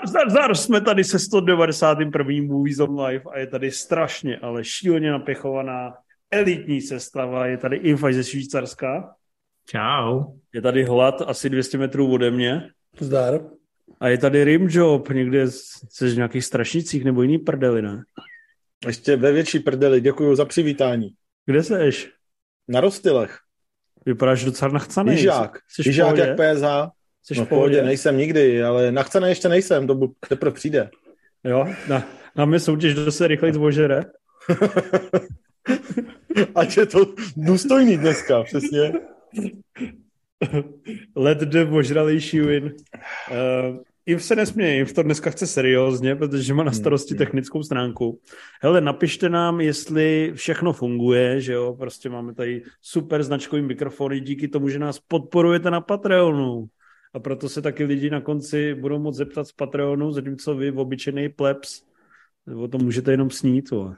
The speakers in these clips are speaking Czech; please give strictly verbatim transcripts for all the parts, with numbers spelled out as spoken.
zdar, zdar, jsme tady se sto devadesátým prvním Movies on Live a je tady strašně, ale šíleně napěchovaná elitní sestava. Je tady Infaj ze Švýcarska. Čau. Je tady Hlad asi dvě stě metrů ode mě. Zdar. A je tady Rimjob, někde jsi v nějakých Strašnicích nebo jiný prdeli, ne? Ještě ve větší prdeli, děkuju za přivítání. Kde seš? Na Rostylech. Vypadáš docela nachcanej. Jižák, Jižák jak P S H. Jsi no v pohodě, nejsem nikdy, ale nachcanej ještě nejsem, to teprve přijde. Jo, na, máme soutěž, kdo se rychleji zvožere. Ať je to důstojný dneska, přesně. Let the ožralejší win. Uh, Iv se nesměje, Iv to dneska chce seriózně, protože má na starosti technickou stránku. Hele, napište nám, jestli všechno funguje, že jo, prostě máme tady super značkový mikrofony, díky tomu, že nás podporujete na Patreonu. A proto se taky lidi na konci budou moct zeptat z Patreonu, zatímco vy, obyčejný plebs, nebo to můžete jenom snít. Uh,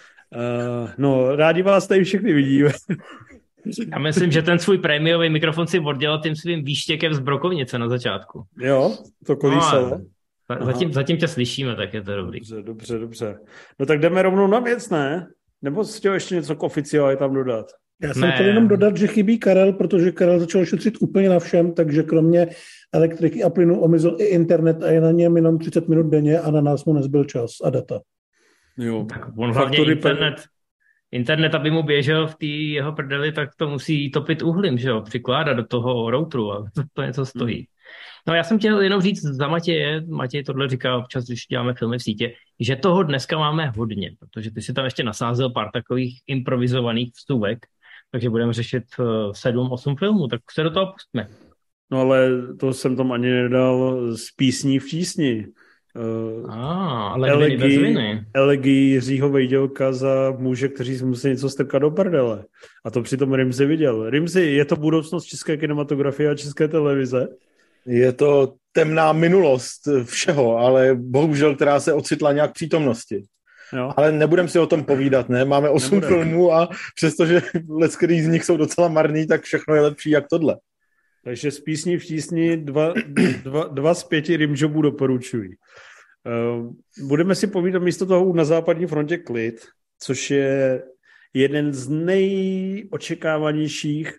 no, rádi vás tady všechny vidíme. Já myslím, že ten svůj prémiový mikrofon si oddělal tím svým výštěkem z brokovnice na začátku. Jo, to kolísalo. No, zatím, zatím tě slyšíme, tak je to dobrý. Dobře, dobře, dobře. No tak jdeme rovnou na věc, ne? Nebo jsi chtěl ještě něco k oficiáli tam dodat? Já jsem chtěl jenom dodat, že chybí Karel, protože Karel začal šetřit úplně na všem, takže kromě elektriky a plynu omizel i internet a je na něm jenom třicet minut denně a na nás mu nezbyl čas a data. Jo. Tak on hlavně internet, internet, aby mu běžel v té jeho prdeli, tak to musí topit uhlím, že jo, přikládat do toho routeru a to, to něco stojí. No já jsem chtěl jenom říct za Matěje, Matěj tohle říká občas, když děláme filmy v sítě, že toho dneska máme hodně, protože ty si tam ještě nasázel pár takových improvizovaných vstupek, takže budeme řešit sedm, osm filmů, tak se do toho pustíme. No ale to jsem tam ani nedal z písní v tísni. Uh, ah, ale elegi, bez viny. Elegi Jiřího Vejdělka za muže, kteří si musí něco strkat do prdele. A to přitom Rimzi viděl. Rimzi, je to budoucnost české kinematografie a české televize? Je to temná minulost všeho, ale bohužel, která se ocitla nějak přítomnosti. Jo. Ale nebudem si o tom povídat, ne? Máme osm Nebudem. filmů a přestože leckterý z nich jsou docela marný, tak všechno je lepší jak tohle. Takže z písní v tísni dva, dva, dva z pěti Rimjobů doporučují. Uh, budeme si povídat místo toho na západní frontě Klid, což je jeden z nejočekávanějších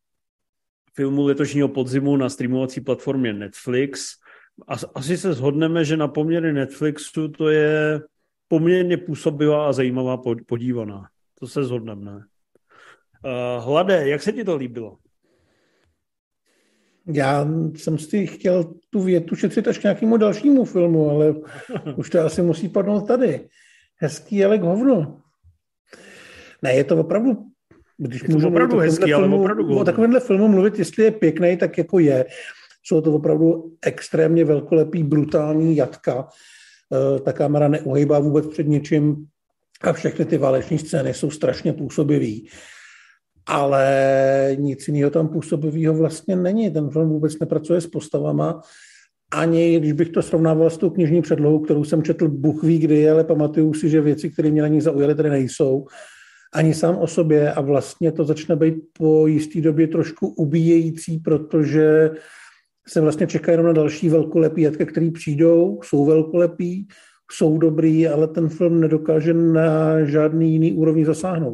filmů letošního podzimu na streamovací platformě Netflix. Asi se shodneme, že na poměry Netflixu to je poměrně působivá a zajímavá podívaná. To se shodneme, ne? Uh, Hlade, jak se ti to líbilo? Já jsem si chtěl tu větu šetřit až k nějakému dalšímu filmu, ale už to asi musí padnout tady. Hezký, ale k hovnu. Ne, je to opravdu, když je to můžu opravdu hezký, ale filmu, opravdu o takovémhle filmu mluvit, jestli je pěkný, tak jako je. Jsou to opravdu extrémně velkolepý, brutální jatka. Ta kamera neuhejbá vůbec před ničím a všechny ty váleční scény jsou strašně působivý. Ale nic jiného tam působivého vlastně není. Ten film vůbec nepracuje s postavama. Ani když bych to srovnával s tou knižní předlohou, kterou jsem četl Bůh ví kdy, ale pamatuju si, že věci, které mě na ní zaujaly, tady nejsou. Ani sám o sobě a vlastně to začne být po jistý době trošku ubíjející, protože se vlastně čeká jenom na další velkolepý jatka, který přijdou, jsou velkolepí, jsou dobrý, ale ten film nedokáže na žádný jiný úrovni zasáhnout.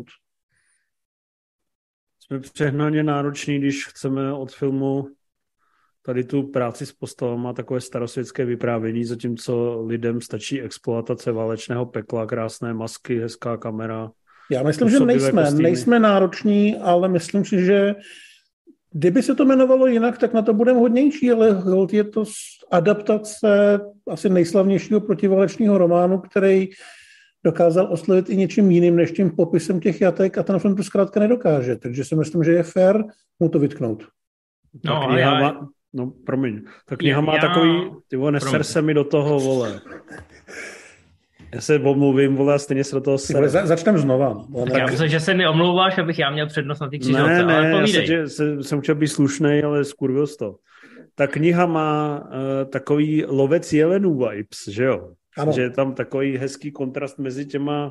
Jsme přehnaně nároční, když chceme od filmu tady tu práci s postavama, takové starosvětské vyprávění, zatímco lidem stačí exploatace válečného pekla, krásné masky, hezká kamera. Já myslím, že nejsme, kostýmy. nejsme nároční, ale myslím si, že kdyby se to jmenovalo jinak, tak na to budeme hodnější, ale je to adaptace asi nejslavnějšího protiválečného románu, který dokázal oslovit i něčím jiným než tím popisem těch jatek a ten film to zkrátka nedokáže. Takže si myslím, že je fér mu to vytknout. No, ta kniha já... má... No, promiň. Ta kniha já... má takový... Ty vole, neser se mi do toho, vole. Já se omluvím, vole, a stejně se do toho ser. Za, začneme znova. Tak já myslím, že se mi omlouváš, abych já měl přednost na ty křižovce, ne, ne, ale povídej. Já se, jsem chtěl být slušnej, ale skurvil jsi to. Ta kniha má uh, takový lovec jelenů vibes, že jo? Ano. Že je tam takový hezký kontrast mezi těma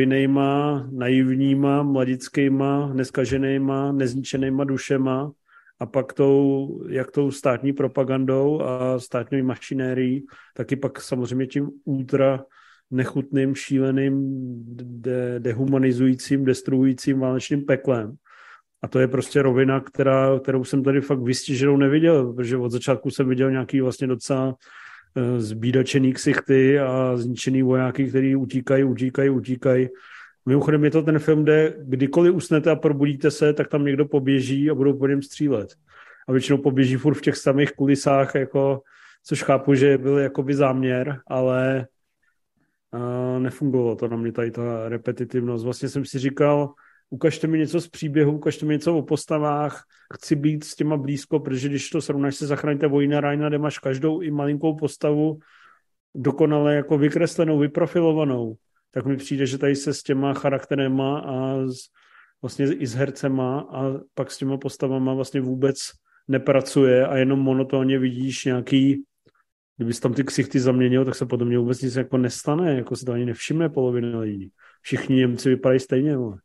nevinnejma, naivníma, mladickýma, neskaženýma, nezničenýma dušema a pak tou, jak tou státní propagandou a státní mašinérií, taky pak samozřejmě tím ultra nechutným, šíleným, de- dehumanizujícím, destruujícím válečným peklem. A to je prostě rovina, která, kterou jsem tady fakt vystiženou neviděl, protože od začátku jsem viděl nějaký vlastně docela zbídačený ksichty a zničený vojáky, který utíkají, utíkají, utíkají. Mimochodem je to ten film, kde kdykoliv usnete a probudíte se, tak tam někdo poběží a budou po něm střílet. A většinou poběží furt v těch samých kulisách, jako, což chápu, že byl jakoby záměr, ale uh, nefungovalo to na mě tady ta repetitivnost. Vlastně jsem si říkal, ukažte mi něco z příběhu, ukažte mi něco o postavách, chci být s těma blízko, protože když to srovnáš se Zachraňte vojína Ryana, kde máš každou i malinkou postavu dokonale jako vykreslenou, vyprofilovanou, tak mi přijde, že tady se s těma charakterema a z, vlastně i s hercema a pak s těma postavama vlastně vůbec nepracuje a jenom monotónně vidíš nějaký, kdybys tam ty ksichty zaměnil, tak se potom mě vůbec nic jako nestane, jako se to ani nevšimne polovina lidí. Všichni Němci vypadají stejně, ale.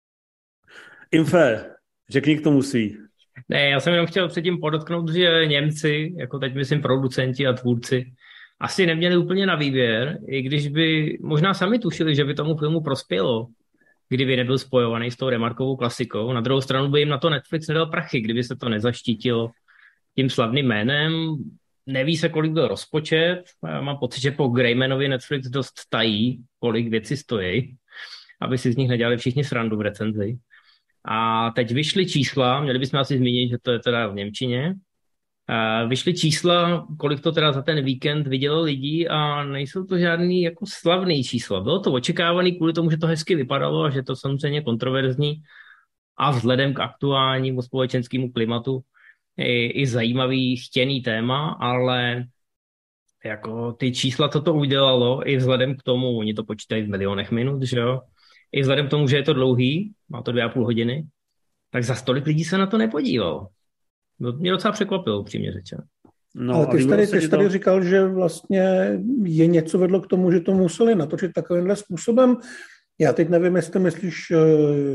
Infe, řekni k tomu svý. Ne, já jsem jenom chtěl předtím podotknout, že Němci, jako teď myslím producenti a tvůrci, asi neměli úplně na výběr, i když by možná sami tušili, že by tomu filmu prospělo, kdyby nebyl spojovaný s tou Remarkovou klasikou. Na druhou stranu by jim na to Netflix nedal prachy, kdyby se to nezaštítilo tím slavným jménem. Neví se, kolik byl rozpočet. Já mám pocit, že po Greymanovi Netflix dost tají, kolik věci stojí, aby si z nich nedělali všichni srandu v recenzi. A teď vyšly čísla, měli bychom asi zmínit, že to je teda v němčině. Vyšly čísla, kolik to teda za ten víkend vidělo lidí a nejsou to žádný jako slavný čísla. Bylo to očekávaný kvůli tomu, že to hezky vypadalo a že to samozřejmě kontroverzní a vzhledem k aktuálnímu společenskému klimatu i, i zajímavý chtěný téma, ale jako ty čísla toto udělalo i vzhledem k tomu, oni to počítají v milionech minut, že jo? I vzhledem k tomu, že je to dlouhý, má to dvě a půl hodiny, tak za tolik lidí se na to nepodívalo. Mě docela překvapilo, upřímně řečeno. No, ale ty jsi tady, ty jsi tady to... říkal, že vlastně je něco vedlo k tomu, že to museli natočit takovýmhle způsobem. Já teď nevím, jestli myslíš uh,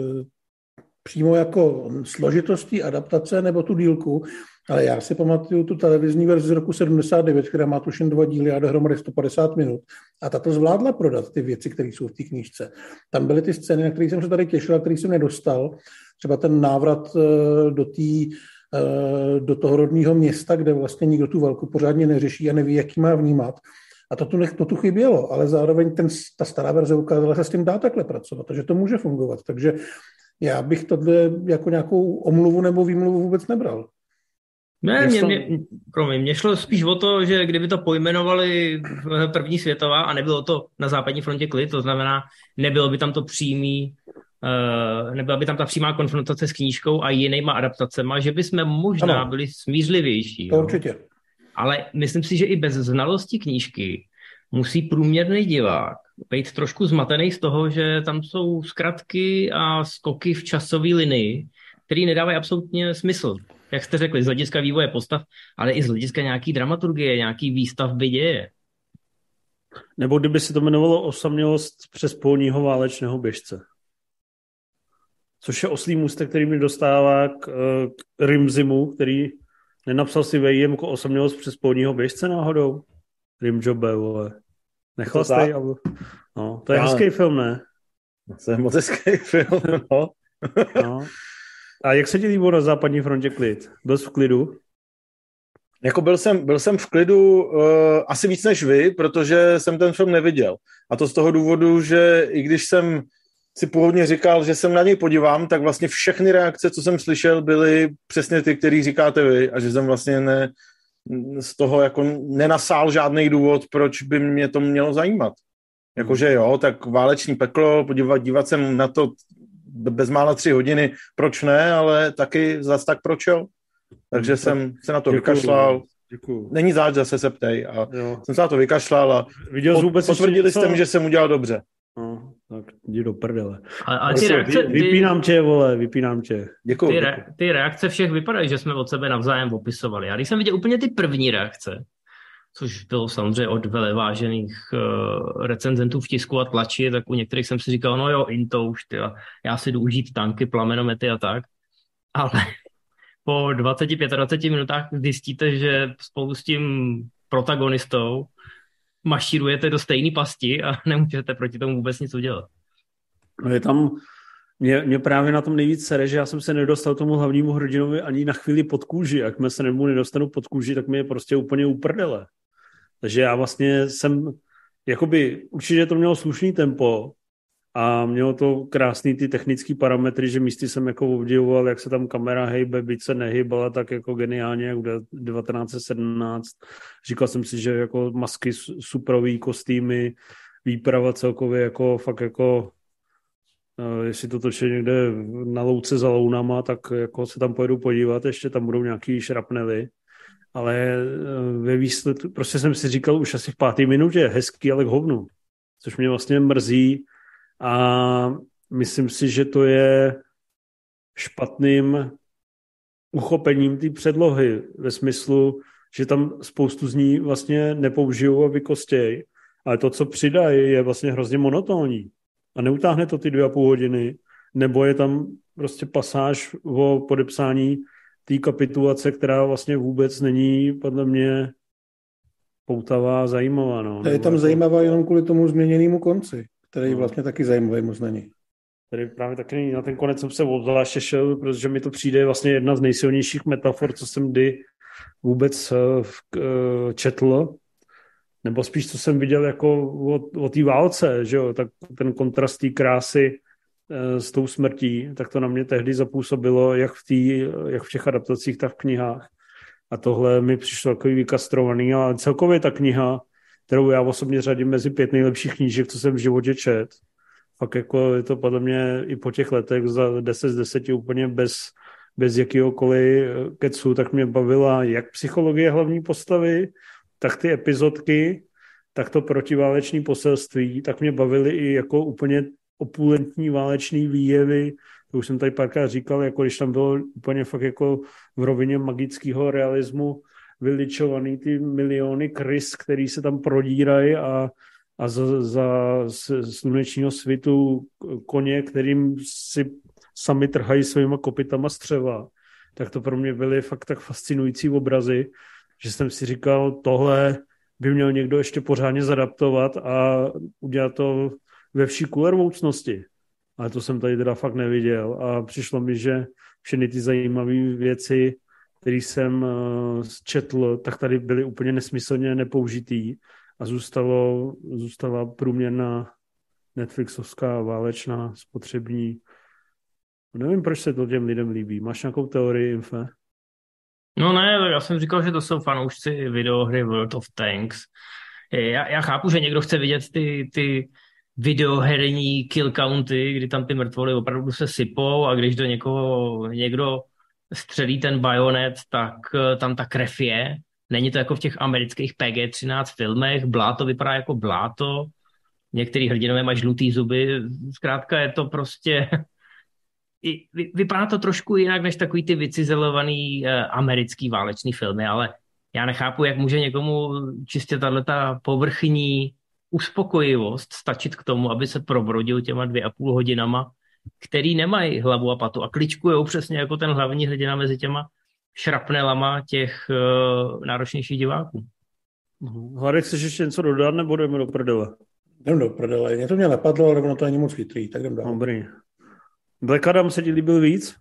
přímo jako složitostí adaptace nebo tu dílku, ale já si pamatuju tu televizní verzi z roku sedmdesát devět, která má tuším dva díly a dohromady sto padesát minut. A ta to zvládla prodat, ty věci, které jsou v té knížce. Tam byly ty scény, na které jsem se tady těšil a které jsem nedostal. Třeba ten návrat uh, do té do toho rodného města, kde vlastně nikdo tu válku pořádně neřeší a neví, jak ji má vnímat. A to tu, nech, to tu chybělo, ale zároveň ten, ta stará verze ukázala, se s tím dá takhle pracovat, takže to může fungovat. Takže já bych tohle jako nějakou omluvu nebo výmluvu vůbec nebral. Ne, mě, mě, promiň, mě šlo spíš o to, že kdyby to pojmenovali první světová a nebylo to na západní frontě klid, to znamená, nebylo by tam to přímý Uh, nebyla by tam ta přímá konfrontace s knížkou a jinýma adaptacema, že bychom možná ano. byli smířlivější. To určitě. Ale myslím si, že i bez znalosti knížky musí průměrný divák být trošku zmatený z toho, že tam jsou zkratky a skoky v časové linii, které nedávají absolutně smysl. Jak jste řekli, z hlediska vývoje postav, ale i z hlediska nějaký dramaturgie, nějaký výstavby děje. Nebo kdyby se to jmenovalo Osamělost přes polního válečného běžce. Což je oslý můstek, který mi dostává k, k Rimzimu, který nenapsal si vejjem jako Osamělost přes polního běžce náhodou. Rimjobe, vole. Nechlastej. To, no, to je Já... hezký film, ne? To je moc hezký film, no. no. A jak se ti líbilo na západní frontě klid? Byl jsi v klidu? Jako byl jsem, byl jsem v klidu uh, asi víc než vy, protože jsem ten film neviděl. A to z toho důvodu, že i když jsem si původně říkal, že jsem na něj podívám, tak vlastně všechny reakce, co jsem slyšel, byly přesně ty, které říkáte vy a že jsem vlastně ne, z toho jako nenasál žádný důvod, proč by mě to mělo zajímat. Jakože jo, tak váleční peklo, podívat, dívat se na to bezmála tři hodiny, proč ne, ale taky zas tak proč jo. Takže tak, jsem se na to děkuju, vykašlal. Děkuju. Není záč, zase se ptej. A jo. Jsem se na to vykašlal a pot, potvrdili jste mi, že jsem udělal dobře. No, tak jdi do prdele. Ale, ale ty reakce, vy, vypínám tě, vole, vypínám tě. Děkuju. Ty, re, ty reakce všech vypadají, že jsme od sebe navzájem opisovali. Já když jsem viděl úplně ty první reakce, což bylo samozřejmě od velevážených uh, recenzentů v tisku a tlači, tak u některých jsem si říkal, no jo, into už, tyla, já si jdu užít tanky, plamenomety a tak. Ale po dvaceti pěti minutách zjistíte, že spolu s tím protagonistou mašírujete do stejné pasti a nemůžete proti tomu vůbec nic udělat. No je tam, mě, mě právě na tom nejvíc sere, že já jsem se nedostal tomu hlavnímu hrdinovi ani na chvíli pod kůži. Jak mě se nebo nedostanu pod kůži, tak mi je prostě úplně uprdele. Takže já vlastně jsem, jakoby, určitě to mělo slušný tempo a mělo to krásný ty technické parametry, že místy jsem jako obdivoval, jak se tam kamera hejbe, byť se nehybala tak jako geniálně, jak v devatenáct set sedmnáct. Říkal jsem si, že jako masky, superový kostýmy, výprava celkově jako fakt jako jestli to točí někde na louce za lounama, tak jako se tam pojedu podívat, ještě tam budou nějaký šrapnely, ale ve výsledku, prostě jsem si říkal už asi v páté minutě, hezký, ale k hovnu, což mě vlastně mrzí a myslím si, že to je špatným uchopením té předlohy ve smyslu, že tam spoustu z ní vlastně nepoužijou a vykostěj, ale to, co přidají, je vlastně hrozně monotónní. A neutáhne to ty dvě a půl hodiny, nebo je tam prostě pasáž o podepsání té kapitulace, která vlastně vůbec není podle mě poutavá a zajímavá. No. Je tam jako... zajímavá jenom kvůli tomu změněnému konci, který no. vlastně taky zajímavý moc není. Tady právě taky na ten konec jsem se obzvlášť těšil, protože mi to přijde vlastně jedna z nejsilnějších metafor, co jsem kdy vůbec četl, nebo spíš, co jsem viděl jako o, o té válce, že jo, tak ten kontrast té krásy e, s tou smrtí, tak to na mě tehdy zapůsobilo, jak v, tý, jak v těch adaptacích, tak v knihách. A tohle mi přišlo takový vykastrovaný, ale celkově ta kniha, kterou já osobně řadím mezi pět nejlepších knížek, co jsem v životě čet, fakt jako je to podle mě i po těch letech za deset z deseti úplně bez, bez jakýhokoliv kecu, tak mě bavila jak psychologie hlavní postavy, tak ty epizodky, tak to protiválečné poselství, tak mě bavily i jako úplně opulentní válečný výjevy. To už jsem tady párkrát říkal, jako když tam bylo úplně fakt jako v rovině magického realismu vyličovaný ty miliony krys, který se tam prodírají a, a za, za slunečního svitu koně, kterým si sami trhají svýma kopytama střeva. Tak to pro mě byly fakt tak fascinující obrazy, že jsem si říkal, tohle by měl někdo ještě pořádně zadaptovat a udělat to ve vší kulervoucnosti. Ale to jsem tady teda fakt neviděl a přišlo mi, že všechny ty zajímavé věci, které jsem četl, tak tady byly úplně nesmyslně nepoužitý a zůstalo, zůstala průměrná Netflixovská válečná spotřební. Nevím, proč se to těm lidem líbí. Máš nějakou teorii, Infe? No ne, já jsem říkal, že to jsou fanoušci videohry World of Tanks. Já, já chápu, že někdo chce vidět ty, ty videoherní kill county, kdy tam ty mrtvoly opravdu se sypou a když do někoho někdo střelí ten bajonet, tak tam ta krev je. Není to jako v těch amerických P G třináct filmech, bláto vypadá jako bláto, některý hrdinové mají žlutý zuby, zkrátka je to prostě... I, vy, vypadá to trošku jinak než takový ty vycizelovaný uh, americký válečný filmy, ale já nechápu, jak může někomu čistě tato povrchní uspokojivost stačit k tomu, aby se probrodil těma dvě a půl hodinama, který nemají hlavu a patu a kličkujou přesně jako ten hlavní hrdina mezi těma šrapnelama těch uh, náročnějších diváků. Hladek, chceš ještě něco dodat, nebo jdeme do prdele? Jdem do prdele. Mě to mě napadlo, ale ono to není moc chytrý, tak jdem dál. Dobrý. Black Adam se ti líbil víc?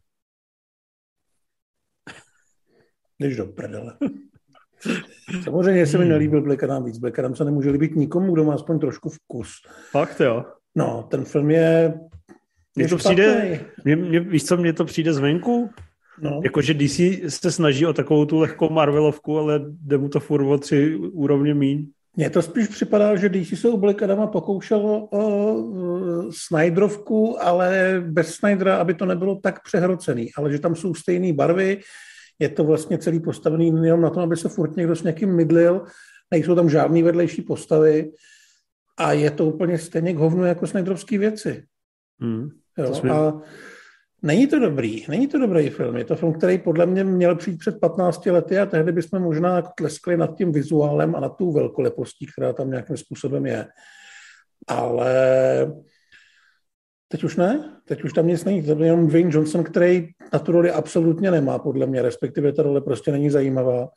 Jdeš do prdele. Samozřejmě se mi nelíbil Black Adam víc. Black Adam se nemůže líbit nikomu, kdo má aspoň trošku vkus. Fakt jo? No, ten film je... Mně to přijde, mě, mě, víš co, mně to přijde zvenku? No. Jakože D C se snaží o takovou tu lehkou Marvelovku, ale jde mu to furt o tři úrovně míň. Mně to spíš připadá, že D C se u Black Adama pokoušel o uh, Snyderovku, ale bez Snydera, aby to nebylo tak přehrocený, ale že tam jsou stejné barvy, je to vlastně celý postavený jenom na tom, aby se furt někdo s někým mydlil, nejsou tam žádný vedlejší postavy a je to úplně stejně k hovnu jako Snyderovský věci. Hmm, jo, a není to dobrý, není to dobrý film. Je to film, který podle mě měl přijít před patnácti lety a tehdy bychom možná tleskli nad tím vizuálem a nad tou velkolepostí, která tam nějakým způsobem je. Ale Teď už ne, teď už tam nic není, to je jenom Dwayne Johnson, který na tu roli absolutně nemá, podle mě, respektive ta role prostě není zajímavá.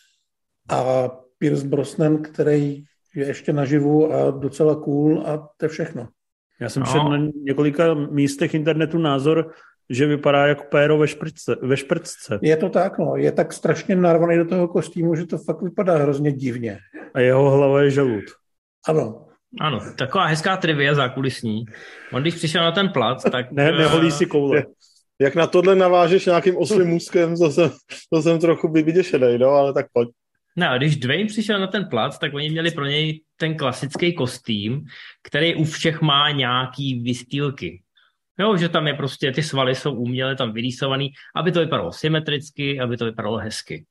A Pierce Brosnan, který je ještě naživu a docela cool a to je všechno. Já jsem četl no. na několika místech internetu názor, že vypadá jako péro ve, šprtce, ve šprtce. Je to tak, no. Je tak strašně narvaný do toho kostýmu, že to fakt vypadá hrozně divně. A jeho hlava je žalud. Ano. Ano, taková hezká trivia zákulisní. On když přišel na ten plac, tak... ne, neholí si koule. Jak na tohle navážeš nějakým oslým můzkem, to jsem, to jsem trochu vyděšenej, no, ale tak pojď. No a když Dwayne přišel na ten plac, tak oni měli pro něj ten klasický kostým, který u všech má nějaký vystýlky. Jo, že tam je prostě, ty svaly jsou uměle tam vyrýsovaný, aby to vypadalo symetricky, aby to vypadalo hezky.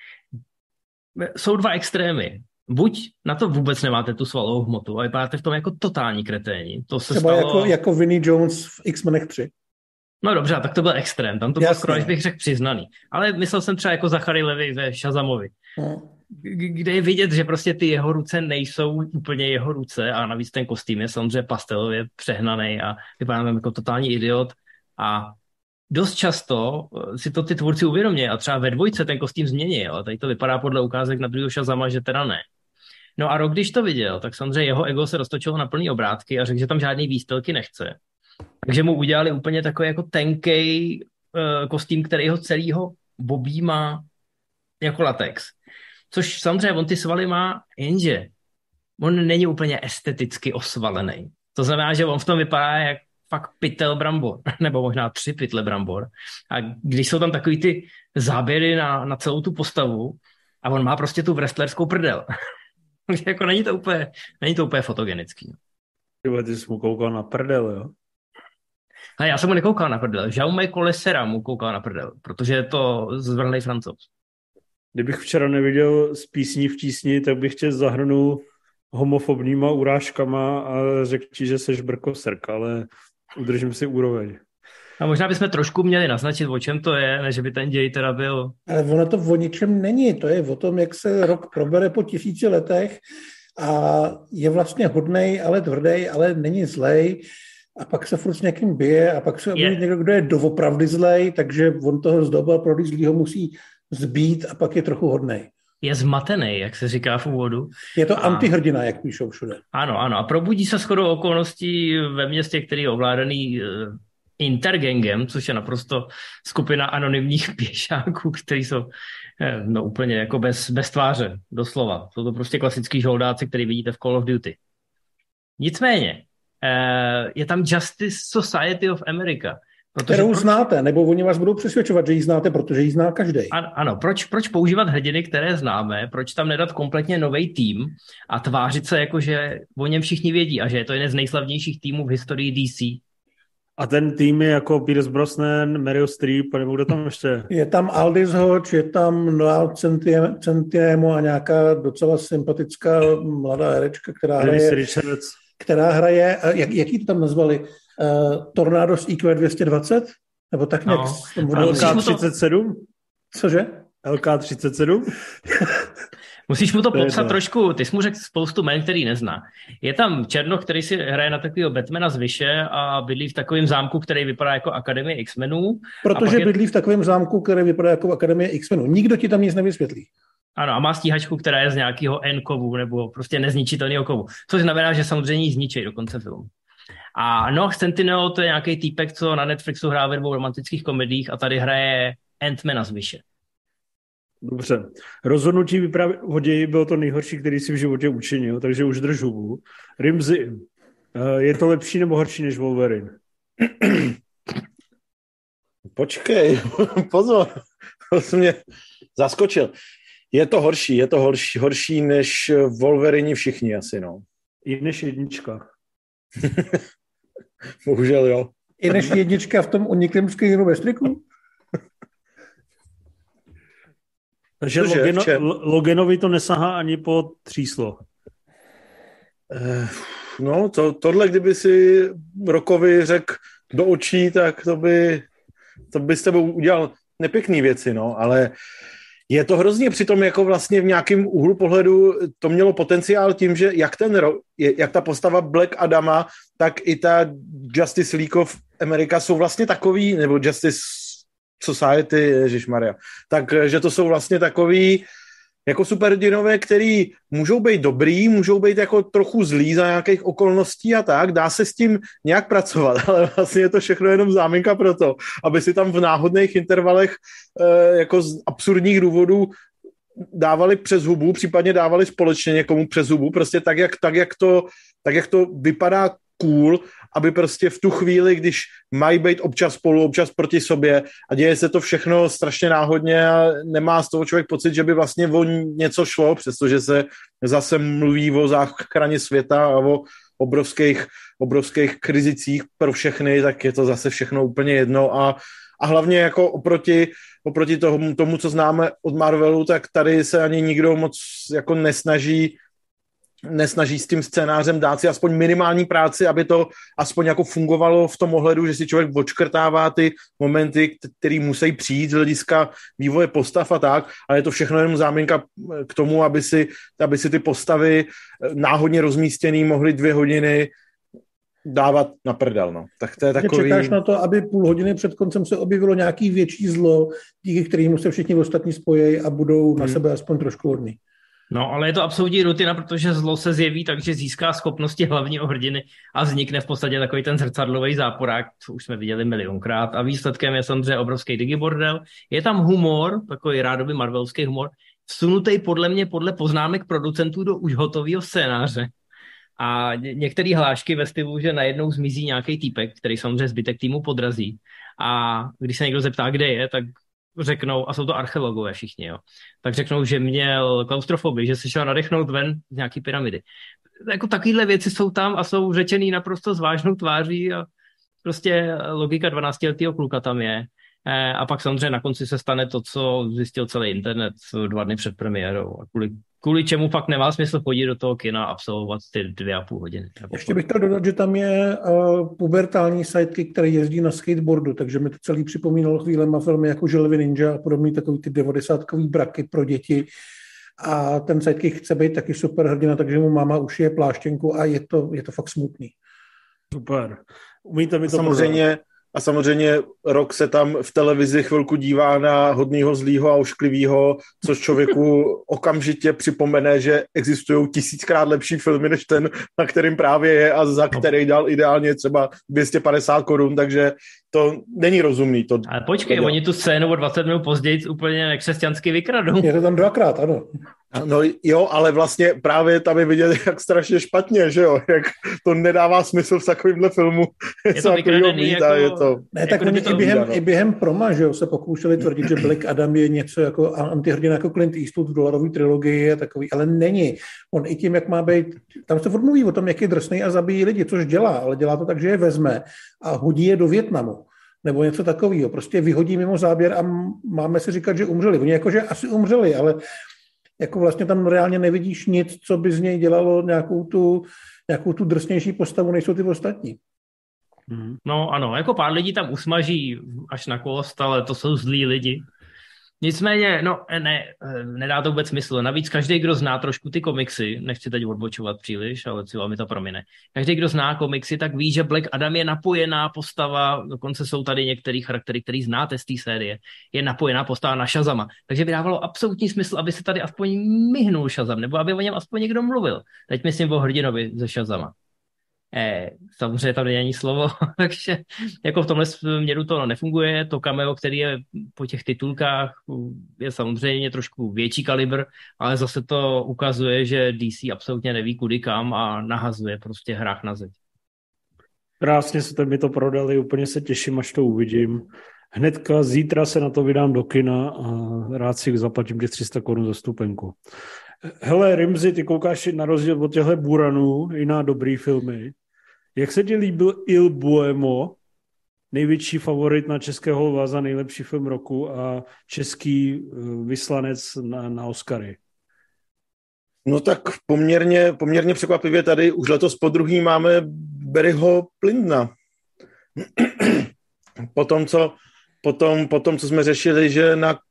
Jsou dva extrémy. Buď na to vůbec nemáte tu svalovou hmotu a vypadáte v tom jako totální kreténi. To se třeba stalo... jako, jako Vinnie Jones v X-menech tři. No dobře, tak to byl extrém, tam to bylo skoro, až bych řekl, přiznaný. Ale myslel jsem třeba jako Zachary Levi ve Shazamovi, no. Kde je vidět, že prostě ty jeho ruce nejsou úplně jeho ruce a navíc ten kostým je samozřejmě pastelově přehnaný a vypadá tam jako totální idiot a dost často si to ty tvůrci uvědomí a třeba ve dvojce ten kostým změnil a tady to vypadá podle ukázek na druhého Shazama, že teda ne. No a Rock, když to viděl, tak samozřejmě jeho ego se roztočilo na plný obrátky a řekl, že tam žádný výstylky nechce. Takže mu udělali úplně takový jako tenkej uh, kostým, který ho celýho objímá jako latex. Což samozřejmě on ty svaly má, jenže on není úplně esteticky osvalený. To znamená, že on v tom vypadá jak fakt pytel brambor, nebo možná tři pytle brambor. A když jsou tam takový ty záběry na, na celou tu postavu a on má prostě tu wrestlerskou prdel. Jako není to úplně, není to úplně fotogenický. Ty jsi mu koukal na prdel, jo? A já jsem mu nekoukal na prdel. Jaume Colessera mu koukal na prdel, protože je to zvrhlej Francouz. Kdybych včera neviděl z Písní v tísni, tak bych tě zahrnul homofobníma urážkama a řekl ti, že seš brkoserk, ale udržím si úroveň. A možná bychom trošku měli naznačit, o čem to je, než by ten děj teda byl... Ale ono to o ničem není. To je o tom, jak se Rock probere po tisíci letech a je vlastně hodnej, ale tvrdý, ale není zlej. A pak se furt s někým bije a pak se objeví někdo, kdo je doopravdy zlej, takže on toho zdoba pro zlýho musí zbít a pak je trochu hodnej. Je zmatený, jak se říká v úvodu. Je to a... antihrdina, jak píšou všude. Ano, ano. A probudí se shodou okolností ve městě, který je ovládaný uh, Intergangem, což je naprosto skupina anonymních pěšáků, kteří jsou eh, no, úplně jako bez, bez tváře, doslova. Jsou to prostě klasický žoldáci, který vidíte v Call of Duty. Nicméně, eh, je tam Justice Society of America. Protože kterou proč... znáte, nebo oni vás budou přesvědčovat, že ji znáte, protože ji zná každý. Ano, ano. Proč, proč používat hrdiny, které známe, proč tam nedat kompletně nový tým a tvářit se jako, že o něm všichni vědí a že je to jeden z nejslavnějších týmů v historii D C. A ten tým je jako Pierce Brosnan, Meryl Streep, nebo kdo tam ještě? Je tam Aldis Hodge, je tam Noel Centineo a nějaká docela sympatická mladá herečka, která hraje... Richards. Která hraje, jak, jaký to tam nazvali? Uh, Tornados I Q dvě stě dvacet? Nebo tak nějak? No. L K třicet sedm? Cože? L K třicet sedm? Musíš mu to popsat to trošku, ty jsi mu řekl spoustu jmen, který nezná. Je tam Černoch, který si hraje na takového Batmana z Vyše a bydlí v takovém zámku, který vypadá jako Akademie X-menů. Protože je... bydlí v takovém zámku, který vypadá jako Akademie X-menů. Nikdo ti tam nic nevysvětlí. Ano, a má stíhačku, která je z nějakého N-kovu, nebo prostě nezničitelného kovu. Což znamená, že samozřejmě ji zničí do konce filmu. A Noah Centineo, to je nějaký týpek, co na Netflixu hrá ve dvou romantických komediích a tady hraje Ant-Mana z Vyše. Dobře. Rozhodnutí vyprávět o ději bylo to nejhorší, který si v životě učinil, takže už drž hubu. Rimzi, je to lepší nebo horší než Wolverine? Počkej, pozor, to jsi mě zaskočil. Je to horší, je to horší, horší než Wolverine všichni asi, no. I než jednička. Bohužel jo. I než jednička v tom uniklém skrýnu ve striku? Takže Logeno, Loganovi to nesahá ani po tříslo. No, to, tohle, kdyby si Rockovi řekl do očí, tak to by, to by s tebou udělal nepěkný věci, no, ale Je to hrozně, přitom jako vlastně v nějakém úhlu pohledu to mělo potenciál tím, že jak ten, jak ta postava Black Adama, tak i ta Justice League of America jsou vlastně takový, nebo Justice Society, ježišmarja, takže to jsou vlastně takový jako superhrdinové, který můžou být dobrý, můžou být jako trochu zlí za nějakých okolností a tak, dá se s tím nějak pracovat, ale vlastně je to všechno jenom záminka pro to, aby si tam v náhodných intervalech eh, jako z absurdních důvodů dávali přes hubu, případně dávali společně někomu přes hubu, prostě tak, jak, tak, jak, to, tak, jak to vypadá cool, aby prostě v tu chvíli, když mají být občas spolu, občas proti sobě a děje se to všechno strašně náhodně a nemá z toho člověk pocit, že by vlastně o něco šlo, přestože se zase mluví o záchraně světa a o obrovských, obrovských krizicích pro všechny, tak je to zase všechno úplně jedno a, a hlavně jako oproti, oproti tomu, tomu, co známe od Marvelu, tak tady se ani nikdo moc jako nesnaží nesnaží s tím scénářem dát si aspoň minimální práci, aby to aspoň jako fungovalo v tom ohledu, že si člověk odškrtává ty momenty, které musí přijít z hlediska vývoje postav a tak, ale je to všechno jenom záminka k tomu, aby si, aby si ty postavy náhodně rozmístěný mohly dvě hodiny dávat na prdel, no. Tak to je takový... Čekáš na to, aby půl hodiny před koncem se objevilo nějaký větší zlo, díky kterému se všichni ostatní spojí a budou hmm. na sebe aspoň trošku hodný. No, ale je to absolutní rutina, protože zlo se zjeví, takže získá schopnosti hlavního hrdiny a vznikne v podstatě takový ten zrcadlový záporák, co už jsme viděli milionkrát. A výsledkem je samozřejmě obrovský digibordel. Je tam humor, takový rádoby marvelský humor, vsunutý podle mě podle poznámek producentů do už hotového scénáře. A některé hlášky ve stylu, že najednou zmizí nějaký týpek, který samozřejmě zbytek týmu podrazí. A když se někdo zeptá, kde je, tak řeknou, a jsou to archeologové všichni, jo, tak řeknou, že měl klaustrofobii, že se šel nadechnout ven z nějaký pyramidy. Jako takovýhle věci jsou tam a jsou řečený naprosto s vážnou tváří a prostě logika dvanáctiletého kluka tam je. A pak samozřejmě na konci se stane to, co zjistil celý internet dva dny před premiérou. A kvůli, kvůli čemu fakt nemá smysl chodit do toho kina a absolvovat ty dvě a půl hodiny. Ještě bych chtěl dodat, že tam je uh, pubertální sidekick, který jezdí na skateboardu, takže mi to celý připomínalo chvílema filmy jako Želvy ninja a podobný takový ty devadesátkový braky pro děti. A ten sidekick chce být taky super hrdina, takže mu máma ušije pláštěnku a je to, je to fakt smutný. Super. Umíte mi to samozřejmě pořád. A samozřejmě Rock se tam v televizi chvilku dívá na hodnýho, zlýho a ošklivýho, což člověku okamžitě připomene, že existují tisíckrát lepší filmy, než ten, na kterým právě je a za který dal ideálně třeba dvě stě padesát korun, takže to není rozumný. To, ale počkej, to oni tu scénu o dvacet minut později úplně nekřesťansky vykradou. Je to tam dvakrát, ano. No jo, ale vlastně právě tam je vidět, jak strašně špatně, že jo, jak to nedává smysl v takovýmhle filmu. Je to vykradený jako... Je to... Ne, tak jako oni to i během, udělá, no. i během Proma, že jo, se pokoušeli tvrdit, že Black Adam je něco jako antihrdina jako Clint Eastwood v dolarové trilogii a takový, ale není. On i tím, jak má být, tam se mluví o tom, jak je drsnej a zabíjí lidi, což dělá, ale dělá to tak, že je vezme a hodí je do Vietnamu. Nebo něco takového. Prostě vyhodí mimo záběr a máme si říkat, že umřeli. Oni jakože asi umřeli, ale jako vlastně tam reálně nevidíš nic, co by z něj dělalo nějakou tu, nějakou tu drsnější postavu, než jsou ty ostatní. No ano, jako pár lidí tam usmaží až na kost, ale to jsou zlí lidi. Nicméně, no ne, nedá to vůbec smysl. Navíc každý, kdo zná trošku ty komiksy, nechci teď odbočovat příliš, ale Cíla mi to promine. Každý, kdo zná komiksy, tak ví, že Black Adam je napojená postava, dokonce jsou tady některé charaktery, který znáte z té série, je napojená postava na Shazama. Takže by dávalo absolutní smysl, aby se tady aspoň myhnul Shazam, nebo aby o něm aspoň někdo mluvil. Teď myslím o hrdinovi ze Shazama. Eh, samozřejmě tam není ani slovo, takže jako v tomhle směru to nefunguje. To cameo, který je po těch titulkách, je samozřejmě trošku větší kalibr, ale zase to ukazuje, že D C absolutně neví kudy kam a nahazuje prostě hrách na zeď. Krásně se mi to prodali, úplně se těším, až to uvidím. Hnedka zítra se na to vydám do kina a rád si zaplatím těch tři sta korun za stupenku. Hele, Rimzi, ty koukáš na rozdíl od těchto Buranů i na dobrý filmy. Jak se ti líbil Il Buemo, největší favorit na českého lva za nejlepší film roku a český vyslanec na, na Oscary? No tak poměrně, poměrně překvapivě tady už letos podruhý máme Barryho Lyndona. Potom, co, potom, potom, co jsme řešili, že na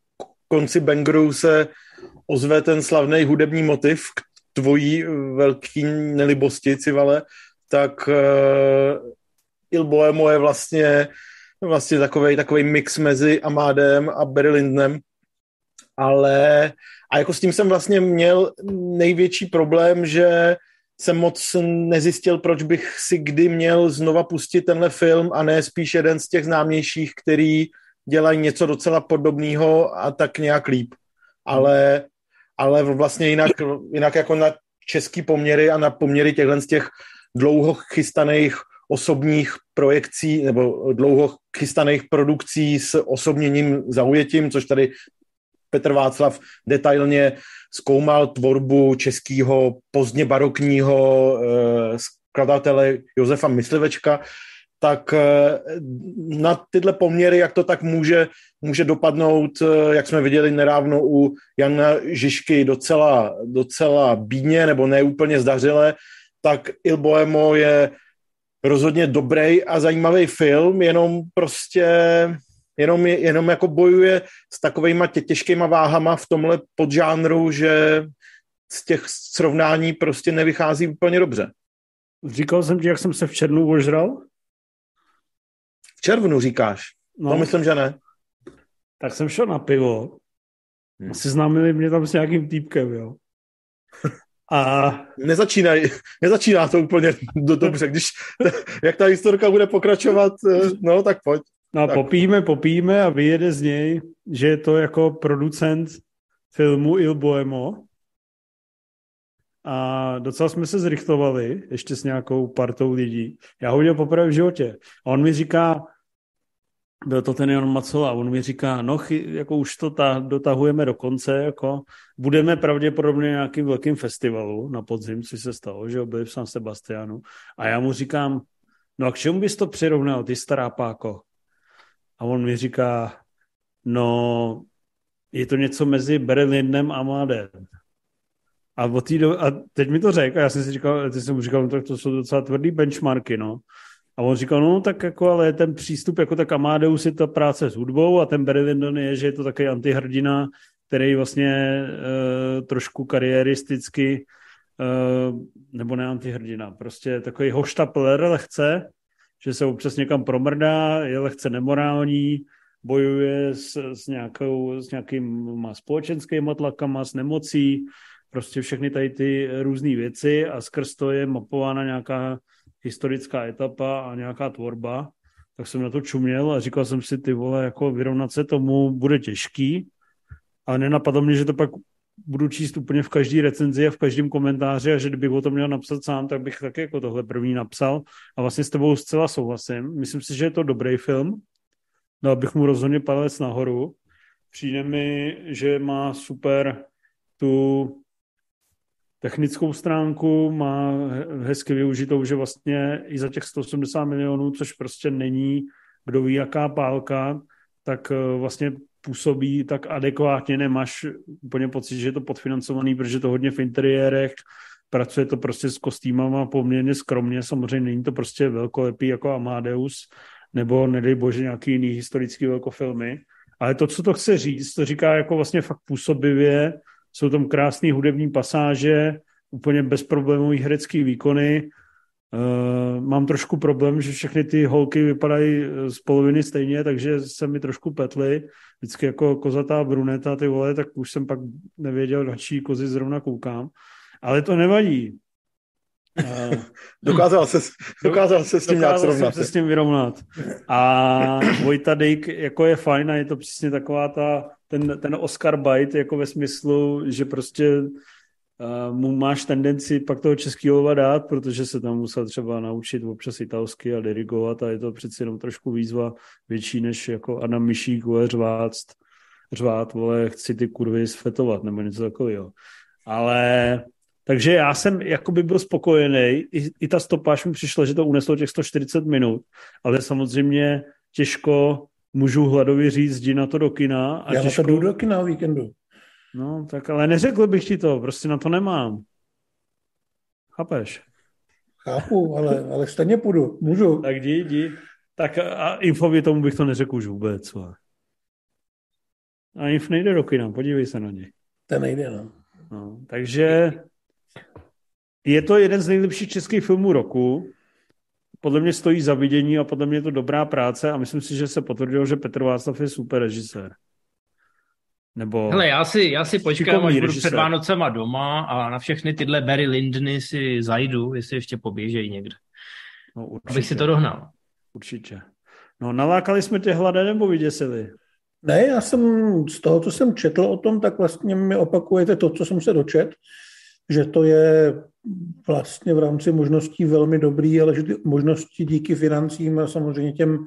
konci bangeru se ozve ten slavný hudební motiv k tvojí velký nelibosti, Civale, tak uh, Il Bohemo je vlastně, vlastně takovej, takovej mix mezi Amádem a Barry Lyndnem, ale a jako s tím jsem vlastně měl největší problém, že jsem moc nezjistil, proč bych si kdy měl znova pustit tenhle film a ne spíš jeden z těch známějších, který dělají něco docela podobného a tak nějak líp. Ale, ale vlastně jinak, jinak jako na český poměry a na poměry těchhle z těch dlouho chystaných osobních projekcí nebo dlouho chystaných produkcí s osobněním zaujetím, což tady Petr Václav detailně zkoumal tvorbu českého pozdně barokního eh, skladatele Josefa Myslivečka, tak eh, na tyhle poměry, jak to tak může, může dopadnout, eh, jak jsme viděli nedávno u Jana Žižky, docela, docela bídně nebo neúplně zdařile, tak Il Bohemo je rozhodně dobrý a zajímavý film, jenom prostě jenom, jenom jako bojuje s takovejma tě, těžkýma váhama v tomhle podžánru, že z těch srovnání prostě nevychází úplně dobře. Říkal jsem ti, jak jsem se v červnu ožral? V červnu říkáš? No, no myslím, že ne. Tak jsem šel na pivo. Hmm. Seznámili mě tam s nějakým týpkem, jo. A... Nezačínaj, nezačíná to úplně do, dobře, když, jak ta historka bude pokračovat, no tak pojď. No tak. popijeme, popijeme a vyjede z něj, že je to jako producent filmu Il Bohemo a docela jsme se zrychtovali ještě s nějakou partou lidí. Já ho viděl poprvé v životě a on mi říká, byl to ten Jan Macola, on mi říká, no chy, jako už to ta, dotahujeme do konce, jako budeme pravděpodobně nějakým velkým festivalu na podzim, což se stalo, že byli v San Sebastianu. A já mu říkám, no a k čemu bys to přirovnal, ty stará páko? A on mi říká, no je to něco mezi Barry Lyndnem a Amádem. A, a teď mi to řekl, a já jsem si říkal, teď jsem mu říkal, no, tak to jsou docela tvrdý benchmarky, no. A on říkal, no tak jako, ale ten přístup, jako tak Amadeus je ta práce s hudbou a ten Barry Lyndon je, že je to takový antihrdina, který vlastně e, trošku kariéristicky, e, nebo ne antihrdina, prostě takový hoštapler lehce, že se občas někam promrdá, je lehce nemorální, bojuje s, s, nějakou, s nějakýma společenskými tlakama, s nemocí, prostě všechny tady ty různé věci a skrz to je mapována nějaká historická etapa a nějaká tvorba, tak jsem na to čuměl a říkal jsem si, ty vole, jako vyrovnat se tomu bude těžký, ale nenapadlo mě, že to pak budu číst úplně v každý recenzi a v každém komentáři a že kdybych o tom měl napsat sám, tak bych taky jako tohle první napsal a vlastně s tebou zcela souhlasím. Myslím si, že je to dobrý film, dal bych mu rozhodně palec nahoru. Přijde mi, že má super tu technickou stránku, má hezky využitou, že vlastně i za těch sto osmdesát milionů, což prostě není kdo ví jaká pálka, tak vlastně působí tak adekvátně, nemáš úplně pocit, že je to podfinancovaný, protože to hodně v interiérech, pracuje to prostě s kostýmama poměrně skromně, samozřejmě není to prostě velkolepý jako Amadeus, nebo nedej bože nějaký jiný historický velkofilmy, ale to, co to chce říct, to říká jako vlastně fakt působivě, jsou tam krásné hudební pasáže, úplně bezproblémový herecký výkony. Uh, mám trošku problém, že všechny ty holky vypadají z poloviny stejně, takže se mi trošku petly. Vždycky jako kozatá bruneta, ty vole, tak už jsem pak nevěděl, na čí kozy zrovna koukám. Ale to nevadí. Uh, dokázal se, dokázal se s tím nějak srovnat. Dokázal jsem se s tím vyrovnat. A Vojta Dejk jako je fajn a je to přesně taková ta, ten, ten Oscar bite, jako ve smyslu, že prostě uh, mu máš tendenci pak toho českého lva dát, protože se tam musel třeba naučit občas italsky a dirigovat a je to přeci jenom trošku výzva větší než jako Adam Mišík, vole, řvát, řvát, vole, chci ty kurvy sfetovat nebo něco takového. Ale takže já jsem jakoby byl spokojený, I, i ta stopáž mi přišla, že to uneslo těch sto čtyřicet minut, ale samozřejmě těžko můžu hladově říct, jdi na to do kina. A já těžko... na to jdu do kina o víkendu. No, tak ale neřekl bych ti to, prostě na to nemám. Chápeš? Chápu, ale, ale stejně půjdu, můžu. Tak jdi, jdi. Tak a infově tomu bych to neřekl už vůbec. Ale. A Inf nejde do kina, podívej se na něj. To nejde, no. no. Takže je to jeden z nejlepších českých filmů roku. Podle mě stojí za vidění a podle mě je to dobrá práce a myslím si, že se potvrdilo, že Petr Václav je super režisér. Nebo... Hele, já si, já si počkám, až budu před Vánocema doma a na všechny tyhle Barry Lyndony si zajdu, jestli ještě poběžejí někde. No, určitě. Abych si to dohnal. Určitě. No, nalákali jsme tě hladé nebo vyděsili? Ne, já jsem z toho, co jsem četl o tom, tak vlastně mi opakujete to, co jsem se dočet, že to je vlastně v rámci možností velmi dobrý, ale že ty možnosti díky financím a samozřejmě těm,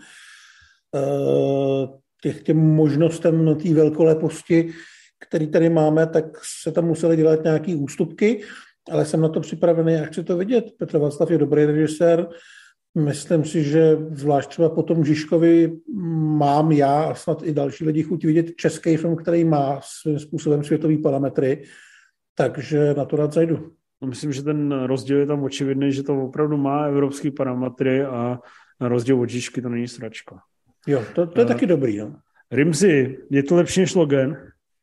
těch, těm možnostem na té velkoleposti, který tady máme, tak se tam museli dělat nějaké ústupky, ale jsem na to připravený a chci to vidět. Petr Václav je dobrý režisér. Myslím si, že zvlášť třeba po tom Žižkovi mám já a snad i další lidi chuť vidět český film, který má svým způsobem světový parametry, takže na to rád zajdu. No, myslím, že ten rozdíl je tam očividný, že to opravdu má evropský parametry a na rozdíl od Žižky to není sračka. Jo, to, to je a... taky dobrý. No. Rimzi, je to lepší než Logan?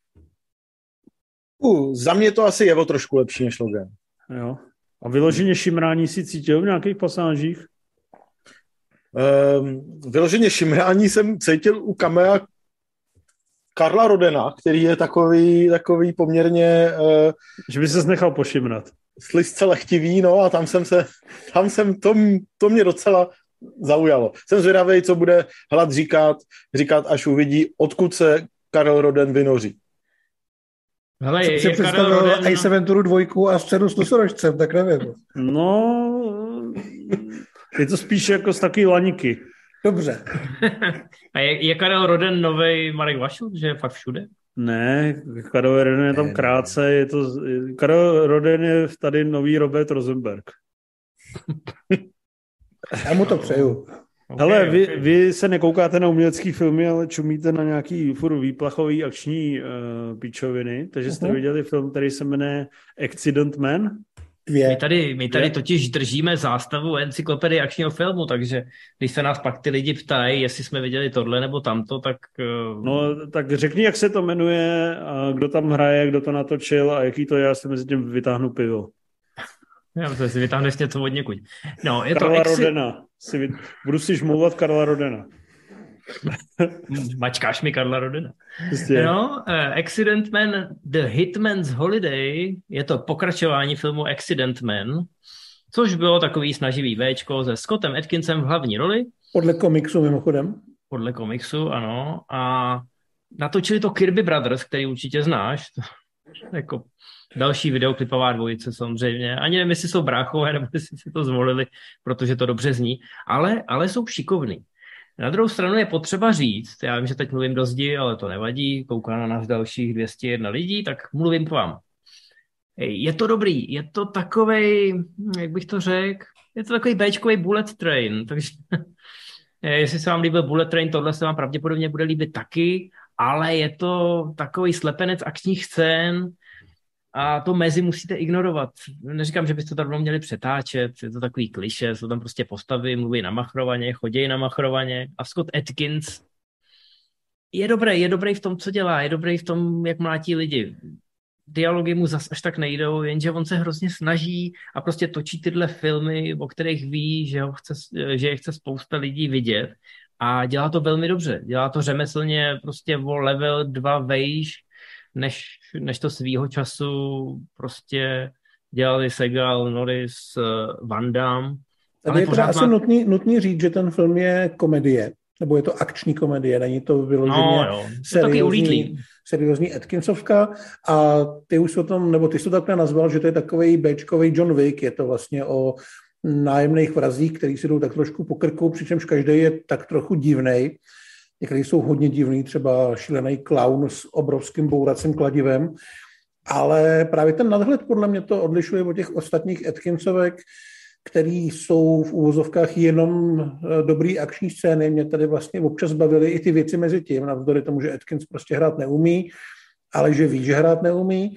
Uh, za mě to asi je o trošku lepší než Logan. Jo. A vyloženě šimrání si cítil v nějakých pasážích? Um, vyloženě šimrání jsem cítil u kamea Karla Rodena, který je takový, takový poměrně... Uh, že by ses nechal pošimrat. Slizce lehtivý, no a tam jsem se, tam jsem, to, to mě docela zaujalo. Jsem zvědavý, co bude Hlad říkat, říkat, až uvidí, odkud se Karel Roden vynoří. Hele, je, jsem si představil Roden... Ace Venturu dvojku a středu s nosorožcem, tak nevím. No, je to spíš jako z takový laníky. Dobře. A je, je Karel Roden novej Marek Vašut, že je fakt všude? Ne, Karel Roden je tam krátce, je to, Karel Roden je tady nový Robert Rosenberg. Já mu to přeju. Hele, okay, vy, okay. vy se nekoukáte na umělecký filmy, ale čumíte na nějaký furt výplachový akční uh, píčoviny, takže jste uh-huh. viděli film, který se jmenuje Accident Man? Dvě. My tady, my tady totiž držíme zástavu encyklopedii akčního filmu, takže když se nás pak ty lidi ptají, jestli jsme viděli tohle nebo tamto, tak... Uh... No, tak řekni, jak se to jmenuje, a kdo tam hraje, kdo to natočil a jaký to je, já si mezi tím vytáhnu pivo. Já myslím, si vytáhneš něco od někud. No, je Karla to exi... Rodena. Si vy... Budu si žmouvat Karla Rodena. Mačkáš mi Karla Rodena. Jistě. No, uh, Accident Man, The Hitman's Holiday, je to pokračování filmu Accident Man, což bylo takový snaživý véčko se Scottem Atkinsem v hlavní roli. Podle komiksu mimochodem. Podle komiksu, ano. A natočili to Kirby Brothers, který určitě znáš. Jako další videoklipová dvojice samozřejmě. Ani nevím, jestli jsou bráchové, nebo jestli si to zvolili, protože to dobře zní. Ale, ale jsou šikovný. Na druhou stranu je potřeba říct, já vím, že teď mluvím do zdi, ale to nevadí, kouká na nás dalších dvě stě jedna lidí, tak mluvím k vám. Je to dobrý, je to takovej, jak bych to řekl, je to takový béčkový bullet train, takže jestli se vám líbil bullet train, tohle se vám pravděpodobně bude líbit taky, ale je to takový slepenec akčních scén a to mezi musíte ignorovat. Neříkám, že byste to rovnou měli přetáčet, je to takový kliše, jsou tam prostě postavy, mluví namachrovaně, chodějí namachrovaně a Scott Adkins je dobrý, je dobrý v tom, co dělá, je dobrý v tom, jak mlátí lidi. Dialogy mu zas až tak nejdou, jenže on se hrozně snaží a prostě točí tyhle filmy, o kterých ví, že, ho chce, že je chce spousta lidí vidět a dělá to velmi dobře. Dělá to řemeslně prostě o level dva vejš, než, než to svýho času prostě dělali Segal, Norris, Van Damme. Tady je teda asi má... nutný, nutný říct, že ten film je komedie, nebo je to akční komedie, není to vyloženě no, seriózní, seriózní Atkinsovka a ty už o tom, nebo ty jsi to takhle nazval, že to je takovej béčkovej John Wick, je to vlastně o nájemných vrazích, který si jdou tak trošku po krku, přičemž každý je tak trochu divnej. Někteří jsou hodně divný, třeba šílený klaun s obrovským bouracím kladivem, ale právě ten nadhled podle mě to odlišuje od těch ostatních Atkinsovek, který jsou v uvozovkách jenom dobrý akční scény. Mě tady vlastně občas bavily i ty věci mezi tím, navzdory tomu, že Atkins prostě hrát neumí, ale že ví, že hrát neumí.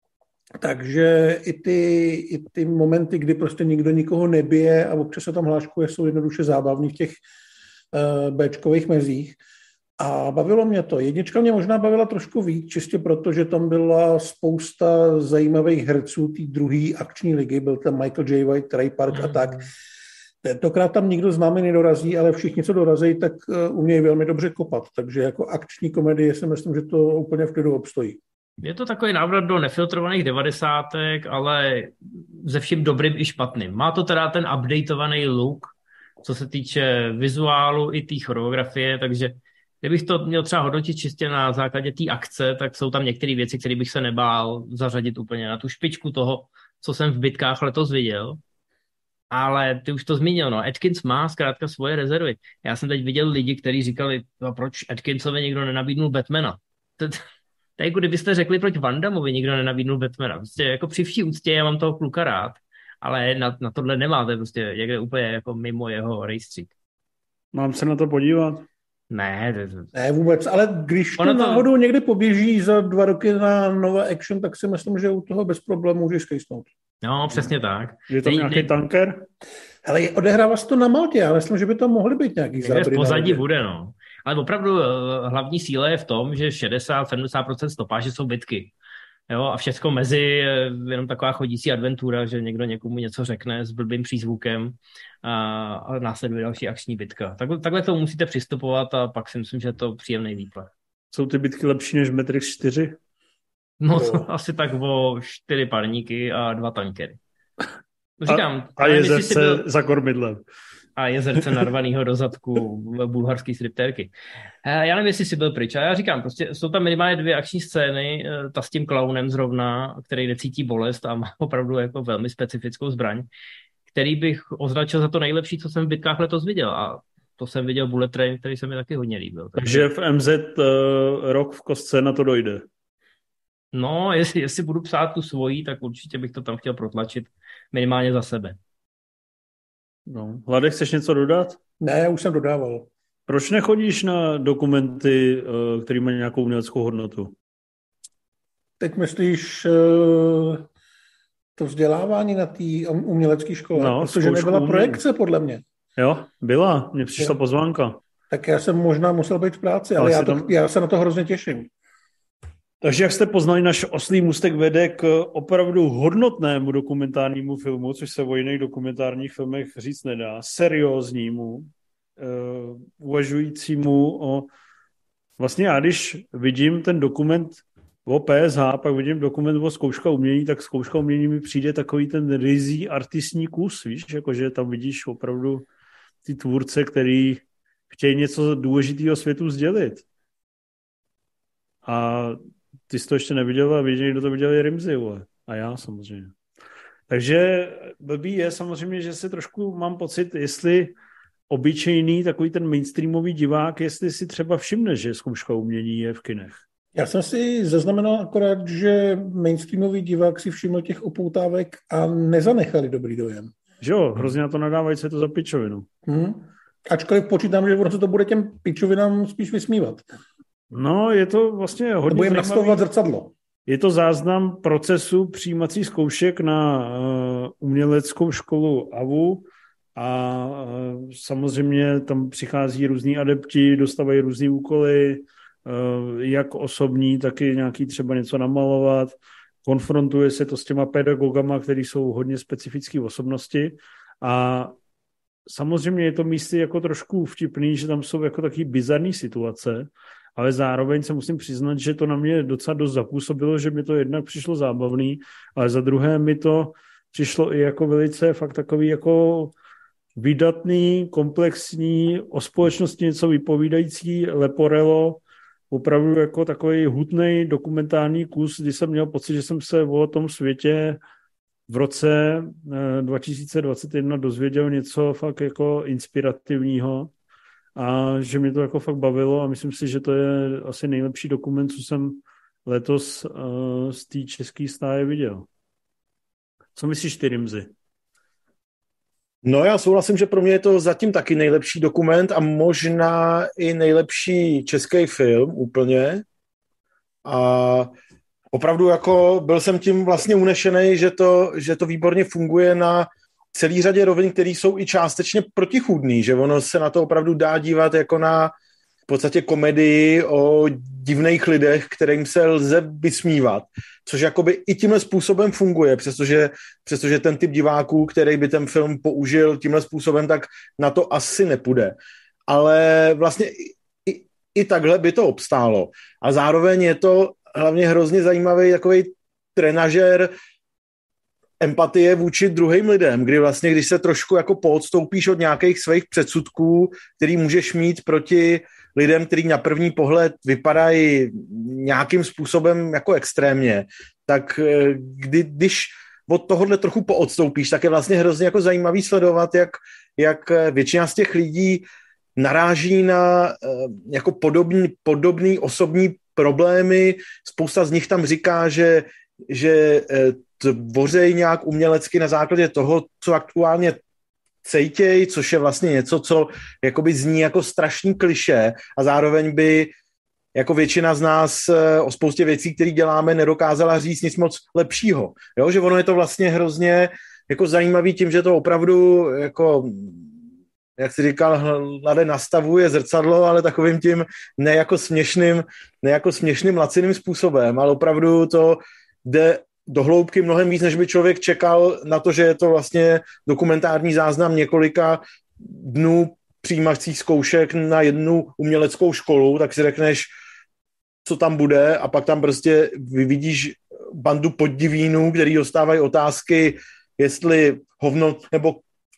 Takže i ty, i ty momenty, kdy prostě nikdo nikoho nebije a občas se tam hláškuje, jsou jednoduše zábavní v těch uh, béčkových mezích. A bavilo mě to. Jednička mě možná bavila trošku víc, čistě proto, že tam byla spousta zajímavých herců té druhé akční ligy. Byl tam Michael J. White, Ray Park a tak. Tentokrát tam nikdo známý nedorazí, ale všichni, co dorazí, tak umějí velmi dobře kopat. Takže jako akční komedie si myslím, že to úplně v klidu obstojí. Je to takový návrat do nefiltrovaných devadesátek, ale ze vším dobrým i špatným. Má to teda ten updateovaný look, co se týče vizuálu i té choreografie, takže kdybych to měl třeba hodnotit čistě na základě té akce, tak jsou tam některé věci, které bych se nebál zařadit úplně na tu špičku toho, co jsem v bitkách letos viděl. Ale ty už to zmínil, no. Atkins má zkrátka svoje rezervy. Já jsem teď viděl lidi, kteří říkali, no, proč Atkinsovi někdo nenabídnul Batmana. To, to je jako kdybyste řekli, proč Van Dammovi nikdo nenabídnul Batmana. Prostě jako při vší úctě, já mám toho kluka rád, ale na, na tohle nemáte, prostě někde úplně jako mimo jeho rejstřík. Mám se na to podívat? Ne, to, to... ne vůbec, ale když to, to náhodou někdy poběží za dva roky na Nova Action, tak si myslím, že u toho bez problémů můžeš skejsnout. No, přesně tak. Je to nějaký ne... tanker? Ale odehrává se to na Maltě, já myslím, že by to mohly být nějaký záběry. V pozadí bude, no. Ale opravdu hlavní síla je v tom, že šedesát až sedmdesát procent stopáže jsou bitky. Jo, a všechno mezi je jenom taková chodící adventura, že někdo někomu něco řekne s blbým přízvukem a, a následuje další akční bitka. Takhle, takhle to musíte přistupovat a pak si myslím, že je to příjemný výplech. Jsou ty bitky lepší než Matrix čtyři? No, to asi tak o čtyři parníky a dva tankery. Říkám, a, a jezerce byl... za kormidlem. A jezerce narvanýho do zadku bulharský striptérky. Já nevím, jestli jsi byl pryč, a já říkám, prostě jsou tam minimálně dvě akční scény, ta s tím klaunem zrovna, který necítí bolest a má opravdu jako velmi specifickou zbraň, který bych označil za to nejlepší, co jsem v bitkách letos viděl. A to jsem viděl Bullet Train, který se mi taky hodně líbil. Takže v M Z uh, rok v kostce na to dojde. No, jestli, jestli budu psát tu svojí, tak určitě bych to tam chtěl protlačit minimálně za sebe. No. Hlade, chceš něco dodat? Ne, už jsem dodával. Proč nechodíš na dokumenty, které mají nějakou uměleckou hodnotu? Teď myslíš to vzdělávání na té umělecké škole? No, protože nebyla projekce, podle mě. Jo, byla. Mně přišla jo. pozvánka. Tak já jsem možná musel být v práci, ale, ale já, to, tam... já se na to hrozně těším. Takže jak jste poznali, náš Oslý můstek vede k opravdu hodnotnému dokumentárnímu filmu, což se o jiných dokumentárních filmech říct nedá, serióznímu, uh, uvažujícímu o... Vlastně já, když vidím ten dokument o P S H, pak vidím dokument o zkouška umění, tak zkouška umění mi přijde takový ten rizí artistní kus, víš, jakože tam vidíš opravdu ty tvůrce, který chtějí něco důležitého světu sdělit. A ty jsi to ještě neviděl a jediný, kdo to viděl, je Rimzi, vole. A já samozřejmě. Takže blbý je samozřejmě, že se trošku mám pocit, jestli obyčejný takový ten mainstreamový divák, jestli si třeba všimne, že zkouška umění je v kinech. Já jsem si zaznamenal akorát, že mainstreamový divák si všiml těch upoutávek a nezanechali dobrý dojem. Že jo, hrozně na to nadávají, co je to za pičovinu. Hmm. Ačkoliv počítám, že ono se to bude těm pičovinám spíš vysmívat. No, je to vlastně hodně Nebo jim nastavovat zrcadlo. Je to záznam procesu přijímacích zkoušek na uh, uměleckou školu A V U a uh, samozřejmě tam přichází různí adepti, dostávají různý úkoly, uh, jak osobní, tak i nějaký třeba něco namalovat. Konfrontuje se to s těma pedagogama, který jsou hodně specifické osobnosti a samozřejmě je to místy jako trošku vtipný, že tam jsou jako taky bizarní situace, ale zároveň se musím přiznat, že to na mě docela dost zapůsobilo, že mi to jednak přišlo zábavný, ale za druhé mi to přišlo i jako velice fakt takový jako vydatný, komplexní, o společnosti něco vypovídající leporelo, opravdu jako takový hutnej dokumentární kus, kdy jsem měl pocit, že jsem se o tom světě v roce dva tisíce dvacet jedna dozvěděl něco fakt jako inspirativního a že mě to jako fakt bavilo a myslím si, že to je asi nejlepší dokument, co jsem letos uh, z té české stáje viděl. Co myslíš ty, Rimzi? No já souhlasím, že pro mě je to zatím taky nejlepší dokument a možná i nejlepší český film úplně. A opravdu jako byl jsem tím vlastně unešený, že to, že to výborně funguje na celý řadě rovin, které jsou i částečně protichůdný, že ono se na to opravdu dá dívat jako na podstatě komedii o divných lidech, kterým se lze vysmívat, což jakoby i tímhle způsobem funguje, přestože, přestože ten typ diváků, který by ten film použil tímhle způsobem, tak na to asi nepůjde. Ale vlastně i, i, i takhle by to obstálo. A zároveň je to hlavně hrozně zajímavý takový trenažér empatie vůči druhým lidem, kdy vlastně, když se trošku jako poodstoupíš od nějakých svých předsudků, který můžeš mít proti lidem, kteří na první pohled vypadají nějakým způsobem jako extrémně, tak kdy, když od tohohle trochu poodstoupíš, tak je vlastně hrozně jako zajímavý sledovat, jak, jak většina z těch lidí naráží na jako podobný, podobný osobní problémy. Spousta z nich tam říká, že, že tvoří nějak umělecky na základě toho, co aktuálně cejtěj, což je vlastně něco, co jakoby zní jako strašný klišé a zároveň by jako většina z nás o spoustě věcí, které děláme, nedokázala říct nic moc lepšího. Jo? Že ono je to vlastně hrozně jako zajímavý tím, že to opravdu jako, jak jsi říkal, Hlade, nastavuje zrcadlo, ale takovým tím ne jako směšným, ne jako směšným laciným způsobem, ale opravdu to jde do hloubky mnohem víc, než by člověk čekal na to, že je to vlastně dokumentární záznam několika dnů přijímacích zkoušek na jednu uměleckou školu, tak si řekneš, co tam bude a pak tam prostě vidíš bandu poddivínů, který dostávají otázky, jestli hovno nebo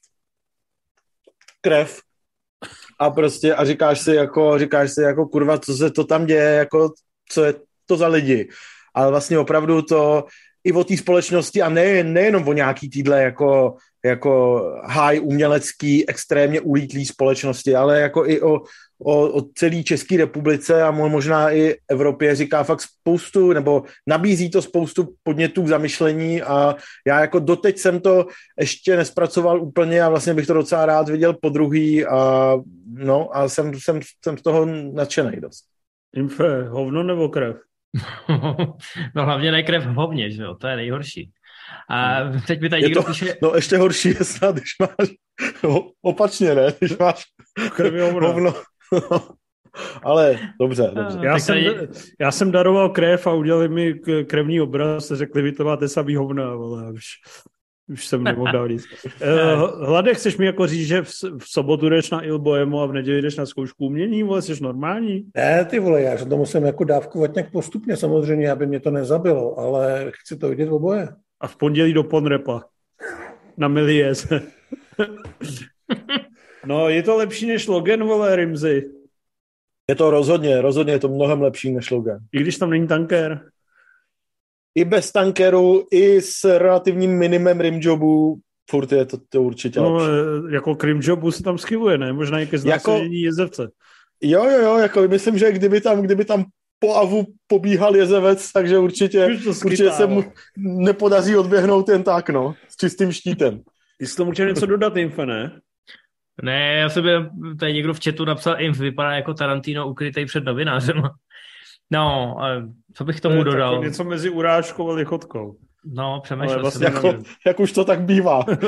krev a prostě a říkáš si jako, říkáš si jako kurva, co se to tam děje, jako co je to za lidi. Ale vlastně opravdu to i o té společnosti a ne, nejenom o nějaký týdle jako, jako high umělecký, extrémně ulítlý společnosti, ale jako i o, o, o celé České republice a možná i Evropě říká fakt spoustu, nebo nabízí to spoustu podnětů k zamyšlení a já jako doteď jsem to ještě nespracoval úplně a vlastně bych to docela rád viděl podruhý a no a jsem, jsem, jsem z toho nadšenej dost. Infe, hovno nebo krev? No hlavně ne krev v hovně, že jo, to je nejhorší. A teď mi tady je někdo to, píše... No ještě horší je snad, když máš no, opačně, ne? Když máš krvi hovno. hovno. Ale dobře, dobře. Já jsem, tady... já jsem daroval krev a udělali mi krevní obraz a řekli, vy to máte samý hovna, ale už, už jsem nemohl dál říct. Hlade, chceš mi jako říct, že v, v sobotu jdeš na Il Bohemo a v neděli jdeš na zkoušku umění, vole, jsi normální? Ne, ty vole, já to musím jako dávkovat nějak postupně samozřejmě, aby mě to nezabilo, ale chci to vidět oboje. A v pondělí do Ponrepa. Na Miliéze. No, je to lepší než Logan, vole, Rimzy. Je to rozhodně, rozhodně je to mnohem lepší než Logan. I když tam není tanker. I bez tankeru, i s relativním minimem rimjobu, furt je to, to určitě no, lepší. Jako k rimjobu se tam skivuje, ne? Možná i ke znásilnění jako, jezdevce. Jo, jo, jo, jako myslím, že kdyby tam, kdyby tam po avu pobíhal jezevec, takže určitě, určitě se mu nepodaří odběhnout jen tak, no, s čistým štítem. Jestli tomu chtěl něco dodat, Infe, ne? Ne, já se by, tady někdo v chatu napsal, Inf vypadá jako Tarantino ukrytej před novinářem. No, co bych tomu to dodal? Něco mezi urážkou a lichotkou. No, přemýšlel vlastně jsem. Jako, jak už to tak bývá. uh,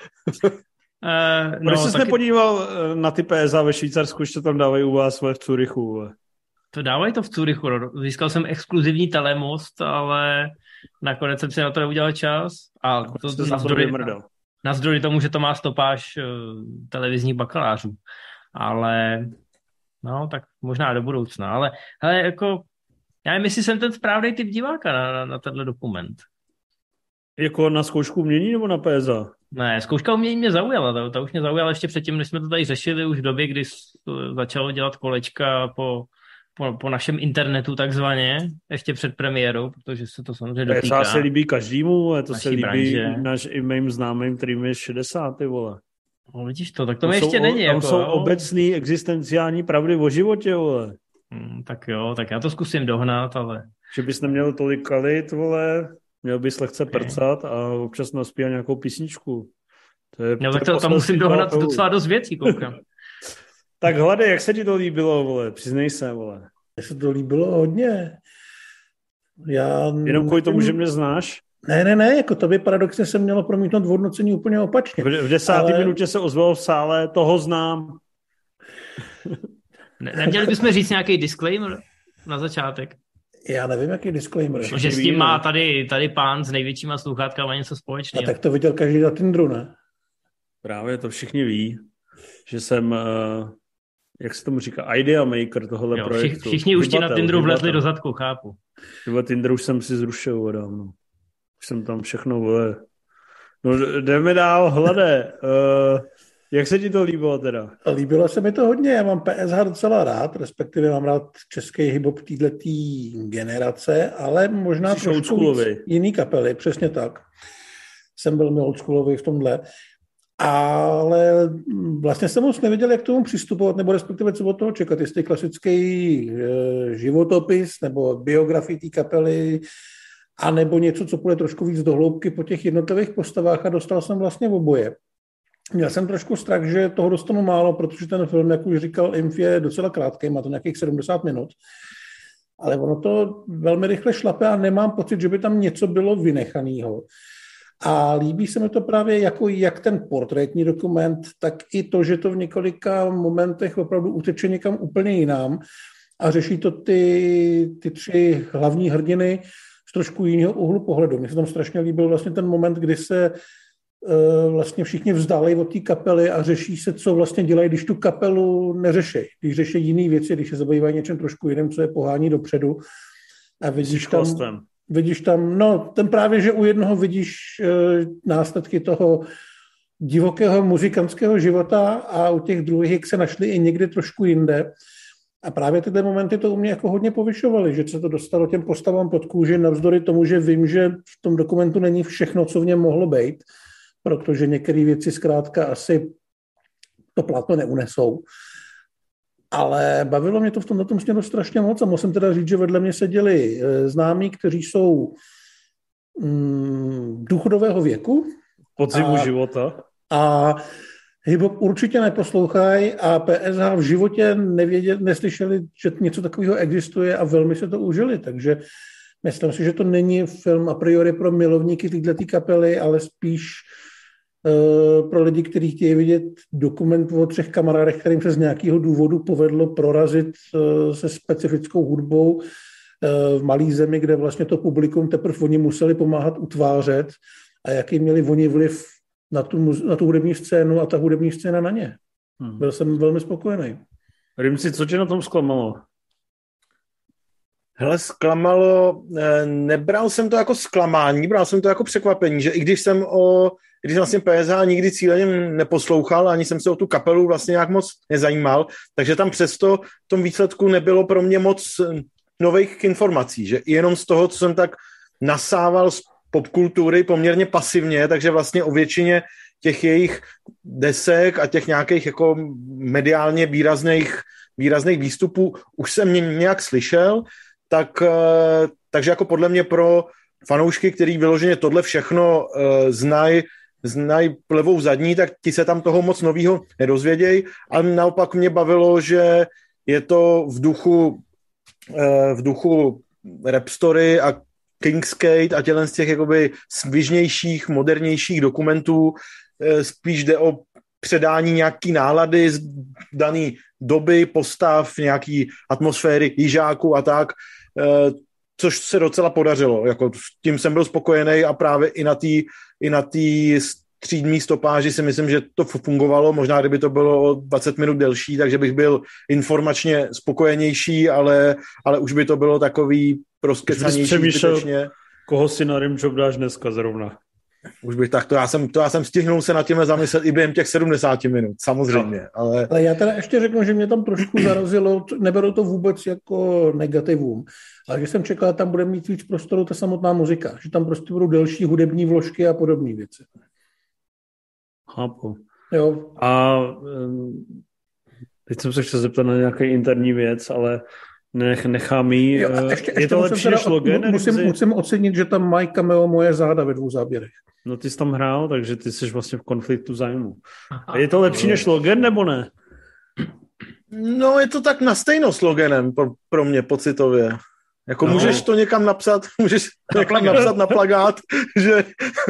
no, Proč jsi taky... nepodíval na ty P S A ve Švýcarsku, že to tam dávají u vás v Curychu? To dávají to v Curychu. Získal jsem exkluzivní telemost, ale nakonec jsem si na to neudělal čas. A to, to navzdory, navzdory tomu, že to má stopáž uh, televizních bakalářů. Ale no, tak možná do budoucna. Ale hele, jako já nevím, jestli jsem ten správný typ diváka na, na, na tenhle dokument. Jako na zkoušku umění nebo na P S A? Ne, zkouška umění mě zaujala. Ta, ta už mě zaujala ještě předtím, než jsme to tady řešili už v době, kdy začalo dělat kolečka po, po, po našem internetu takzvaně, ještě před premiérou, protože se to samozřejmě dotýká. To se líbí každému, ale to se líbí branže. Naš, i mým známým, kterým je šedesát, ty vole. No, vidíš to, tak to mi ještě není. Tam jako, jsou jo? obecný existenciální pravdy o životě, vole. Hmm, tak jo, tak já to zkusím dohnat, ale... Že bys neměl tolik kalit, vole, měl bys lehce okay. prcat a občas naspívat nějakou písničku. To je, no, to, to tam musím dohnat toho. Docela dost věcí, koukám. Tak Hlade, jak se ti to líbilo, vole? Přiznej se, vole. Mně se to líbilo hodně. Já... Jenom kvůli tomu, že mě znáš? Ne, ne, ne, jako to by paradoxně se mělo promítnout v hodnocení úplně opačně. V, v desáté ale... minutě se ozval v sále, toho znám. Ne, neměli bychom říct nějaký disclaimer na začátek? Já nevím, jaký disclaimer. No, že s tím má tady, tady pán s největšíma sluchátkama něco společného. A tak to viděl každý na Tinderu, ne? Právě to všichni ví, že jsem, uh, jak se tomu říká, idea maker tohohle jo, projektu. Všichni už ti na Tinderu vlezli do zadku, chápu. Tyba Tinder už jsem si zrušil dávno. Už jsem tam všechno, vole. No jdeme dál, Hlade. Uh, jak se ti to líbilo teda? Líbilo se mi to hodně, já mám P S H docela rád, respektive mám rád český hip-hop této generace, ale možná Jsi trošku víc jiný kapely, přesně tak. Jsem velmi oldschoolový v tomhle. Ale vlastně jsem moc nevěděl, jak k tomu přistupovat, nebo respektive co od toho čekat. Jestli klasický e, životopis nebo biografii té kapely, anebo něco, co půjde trošku víc do hloubky po těch jednotlivých postavách a dostal jsem vlastně oboje. Měl jsem trošku strach, že toho dostanu málo, protože ten film, jak už říkal Inf, je docela krátký, má to nějakých sedmdesát minut. Ale ono to velmi rychle šlape a nemám pocit, že by tam něco bylo vynechaného. A líbí se mi to právě jako jak ten portrétní dokument, tak i to, že to v několika momentech opravdu uteče někam úplně jinam a řeší to ty, ty tři hlavní hrdiny z trošku jiného úhlu pohledu. Mně se tam strašně líbil vlastně ten moment, kdy se uh, vlastně všichni vzdálejí od té kapely a řeší se, co vlastně dělají, když tu kapelu neřeší. Když řeší jiné věci, když se zabývají něčem trošku jiným, co je pohání dopředu. A vidíš tam... Vidíš tam, no, ten právě, že u jednoho vidíš e, následky toho divokého muzikantského života a u těch druhých, jak se našli i někdy trošku jinde. A právě tyhle momenty to u mě jako hodně povyšovaly, že se to dostalo těm postavám pod kůži, navzdory tomu, že vím, že v tom dokumentu není všechno, co v něm mohlo být, protože některé věci zkrátka asi to plátno neunesou. Ale bavilo mě to v tomto směru strašně moc a musím teda říct, že vedle mě seděli známí, kteří jsou mm, důchodového věku. Podzimu a, života. A hip-hop určitě neposlouchají a P S H v životě nevěděli, neslyšeli, že něco takového existuje a velmi se to užili. Takže myslím si, že to není film a priori pro milovníky této kapely, ale spíš pro lidi, kteří chtějí vidět dokument o třech kamarádech, kterým se z nějakého důvodu povedlo prorazit se specifickou hudbou v malé zemi, kde vlastně to publikum teprve oni museli pomáhat utvářet a jaký měli oni vliv na tu, na tu hudební scénu a ta hudební scéna na ně. Hmm. Byl jsem velmi spokojený. Rimci, co tě na tom zklamalo? Hele, zklamalo, nebral jsem to jako zklamání, bral jsem to jako překvapení, že i když jsem o když vlastně P S H nikdy cíleně neposlouchal, ani jsem se o tu kapelu vlastně nějak moc nezajímal, takže tam přesto v tom výsledku nebylo pro mě moc nových informací, že jenom z toho, co jsem tak nasával z popkultury poměrně pasivně, takže vlastně o většině těch jejich desek a těch nějakých jako mediálně výrazných, výrazných výstupů už jsem nějak slyšel, tak, takže jako podle mě pro fanoušky, který vyloženě tohle všechno znají, znají levou zadní, tak ti se tam toho moc novýho nedozvědějí, ale naopak mě bavilo, že je to v duchu v duchu Rap Story a Kingskate a tělen z těch jakoby svižnějších, modernějších dokumentů spíš jde o předání nějaký nálady z dané doby, postav, nějaký atmosféry jižáků a tak, což se docela podařilo. Jako tím jsem byl spokojený a právě i na té i na té střídmý stopáži si myslím, že to fungovalo. Možná, kdyby to bylo o dvacet minut delší, takže bych byl informačně spokojenější, ale, ale už by to bylo takový proskecanější zbytečně. Koho si na Rimjob dáš dneska zrovna? Už bych tak, to já jsem, to já jsem stihnul se nad těmi zamyslet i během těch sedmdesát minut, samozřejmě. No. Ale... ale já teda ještě řeknu, že mě tam trošku zarazilo, neberu to vůbec jako negativum, ale že jsem čekal, tam bude mít víc prostoru ta samotná muzika, že tam prostě budou delší hudební vložky a podobné věci. Chápu. Jo. A teď jsem se chtěl zeptat na nějaký interní věc, ale nech, nechám jí. Je ještě, je ještě to lepší než Logan? Musím, musím ocenit, že tam mají cameo moje záda ve dvou záběrech. No ty jsi tam hrál, takže ty jsi vlastně v konfliktu zájmu. A je to lepší než Logan, nebo ne? No je to tak na stejno s Loganem pro, pro mě pocitově. Jako no. Můžeš to někam napsat, můžeš to někam napsat na plakát, že,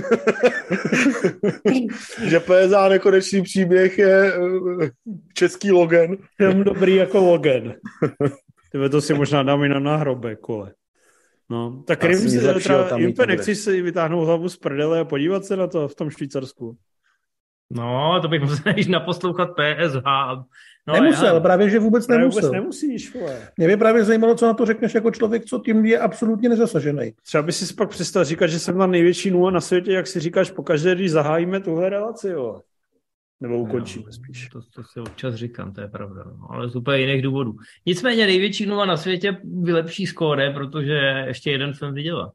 že P S A nekonečný příběh je český Logan. Film dobrý jako Logan. Tyve to si možná dám i na náhrobek, kole. No, tak Impe, nechceš si vytáhnout hlavu z prdele a podívat se na to v tom Švýcarsku? No, to bych musel již naposlouchat P S H. No, nemusel, já, právě, že vůbec právě nemusel. Vůbec nemusíš, vole. Mě by právě zajímalo, co na to řekneš jako člověk, co tím je absolutně nezasažený. Třeba by si pak přestal říkat, že jsem na největší nula na světě, jak si říkáš pokaždé, když zahájíme tuhle relaci, jo. Nebo ukončíme no, spíš. To, to si občas říkám, to je pravda. No, ale z úplně jiných důvodů. Nicméně největší nula na světě vylepší skóre, protože ještě jeden film viděla.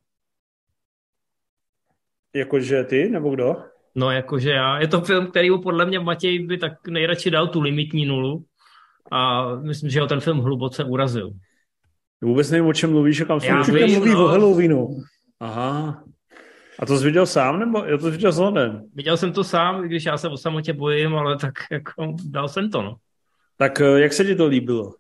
Jakože ty, nebo kdo? No, jakože já. Je to film, který podle mě Matěj by tak nejradši dal tu limitní nulu a myslím, že ho ten film hluboce urazil. Vůbec nevím, o čem mluvíš, a kam se mluví no. o Halloweenu. Aha. A to jsi viděl sám, nebo já to viděl s Londem? Viděl jsem to sám, když já se o samotě bojím, ale tak jako dal jsem to, no. Tak jak se ti to líbilo?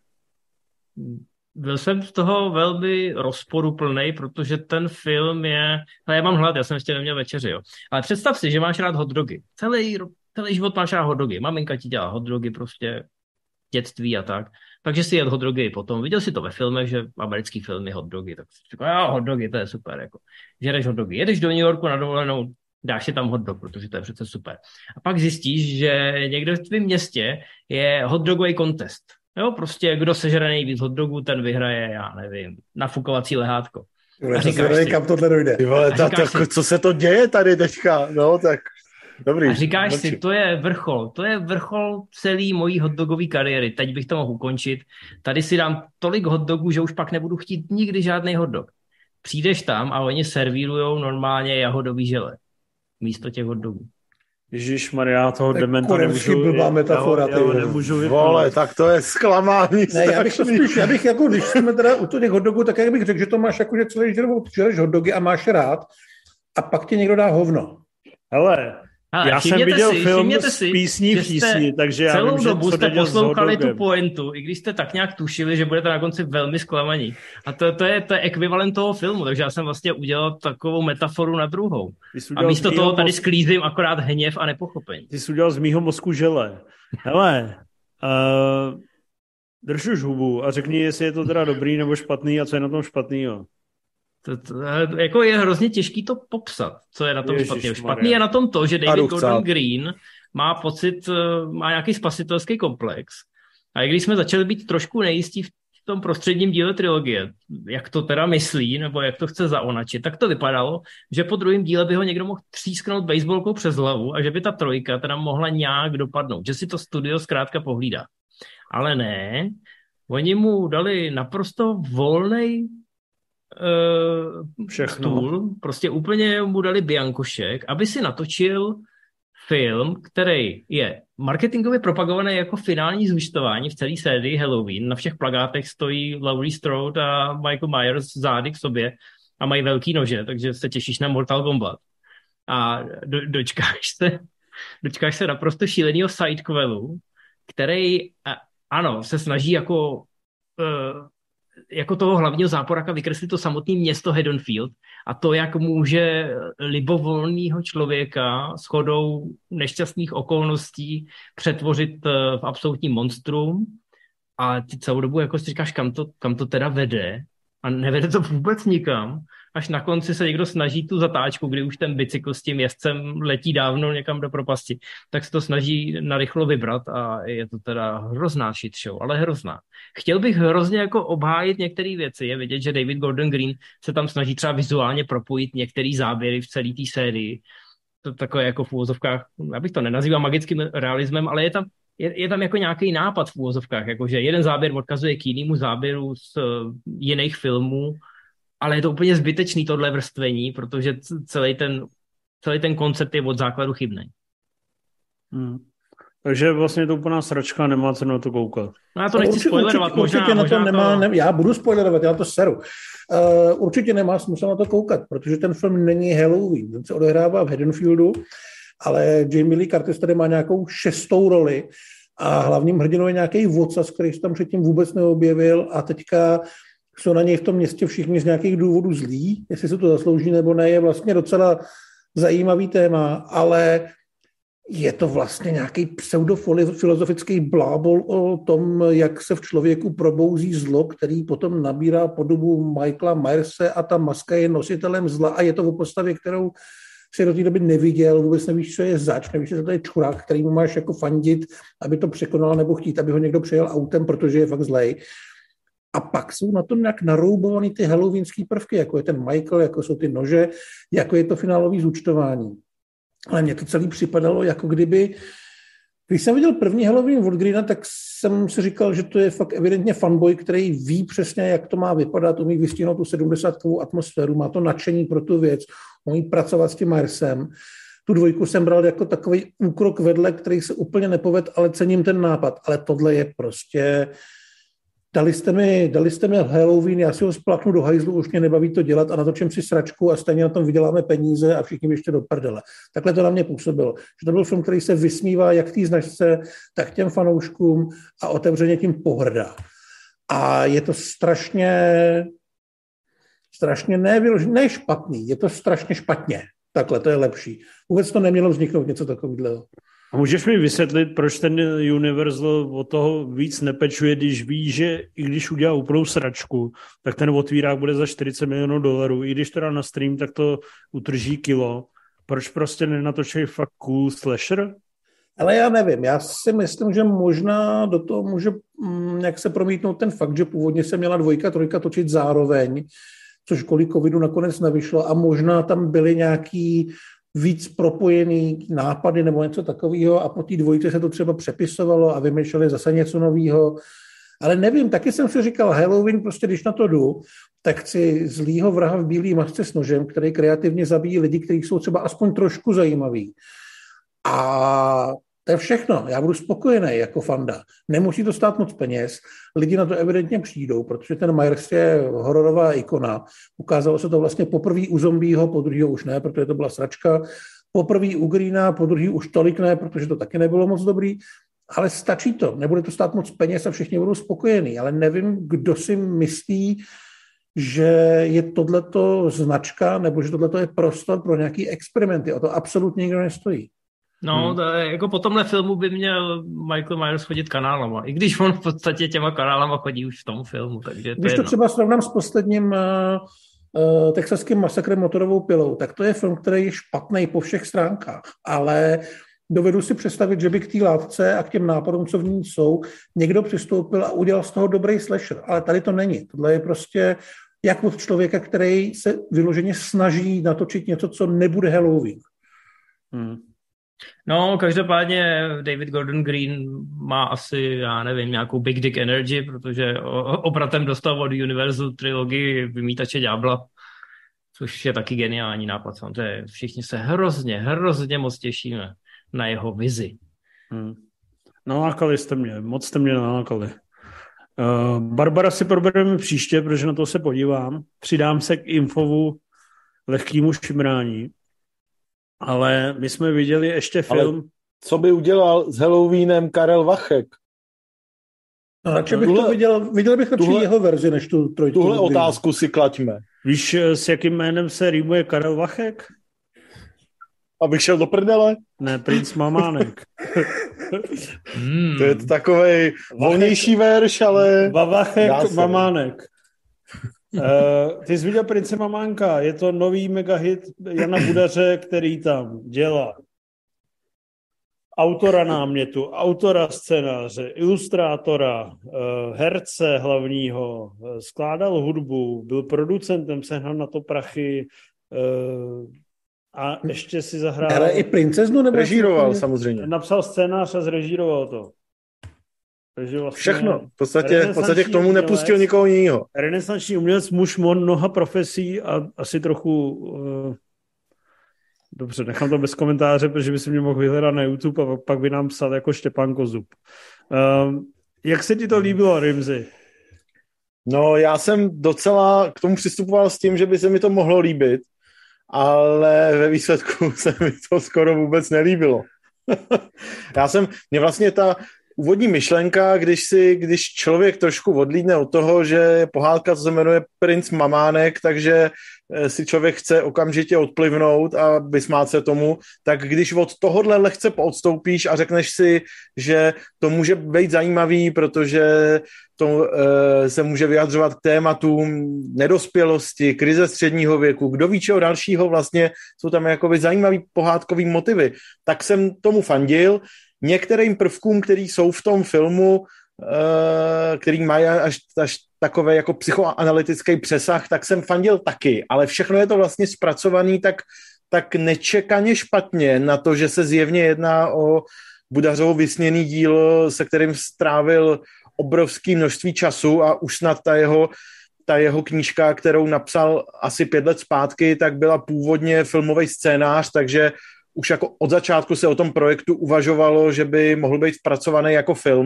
Byl jsem z toho velmi rozporuplnej, protože ten film je... Ale já mám hlad, já jsem ještě neměl večeři, jo. Ale představ si, že máš rád hotdogy. Celý, celý život máš rád hotdogy. Maminka ti dělá hotdogy prostě dětství a tak. Takže si jet hotdogy potom. Viděl si to ve filmech, že americký film je hotdogy. Tak si říkal, jo, hotdogy, to je super. Jako. Že jedeš hotdogy. Jedeš do New Yorku na dovolenou, dáš si tam hotdog, protože to je přece super. A pak zjistíš, že někde v tvém městě je hotdogový contest. Jo, prostě kdo sežere nejvíc hotdogů, ten vyhraje, já nevím, nafukovací lehátko. A říkáš si, kam tohle dojde. Ty vole, ta, ta, si, co se to děje tady teďka? No, tak dobrý. A říkáš dobrý. si, to je vrchol, to je vrchol celý mojí hotdogové kariéry. Teď bych to mohl ukončit. Tady si dám tolik hotdogů, že už pak nebudu chtít nikdy žádný hotdog. Přijdeš tam a oni servírujou normálně jahodový žele místo těch hotdogů. Ježišmarja, toho dementa nemůžu... blbá metafora. Já, já nemůžu Vole, tak to je zklamání. Ne, já bych to spíš, já bych jako, když jsme teda u těch hotdogů, tak jak bych řekl, že to máš jako, že celý život žereš hotdogy a máš rád a pak ti někdo dá hovno. Hele, ale já jsem viděl si, film s písní v tísni, takže já celou vím, dobu že jste poslouchali tu pointu, i když jste tak nějak tušili, že budete na konci velmi zklamaní. A to, to, je, to je ekvivalent toho filmu, takže já jsem vlastně udělal takovou metaforu na druhou. A místo toho tady mozku... sklízím akorát hněv a nepochopení. Ty jsi udělal z mýho mozku žele. Hele, uh, drž už hubu a řekni, jestli je to teda dobrý nebo špatný a co je na tom špatnýho. To, to, jako je hrozně těžký to popsat, co je na tom špatný. Špatný je na tom to, že David Gordon Green má pocit, má nějaký spasitelský komplex. A i když jsme začali být trošku nejistí v tom prostředním díle trilogie, jak to teda myslí, nebo jak to chce zaonačit, tak to vypadalo, že po druhém díle by ho někdo mohl třísknout baseballkou přes hlavu a že by ta trojka teda mohla nějak dopadnout, že si to studio zkrátka pohlídá. Ale ne, oni mu dali naprosto volnej Uh, stůl, prostě úplně mu dali biankošek, aby si natočil film, který je marketingově propagovaný jako finální zúčtování v celé sérii Halloween. Na všech plakátech stojí Laurie Strode a Michael Myers zády k sobě a mají velký nože, takže se těšíš na Mortal Kombat. A do, dočkáš se dočkáš se naprosto šílenýho sidequelu, který, a, ano, se snaží jako uh, jako toho hlavního záporaka vykreslit to samotné město Haddonfield a to, jak může libovolného člověka s chodou nešťastných okolností přetvořit v absolutní monstrum. A ty celou dobu jako si říkáš, kam to, kam to teda vede a nevede to vůbec nikam. Až na konci se někdo snaží tu zatáčku, kdy už ten bicykl s tím jezdcem letí dávno někam do propasti, tak se to snaží narychlo vybrat a je to teda hrozná shit show, ale hrozná. Chtěl bych hrozně jako obhájit některé věci. Je vidět, že David Gordon Green se tam snaží třeba vizuálně propojit některé záběry v celé té sérii. To takové jako v úvozovkách, já bych to nenazýval magickým realismem, ale je tam Je, je tam jako nějaký nápad v úvozovkách, jakože jeden záběr odkazuje k jinému záběru z uh, jiných filmů, ale je to úplně zbytečný tohle vrstvení, protože celý ten, celý ten koncept je od základu chybný. Hmm. Takže vlastně je to úplná sračka, nemá cenu na to koukat. No já to nechci určitě, spoilerovat. Určitě, možná, určitě možná na to nemá, ne, já budu spoilerovat, já to seru. Uh, určitě nemá smysl na to koukat, protože ten film není Halloween, ten se odehrává v Haddonfieldu, ale Jamie Lee Curtis tady má nějakou šestou roli a hlavním hrdinou je nějaký vocas, který se tam předtím vůbec neobjevil a teďka jsou na něj v tom městě všichni z nějakých důvodů zlí, jestli se to zaslouží nebo ne, je vlastně docela zajímavý téma, ale je to vlastně nějaký pseudofilozofický blábol o tom, jak se v člověku probouzí zlo, který potom nabírá podobu Michaela Myerse a ta maska je nositelem zla a je to o postavě, kterou si do té doby neviděl, vůbec nevíš, co je zač, nevíš, že to je čurák, který mu máš jako fandit, aby to překonal nebo chtít, aby ho někdo přejel autem, protože je fakt zlej. A pak jsou na tom nějak naroubovaný ty halloweenský prvky, jako je ten Michael, jako jsou ty nože, jako je to finálový zúčtování. Ale mně to celý připadalo, jako kdyby, když jsem viděl první Halloween od Greena, tak jsem si říkal, že to je fakt evidentně fanboy, který ví přesně, jak to má vypadat, umí vystihnout tu sedmdesátkovou atmosféru, má to nadšení pro tu věc, umí pracovat s tím Myersem. Tu dvojku jsem bral jako takový úkrok vedle, který se úplně nepoved, ale cením ten nápad. Ale tohle je prostě... Dali jste mi, dali jste mi Halloween, já si ho splaknu do hajzlu, už mě nebaví to dělat a natočím si sračku a stejně na tom vyděláme peníze a všichni ještě do prdele. Takhle to na mě působilo. Že to byl film, který se vysmívá jak té značce, tak těm fanouškům a otevřeně tím pohrdá. A je to strašně, strašně ne, ne špatný, je to strašně špatně. Takhle, to je lepší. Vůbec to nemělo vzniknout něco takového. A můžeš mi vysvětlit, proč ten Universal od toho víc nepečuje, když ví, že i když udělá úplnou sračku, tak ten otvírák bude za čtyřicet milionů dolarů. I když to dá na stream, tak to utrží kilo. Proč prostě nenatočí fakt cool slasher? Ale já nevím, já si myslím, že možná do toho může jak se promítnout ten fakt, že původně se měla dvojka, trojka točit zároveň, což kvůli covidu nakonec nevyšlo a možná tam byly nějaký víc propojený nápady nebo něco takového a po té dvojce se to třeba přepisovalo a vymýšleli zase něco nového. Ale nevím, taky jsem si říkal, Halloween, prostě když na to jdu, tak chci zlýho vraha v bílý masce s nožem, který kreativně zabíjí lidi, kteří jsou třeba aspoň trošku zajímaví. A to je všechno. Já budu spokojený jako fanda. Nemusí to stát moc peněz. Lidi na to evidentně přijdou, protože ten Myers je hororová ikona. Ukázalo se to vlastně poprvé u zombího, po druhého už ne, protože to byla sračka. Poprvé u Greena, po druhý už tolik ne, protože to taky nebylo moc dobrý. Ale stačí to. Nebude to stát moc peněz a všichni budou spokojení. Ale nevím, kdo si myslí, že je tohleto značka nebo že tohleto je prostor pro nějaký experimenty. O to absolutně nikdo nestojí. No, hmm. to je, jako po tomhle filmu by měl Michael Myers chodit kanálama. I když on v podstatě těma kanálama chodí už v tom filmu. Takže to když to jedno. třeba srovnám s posledním uh, uh, texaským masakrem motorovou pilou, tak to je film, který je špatný po všech stránkách. Ale dovedu si představit, že by k té látce a k těm nápadům, co v ní jsou, někdo přistoupil a udělal z toho dobrý slasher. Ale tady to není. Tohle je prostě jak od člověka, který se vyloženě snaží natočit něco, co nebude Halloween. Hmm. No, každopádně David Gordon Green má asi, já nevím, nějakou big dick energy, protože obratem dostal od Universal trilogii Vymítače ďábla, což je taky geniální nápad. Samozřejmě všichni se hrozně, hrozně moc těšíme na jeho vizi. Hmm. Nalákali jste mě, moc jste mě nalákali. Uh, Barbara si probereme příště, protože na to se podívám. Přidám se k infovu lehkýmu šimrání. Ale my jsme viděli ještě film... Ale co by udělal s Halloweenem Karel Vachek? No, radši bych tuhle, to viděl, viděl bych lepší jeho verzi, než tu trojku. Tuhle otázku si klaďme. Víš, s jakým jménem se rýmuje Karel Vachek? Abych šel do prdele? Ne, Princ Mamánek. hmm. To je to takovej volnější verš, ale... Vachek Mamánek. Uh, ty jsi viděl Prince Mamánka, je to nový megahit Jana Budaře, který tam dělá autora námětu, autora scénáře, ilustrátora, uh, herce hlavního, uh, skládal hudbu, byl producentem, sehnal na to prachy uh, a ještě si zahrál... Ale i princeznu nebo... Režíroval samozřejmě. Napsal scénář a zrežíroval to. Takže vlastně všechno. V podstatě, v podstatě k tomu nepustil nikoho jiného. Renesanční umělec, muž mnoha profesí a asi trochu... Uh, dobře, nechám to bez komentáře, protože by si mě mohl vyhledat na YouTube a pak by nám psal jako Štěpán Kozub. Uh, jak se ti to líbilo, Rimzi? No, já jsem docela k tomu přistupoval s tím, že by se mi to mohlo líbit, ale ve výsledku se mi to skoro vůbec nelíbilo. Já jsem, mě vlastně ta úvodní myšlenka, když si, když člověk trošku odlídne od toho, že pohádka, co se jmenuje Princ Mamánek, takže si člověk chce okamžitě odplivnout a vysmát se tomu, tak když od tohohle lehce poodstoupíš a řekneš si, že to může být zajímavý, protože to e, se může vyjadřovat k tématům nedospělosti, krize středního věku, kdo ví čeho dalšího, vlastně jsou tam jakoby zajímavý pohádkový motivy, tak jsem tomu fandil. Některým prvkům, který jsou v tom filmu, e, který mají až, až takový jako psychoanalytický přesah, tak jsem fandil taky, ale všechno je to vlastně zpracovaný tak, tak nečekaně špatně na to, že se zjevně jedná o Budařovo vysněný dílo, se kterým strávil obrovské množství času a už snad ta jeho, ta jeho knížka, kterou napsal asi pět let zpátky, tak byla původně filmový scénář, takže už jako od začátku se o tom projektu uvažovalo, že by mohl být zpracovaný jako film.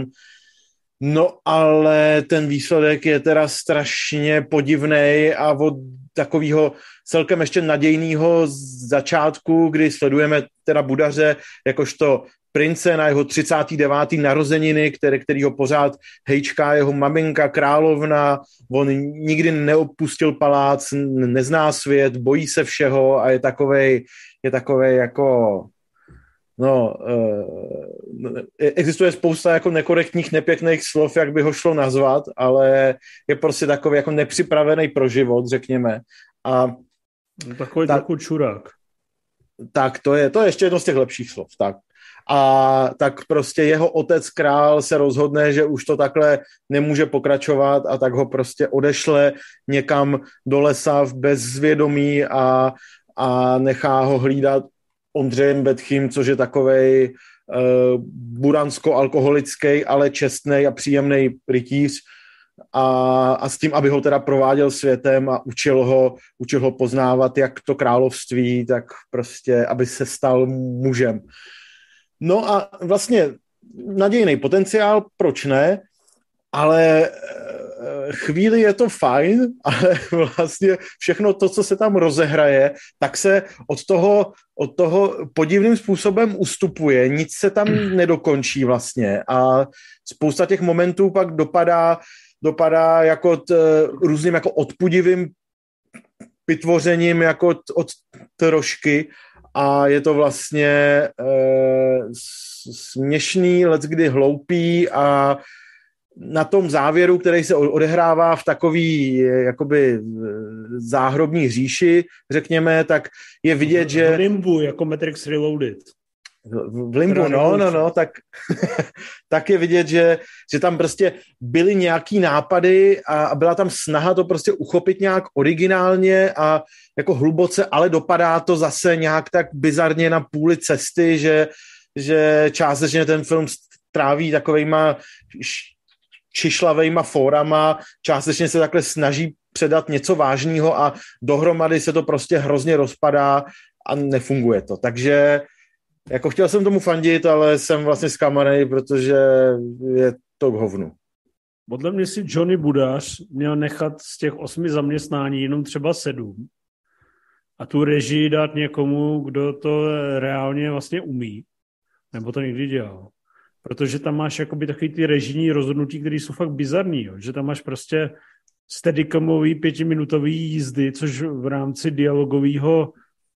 No ale ten výsledek je teda strašně podivnej a od takového celkem ještě nadějného začátku, kdy sledujeme teda Budaře jakožto prince na jeho třicáté deváté narozeniny, který, který ho pořád hejčká jeho maminka, královna, on nikdy neopustil palác, nezná svět, bojí se všeho a je takovej, je takovej jako... No, uh, existuje spousta jako nekorektních, nepěkných slov, jak by ho šlo nazvat, ale je prostě takový jako nepřipravený pro život, řekněme. A no, takový tak, takový čurák. Tak, to je, to je ještě jedno z těch lepších slov, tak. A tak prostě jeho otec král se rozhodne, že už to takhle nemůže pokračovat a tak ho prostě odešle někam do lesa v bezzvědomí a, a nechá ho hlídat Ondřejem Betchým, což je takovej uh, buransko-alkoholický, ale čestnej a příjemný rytíř a, a s tím, aby ho teda prováděl světem a učil ho, učil ho poznávat jak to království, tak prostě, aby se stal mužem. No a vlastně nadějný potenciál, proč ne, ale chvíli je to fajn, ale vlastně všechno to, co se tam rozehraje, tak se od toho, od toho podivným způsobem ustupuje, nic se tam nedokončí vlastně a spousta těch momentů pak dopadá, dopadá jako t, různým jako odpudivým vytvořením jako t, od trošky a je to vlastně e, směšný, leckdy hloupý a na tom závěru, který se odehrává v takový jakoby záhrobní říši, řekněme, tak je vidět, že... V limbu, jako Matrix Reloaded. V limbu, no, no, no, tak, tak je vidět, že, že tam prostě byly nějaký nápady a byla tam snaha to prostě uchopit nějak originálně a jako hluboce, ale dopadá to zase nějak tak bizarně na půli cesty, že, že částečně ten film tráví takovejma čišlavejma fórama, částečně se takhle snaží předat něco vážného a dohromady se to prostě hrozně rozpadá a nefunguje to. Takže jako chtěl jsem tomu fandit, ale jsem vlastně zklamaný, protože je to k hovnu. Podle mě si Johnny Budař měl nechat z těch osmi zaměstnání jenom třeba sedm a tu režii dát někomu, kdo to reálně vlastně umí, nebo to někdy dělal. Protože tam máš jakoby takový ty režijní rozhodnutí, které jsou fakt bizarní, jo? Že tam máš prostě steadicamový pětiminutový jízdy, což v rámci dialogového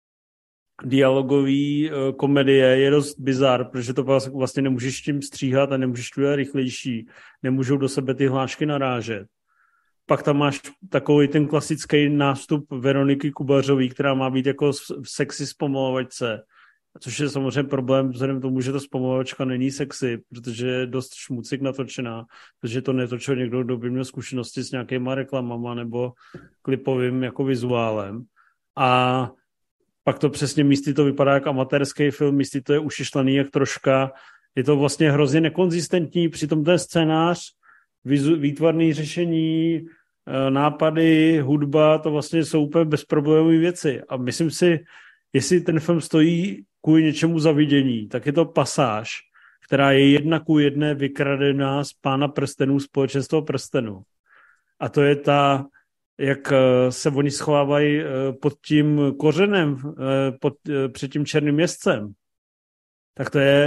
dialogový uh, komedie je dost bizar, protože to vlastně nemůžeš tím stříhat a nemůžeš to dělat rychlejší, nemůžou do sebe ty hlášky narážet. Pak tam máš takový ten klasický nástup Veroniky Kubařový, která má být jako sexy zpomalovačce, což je samozřejmě problém vzhledem k tomu, že ta zpomalovačka není sexy, protože je dost šmucik natočená, protože to netočil někdo, kdo by měl zkušenosti s nějakýma reklamama nebo klipovým jako vizuálem. A pak to přesně místy to vypadá jak amatérský film, místy to je ušišlený jak troška. Je to vlastně hrozně nekonzistentní, přitom ten scénář, výtvarný řešení, nápady, hudba, to vlastně jsou úplně bezproblémové věci. A myslím si, jestli ten film stojí kvůli něčemu za vidění, tak je to pasáž, která je jedna ku jedné vykradená z Pána prstenů, Společenstvo prstenů. A to je ta, jak se oni schovávají pod tím kořenem, pod, před tím černým jezdcem. Tak to je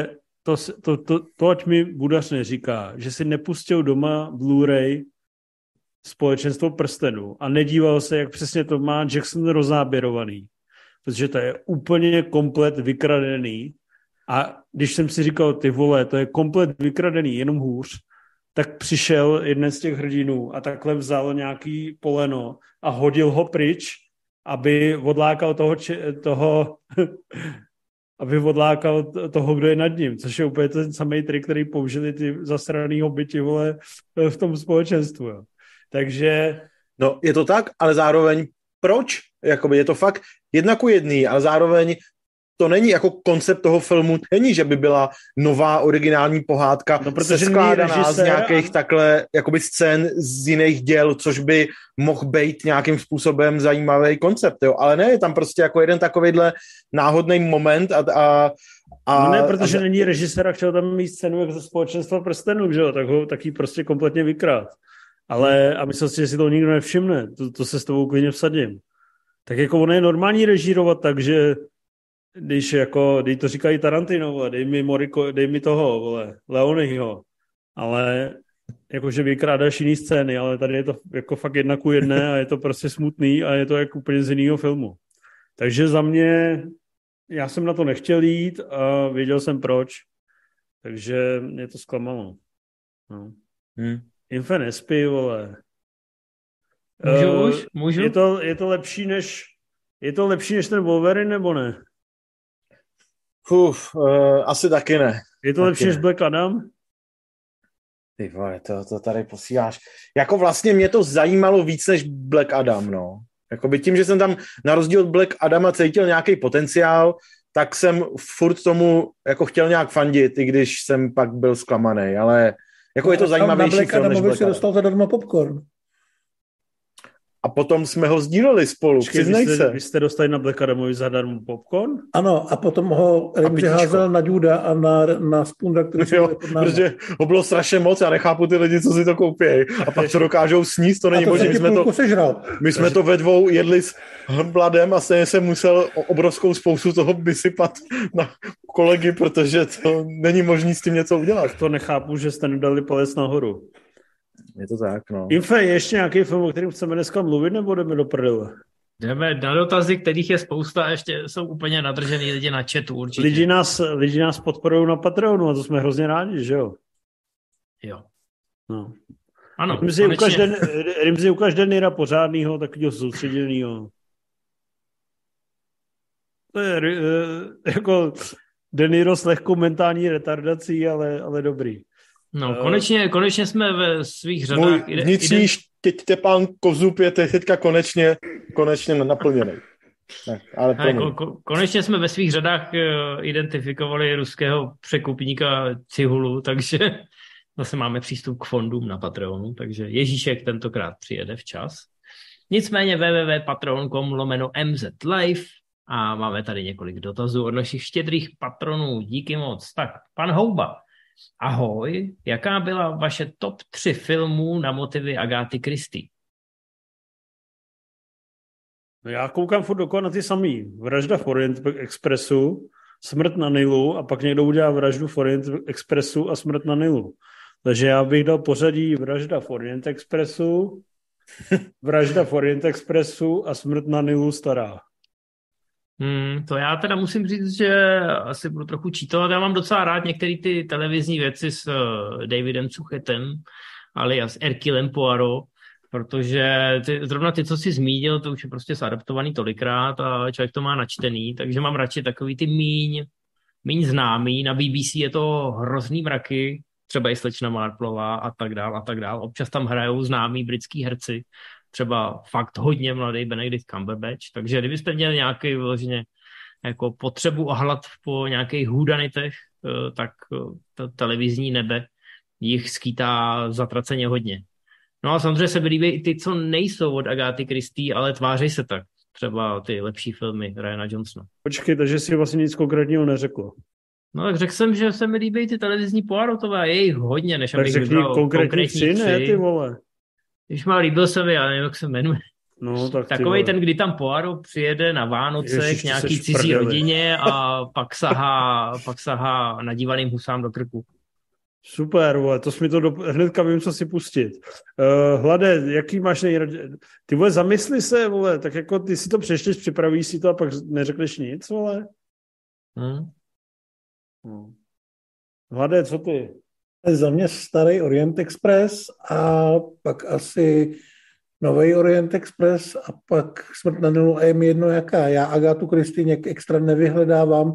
to, to, to, to ať mi Budař neříká, že si nepustil doma Blu-ray Společenstvo prstenů a nedíval se, jak přesně to má Jackson rozáběrovaný, protože to je úplně komplet vykradený a když jsem si říkal, ty vole, to je komplet vykradený, jenom hůř, tak přišel jeden z těch hrdinů a takhle vzal nějaký poleno a hodil ho pryč, aby odlákal toho, toho aby odlákal toho, kdo je nad ním, což je úplně ten samý trik, který použili ty zasraný hobiti, vole, v tom společenstvu. Jo. Takže... No, je to tak, ale zároveň proč? Jakoby je to fakt jedna ku jedný, ale zároveň to není jako koncept toho filmu, není, že by byla nová originální pohádka no, seskládaná z nějakých a... takhle jakoby scén z jiných děl, což by mohl být nějakým způsobem zajímavý koncept, jo, ale ne, je tam prostě jako jeden takovejhle náhodný moment a... a, a no ne, protože a... není režisér a chtěl tam mít scénu jak ze Společenstva prstenů, že jo, tak ho taky prostě kompletně vykrát. Ale a myslel si, že si to nikdo nevšimne, to, to se s tebou klidně vsadím. Tak jako ono je normální režírovat tak, že když jako, dej to říkají Tarantino, vole, dej mi Moriko, dej mi toho, vole, Leonyho, ale jakože vykrádáš jiný scény, ale tady je to jako fakt jedna ku jedné a je to prostě smutný a je to jako úplně z jiného filmu. Takže za mě, já jsem na to nechtěl jít a věděl jsem proč, takže mě to zklamalo. No. Hmm. Infe nespí, vole. Můžu uh, už? Můžu? Je to, je to lepší než je to lepší než ten Wolverine, nebo ne? Uf, uh, asi taky ne. Je to taky lepší ne. než Black Adam? Ty vole, to, to tady posíláš. Jako vlastně mě to zajímalo víc než Black Adam, no. Jakoby tím, že jsem tam na rozdíl od Black Adama cítil nějaký potenciál, tak jsem furt tomu jako chtěl nějak fandit, i když jsem pak byl zklamaný, ale jako je to zajímavější Black film než Adamovi Black si Adam. dostal zadarmo popcorn. A potom jsme ho sdíleli spolu, Počkej, přiznej vy jste, se. Vy jste dostali na Black Adamovi zadarmo popcorn? Ano, a potom ho Rimzi házel na Juda a na, na Spunda, který se jo, protože ho bylo strašně moc, já nechápu ty lidi, co si to koupí. A pak to dokážou sníst, to není možné. My jsme, to, my jsme to ve dvou jedli s Hrnbladem a stejně jsem musel obrovskou spoustu toho vysypat na kolegy, protože to není možné s tím něco udělat. To nechápu, že jste nedali palec nahoru. Je to tak, no. Infe, je ještě nějaký film, o kterým chceme dneska mluvit, nebo jdeme do prdele? Jdeme na dotazy, kterých je spousta, ještě jsou úplně nadržený lidi na chatu, určitě. Lidi nás, lidi nás podporují na Patreonu a to jsme hrozně rádi, že jo? Jo. No. Ano, Rimzi ukaž Denira pořádnýho, takovýho soustředěnýho. To je jako Deniro s lehkou mentální retardací, ale, ale dobrý. No, konečně, konečně jsme ve svých řadách... Můj vnitřní Štěpán Kozub je teďka konečně, konečně naplněný. Ne, ale ale ko, konečně jsme ve svých řadách identifikovali ruského překupníka Cihulu, takže zase máme přístup k fondům na Patreonu, takže Ježíšek tentokrát přijede včas. Nicméně w w w tečka patreon tečka com lomeno m z live a máme tady několik dotazů od našich štědrých patronů. Díky moc. Tak, pan Houba. Ahoj, jaká byla vaše top tři filmů na motivy Agáty Christie? No já koukám furt dokola na ty samý. Vražda v Orient Expressu, Smrt na Nilu a pak někdo udělá Vraždu v Orient Expressu a Smrt na Nilu. Takže já bych dal pořadí Vražda v Orient Expressu, Vražda v Orient Expressu a Smrt na Nilu stará. Hmm, to já teda musím říct, že asi budu trochu čítovat. Já mám docela rád některé ty televizní věci s uh, Davidem Suchetem, alias Herculem Poirot, protože ty, zrovna ty, co jsi zmínil, to už je prostě zadaptovaný tolikrát a člověk to má načtený, takže mám radši takový ty míň, míň známý. Na B B C je to hrozný mraky, třeba i Slečna Marplová a tak dál a tak dál. Občas tam hrajou známí britský herci, třeba fakt hodně mladý Benedict Cumberbatch, takže kdybyste měli nějaký vyloženě jako potřebu a hlad po nějakých hůdanitech, tak to televizní nebe jich skýtá zatraceně hodně. No a samozřejmě se mi líbí i ty, co nejsou od Agáty Christie, ale tváří se tak. Třeba ty lepší filmy Ryana Johnsona. Počkej, takže si vlastně nic konkrétního neřekl. No tak řekl jsem, že se mi líbí ty televizní Poirotové, je jich hodně, než tak abych vybral konkrétní, konkrétní tři, tři. Ne, ty vole. Když má líbil se mi, já nevím, jak se jmenuje. No, tak takovej ten, kdy tam Poirot přijede na Vánoce Ježiš, k nějaký cizí rodině a pak sahá, pak sahá nadívaným husám do krku. Super, vole, to jsi mi to do... hnedka vím, co si pustit. Uh, Hlade, jaký máš nejradši? Ty vole, zamysli se, vole, tak jako ty si to přečteš, připravíš si to a pak neřekneš nic, vole? Hmm. Hmm. Hlade, co ty? Za mě starý Orient Express a pak asi nový Orient Express a pak Smrt na Nilu a je mi jedno jaká. Já Agátu Christie nějak extra nevyhledávám.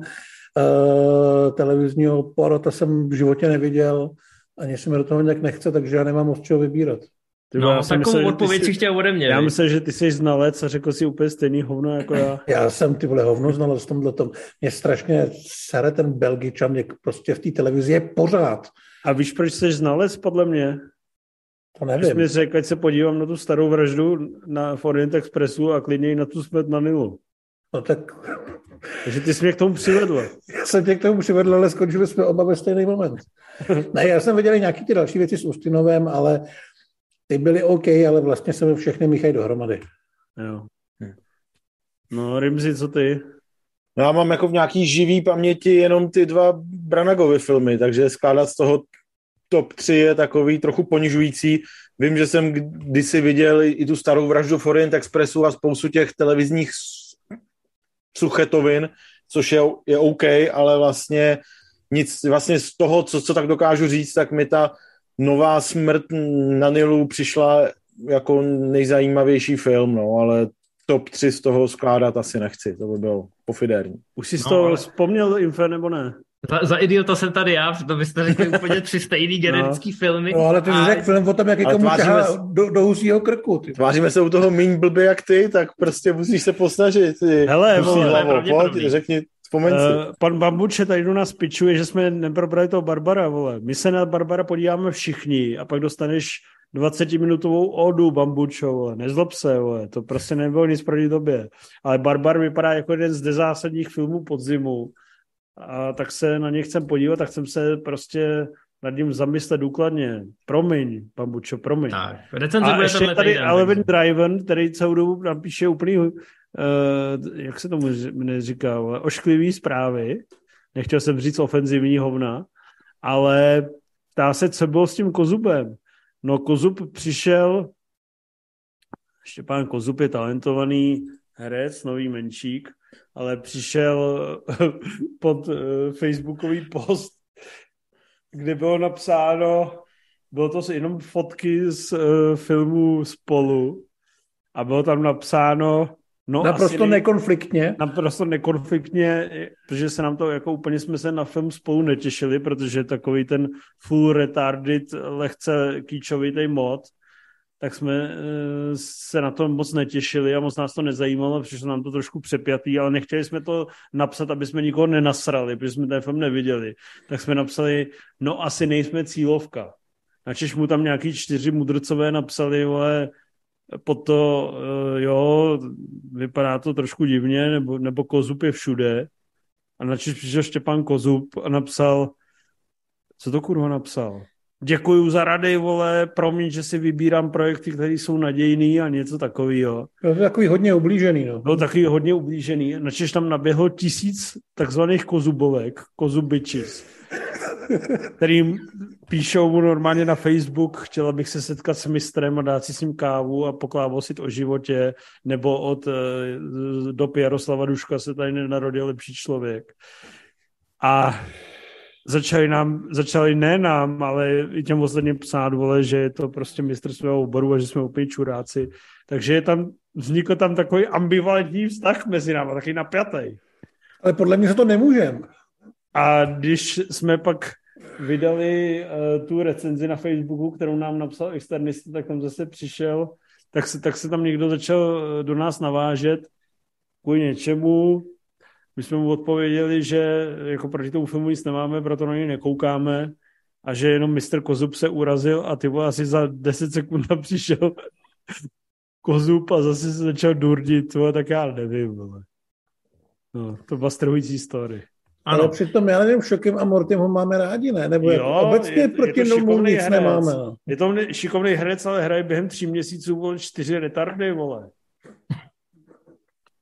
Uh, televizního Poirota jsem v životě neviděl, ani se mi do toho nějak nechce, takže já nemám moc čeho vybírat. Tyba, no, takovou myslel, odpověď si chtěl ode mě. Já myslím, že ty jsi znalec a řekl si úplně stejný hovno jako já. Já jsem ty vole hovno znalec v tomhletom. Mě strašně sere ten Belgičan, jak prostě v té televizi je pořád. A víš, proč jsi znalec, podle mě? To nevím. Jsi mi řekl, ať se podívám na tu starou vraždu na Orient Expressu a klidně na tu Smrt na Nilu. No tak... Takže ty jsi mě k tomu přivedl. Já jsem tě k tomu přivedl, ale skončili jsme oba ve stejný moment. Ne, já jsem viděl nějaký ty další věci s Ustinovem, ale ty byly OK, ale vlastně se mi všechny míchají dohromady. Jo. No, Rimzi, co ty? No, já mám jako v nějaký živý paměti jenom ty dva Branagovy filmy, takže skládat z toho top tři je takový trochu ponižující. Vím, že jsem kdysi viděl i tu starou vraždu v Orient Expressu a spoustu těch televizních suchetovin, což je, je OK, ale vlastně nic, vlastně z toho, co, co tak dokážu říct, tak mi ta nová Smrt na Nilu přišla jako nejzajímavější film, no, ale top tři z toho skládat asi nechci, to by bylo pofidérní. Už jsi z toho no, ale... vzpomněl Infer, nebo ne? Za, za idiota jsem tady já, to byste řekli úplně tři stejný generický no. filmy. No, ale ty jsi řekl film o tom, jak někomu ťahá do, do husího krku. Ty. Tváříme se u toho míň blbě jak ty, tak prostě musíš se posnažit. Ty. Hele, vole, pojď, řekni, vzpomeň si. Uh, pan Bambuče tady do nás pičuje, že jsme neprobrali toho Barbara, vole. My se na Barbara podíváme všichni a pak dostaneš dvacetiminutovou odu Bambučo, vole. Nezlob se, vole. To prostě nebylo nic proti tobě. Ale Barbar vypadá jako jeden z nezásadních filmů podzimu. A tak se na ně chcem podívat, tak chcem se prostě nad ním zamyslet důkladně. Promiň, Bambučo, promiň. Tak, recenze a bude ještě tady Alvin Driven, který celou dobu napíše úplný, uh, jak se tomu neříká, ošklivý zprávy. Nechtěl jsem říct ofenzivní hovna, ale ptá se, co bylo s tím Kozubem. No Kozub přišel, Štěpán Kozub je talentovaný herec, nový menšík, ale přišel pod uh, facebookový post, kde bylo napsáno, bylo to jenom fotky z uh, filmu Spolu a bylo tam napsáno no naprosto asi nekonfliktně. Naprosto nekonfliktně, protože se nám to, jako úplně jsme se na film Spolu netěšili, protože takový ten full retarded, lehce kýčovitej mod, tak jsme se na to moc netěšili a moc nás to nezajímalo, protože nám to trošku přepjatý, ale nechtěli jsme to napsat, aby jsme nikoho nenasrali, protože jsme ten film neviděli. Tak jsme napsali, no asi nejsme cílovka. Načež mu tam nějaký čtyři mudrcové napsali, vole, po to, jo, vypadá to trošku divně, nebo, nebo Kozub je všude. A načež přišel Štěpán Kozub a napsal, co to kurva napsal? Děkuju za rady, vole, promiň, že si vybírám projekty, které jsou nadějný a něco takového. To je takový hodně ublížený, no. Byl takový hodně ublížený. Načež tam naběhlo tisíc takzvaných kozubovek, kozubičis, kterým píšou mu normálně na Facebook, chtěla bych se setkat s mistrem a dát si s ním kávu a poklávosit o životě, nebo od dob Jaroslava Duška se tady nenarodil lepší člověk. A začali nám, začali ne nám, ale i těm ostatním psát, vole, že je to prostě mistr svého oboru a že jsme úplně čuráci. Takže je tam, vznikl tam takový ambivalentní vztah mezi námi, taky napjatý. Ale podle mě se to nemůžeme. A když jsme pak vydali uh, tu recenzi na Facebooku, kterou nám napsal externista, tak tam zase přišel, tak se, tak se tam někdo začal do nás navážet kvůli něčemu. My jsme mu odpověděli, že jako proti tomu filmu nic nemáme, proto na něj nekoukáme a že jenom mistr Kozub se urazil a ty vole asi za deset sekund tam přišel Kozub a zase se začal durdit, vole, tak já nevím. Vole. No, to byla strhující story. Ano. Ale přitom já nevím, Šokem a Mortem ho máme rádi, ne? Nebo jo, obecně je, proti tomu nic herec. Nemáme. Je to šikovný herec, ale hraje během tří měsíců vole, čtyři retardy, vole.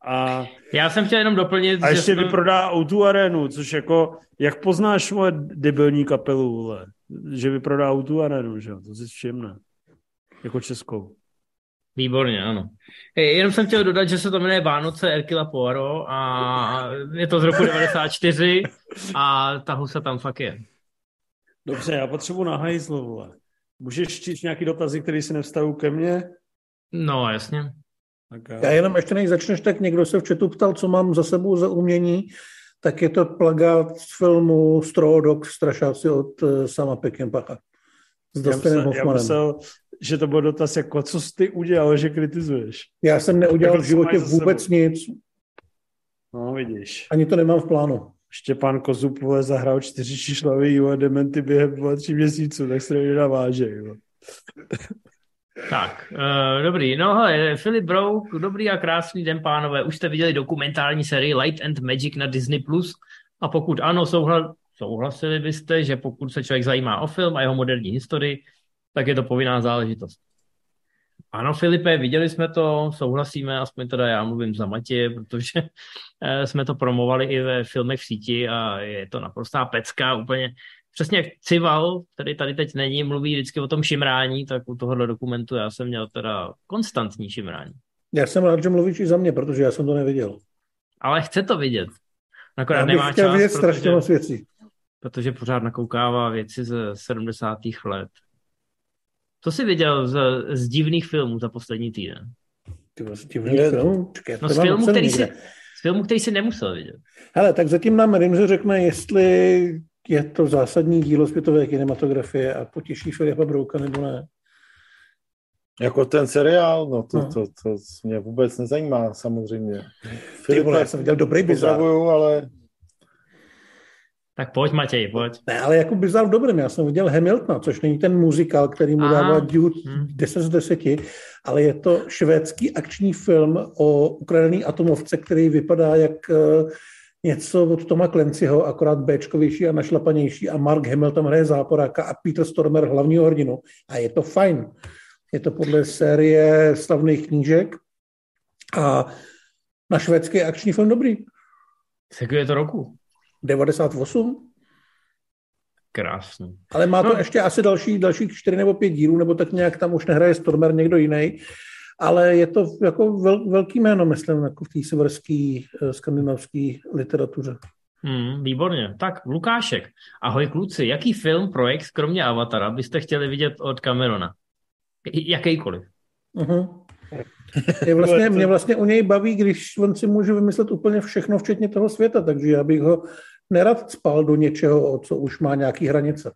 A, Já jsem chtěl jenom doplnit, a ještě jsme... vyprodá ó dva Arenu, což jako, jak poznáš moje debilní kapelu, vole, že vyprodá ó dva Arenu, že jo, to si všimne. Jako českou. Výborně, ano. Jenom jsem chtěl dodat, že se to jmenuje Vánoce Hercula Poirot a je to z roku devadesát čtyři a ta husa tam fakt je. Dobře, já potřebuji na hajzlu, vole. Můžeš číst nějaký dotazy, které se nevztahují ke mně? No, jasně. Tak já jenom ještě než začneš, tak někdo se v chatu ptal, co mám za sebou za umění, tak je to plagát z filmu Straw Dogs, Strašáci od uh, Sama Peckinpaha. S Dustinem Hoffmanem. Já myslel, že to byl dotaz jako, co jsi ty udělal, že kritizuješ. Já jsem neudělal v životě vůbec nic. No, vidíš. Ani to nemám v plánu. Štěpán Kozub, vole, zahrál čtyři šišlavý a dementy během vole, tři měsíců, tak se to naváže. Tak, uh, dobrý. No hele, Filip Brouk, dobrý a krásný den, pánové. Už jste viděli dokumentární sérii Light and Magic na Disney plus? A pokud ano, souhla, souhlasili byste, že pokud se člověk zajímá o film a jeho moderní historii, tak je to povinná záležitost. Ano, Filipe, viděli jsme to, souhlasíme, aspoň teda já mluvím za Matěje, protože jsme to promovali i ve filmech v síti a je to naprostá pecka, úplně přesně jak Cival, který tady teď není, mluví vždycky o tom šimrání, tak u tohohle dokumentu já jsem měl teda konstantní šimrání. Já jsem rád, že mluvíš i za mě, protože já jsem to neviděl. Ale chce to vidět. Nakonec já bych nemá chtěl čas, vidět strašně moc věcí. Protože pořád nakoukává věci ze sedmdesátých let. Co jsi viděl z, z divných filmů za poslední týden? Z divných filmů? Čekaj, no z filmu, který si, z filmu, který si nemusel vidět. Hele, tak zatím nám Rimze řekne, jestli je to zásadní dílo světové kinematografie a potěší Filipa Brouka, nebo ne. Jako ten seriál, no to, no. to, to, to mě vůbec nezajímá, samozřejmě. Filip, já jsem viděl dobrý bizár. ale... Tak pojď, Matěj, pojď. Ne, ale jako bizár v dobrém. Já jsem viděl Hamiltona, což není ten muzikál, který mu dává Dude deset z deseti, ale je to švédský akční film o ukradený atomovce, který vypadá jak uh, něco od Toma Clancyho, akorát béčkovější a našlapanější a Mark Hamill tam hraje záporáka a Peter Stormer hlavního hrdinu. A je to fajn. Je to podle série slavných knížek a na švédský akční film dobrý. Z je to roku? devadesát osm. Krásný. Ale má to no. ještě asi další, dalších čtyři nebo pět dílů, nebo tak nějak tam už nehraje Stormer, někdo jiný. Ale je to jako vel, velký jméno, myslím, jako v té severské skandinávské literatuře. Hmm, výborně. Tak, Lukášek. Ahoj kluci, jaký film, projekt, kromě Avatara, byste chtěli vidět od Camerona? Jakýkoliv. Uh-huh. Je vlastně, mě vlastně u něj baví, když on si může vymyslet úplně všechno, včetně toho světa, takže já bych ho nerad spal do něčeho, co už má nějaký hranice.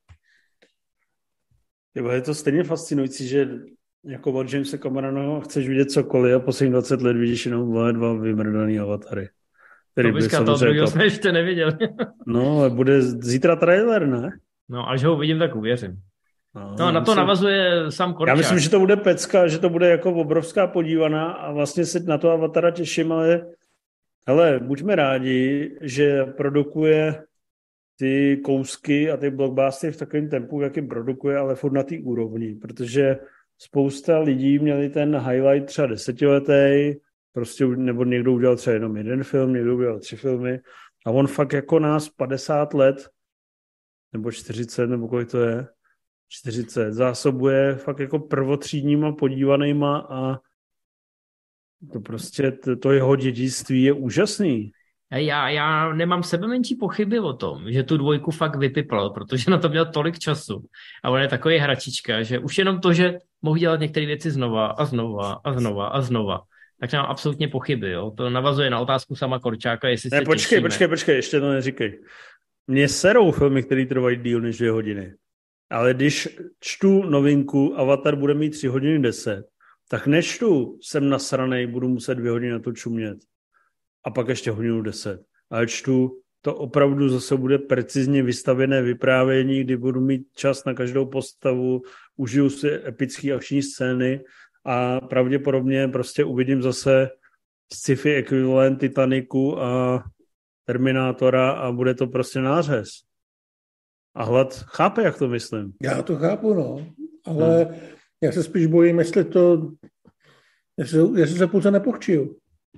Je to stejně fascinující, že jako od Jamesa Camerona chceš vidět cokoliv a poslední dvacet let vidíš jenom dva vymrdaný Avatary. To bys toho druhého jsme ještě neviděli. No, ale bude zítra trailer, ne? No, až ho uvidím, tak uvěřím. No, no na to myslím, navazuje sám Korčák. Já myslím, že to bude pecka, že to bude jako obrovská podívaná a vlastně se na to Avatara těším, ale hele, buďme rádi, že produkuje ty kousky a ty blockbustery v takovém tempu, v jakým produkuje, ale furt na té úrovni, protože spousta lidí měli ten highlight třeba desetiletý, prostě, nebo někdo udělal třeba jenom jeden film, někdo udělal tři filmy a on fakt jako nás padesát let, nebo čtyřicet, nebo kolik to je, čtyřicet, zásobuje fakt jako prvotřídníma podívanýma a to prostě, to, to jeho dědictví je úžasný. Já, já nemám sebe menší pochyby o tom, že tu dvojku fakt vypipl, protože na to měl tolik času. A on je takový hračička, že už jenom to, že mohu dělat některé věci znova a znova a znova a znova, tak mám absolutně pochyby. Jo? To navazuje na otázku sama Korčáka, jestli ne, se počkej, těšíme. počkej, počkej, ještě to neříkej. Mně serou filmy, které trvají díl než dvě hodiny. Ale když čtu novinku Avatar bude mít tři hodiny deset, tak nečtu, jsem nasranej, budu muset dvě hodiny na to čumět. A pak ještě hodinu deset. Ale čtu, to opravdu zase bude precizně vystavěné vyprávění, kdy budu mít čas na každou postavu, užiju si epické akční scény a pravděpodobně prostě uvidím zase sci-fi ekvivalent Titaniku a Terminátora a bude to prostě nářez. A Hlad chápe, jak to myslím. Já to chápu, no. Ale hmm. já se spíš bojím, jestli to, jestli, jestli se půlce nepochčiju.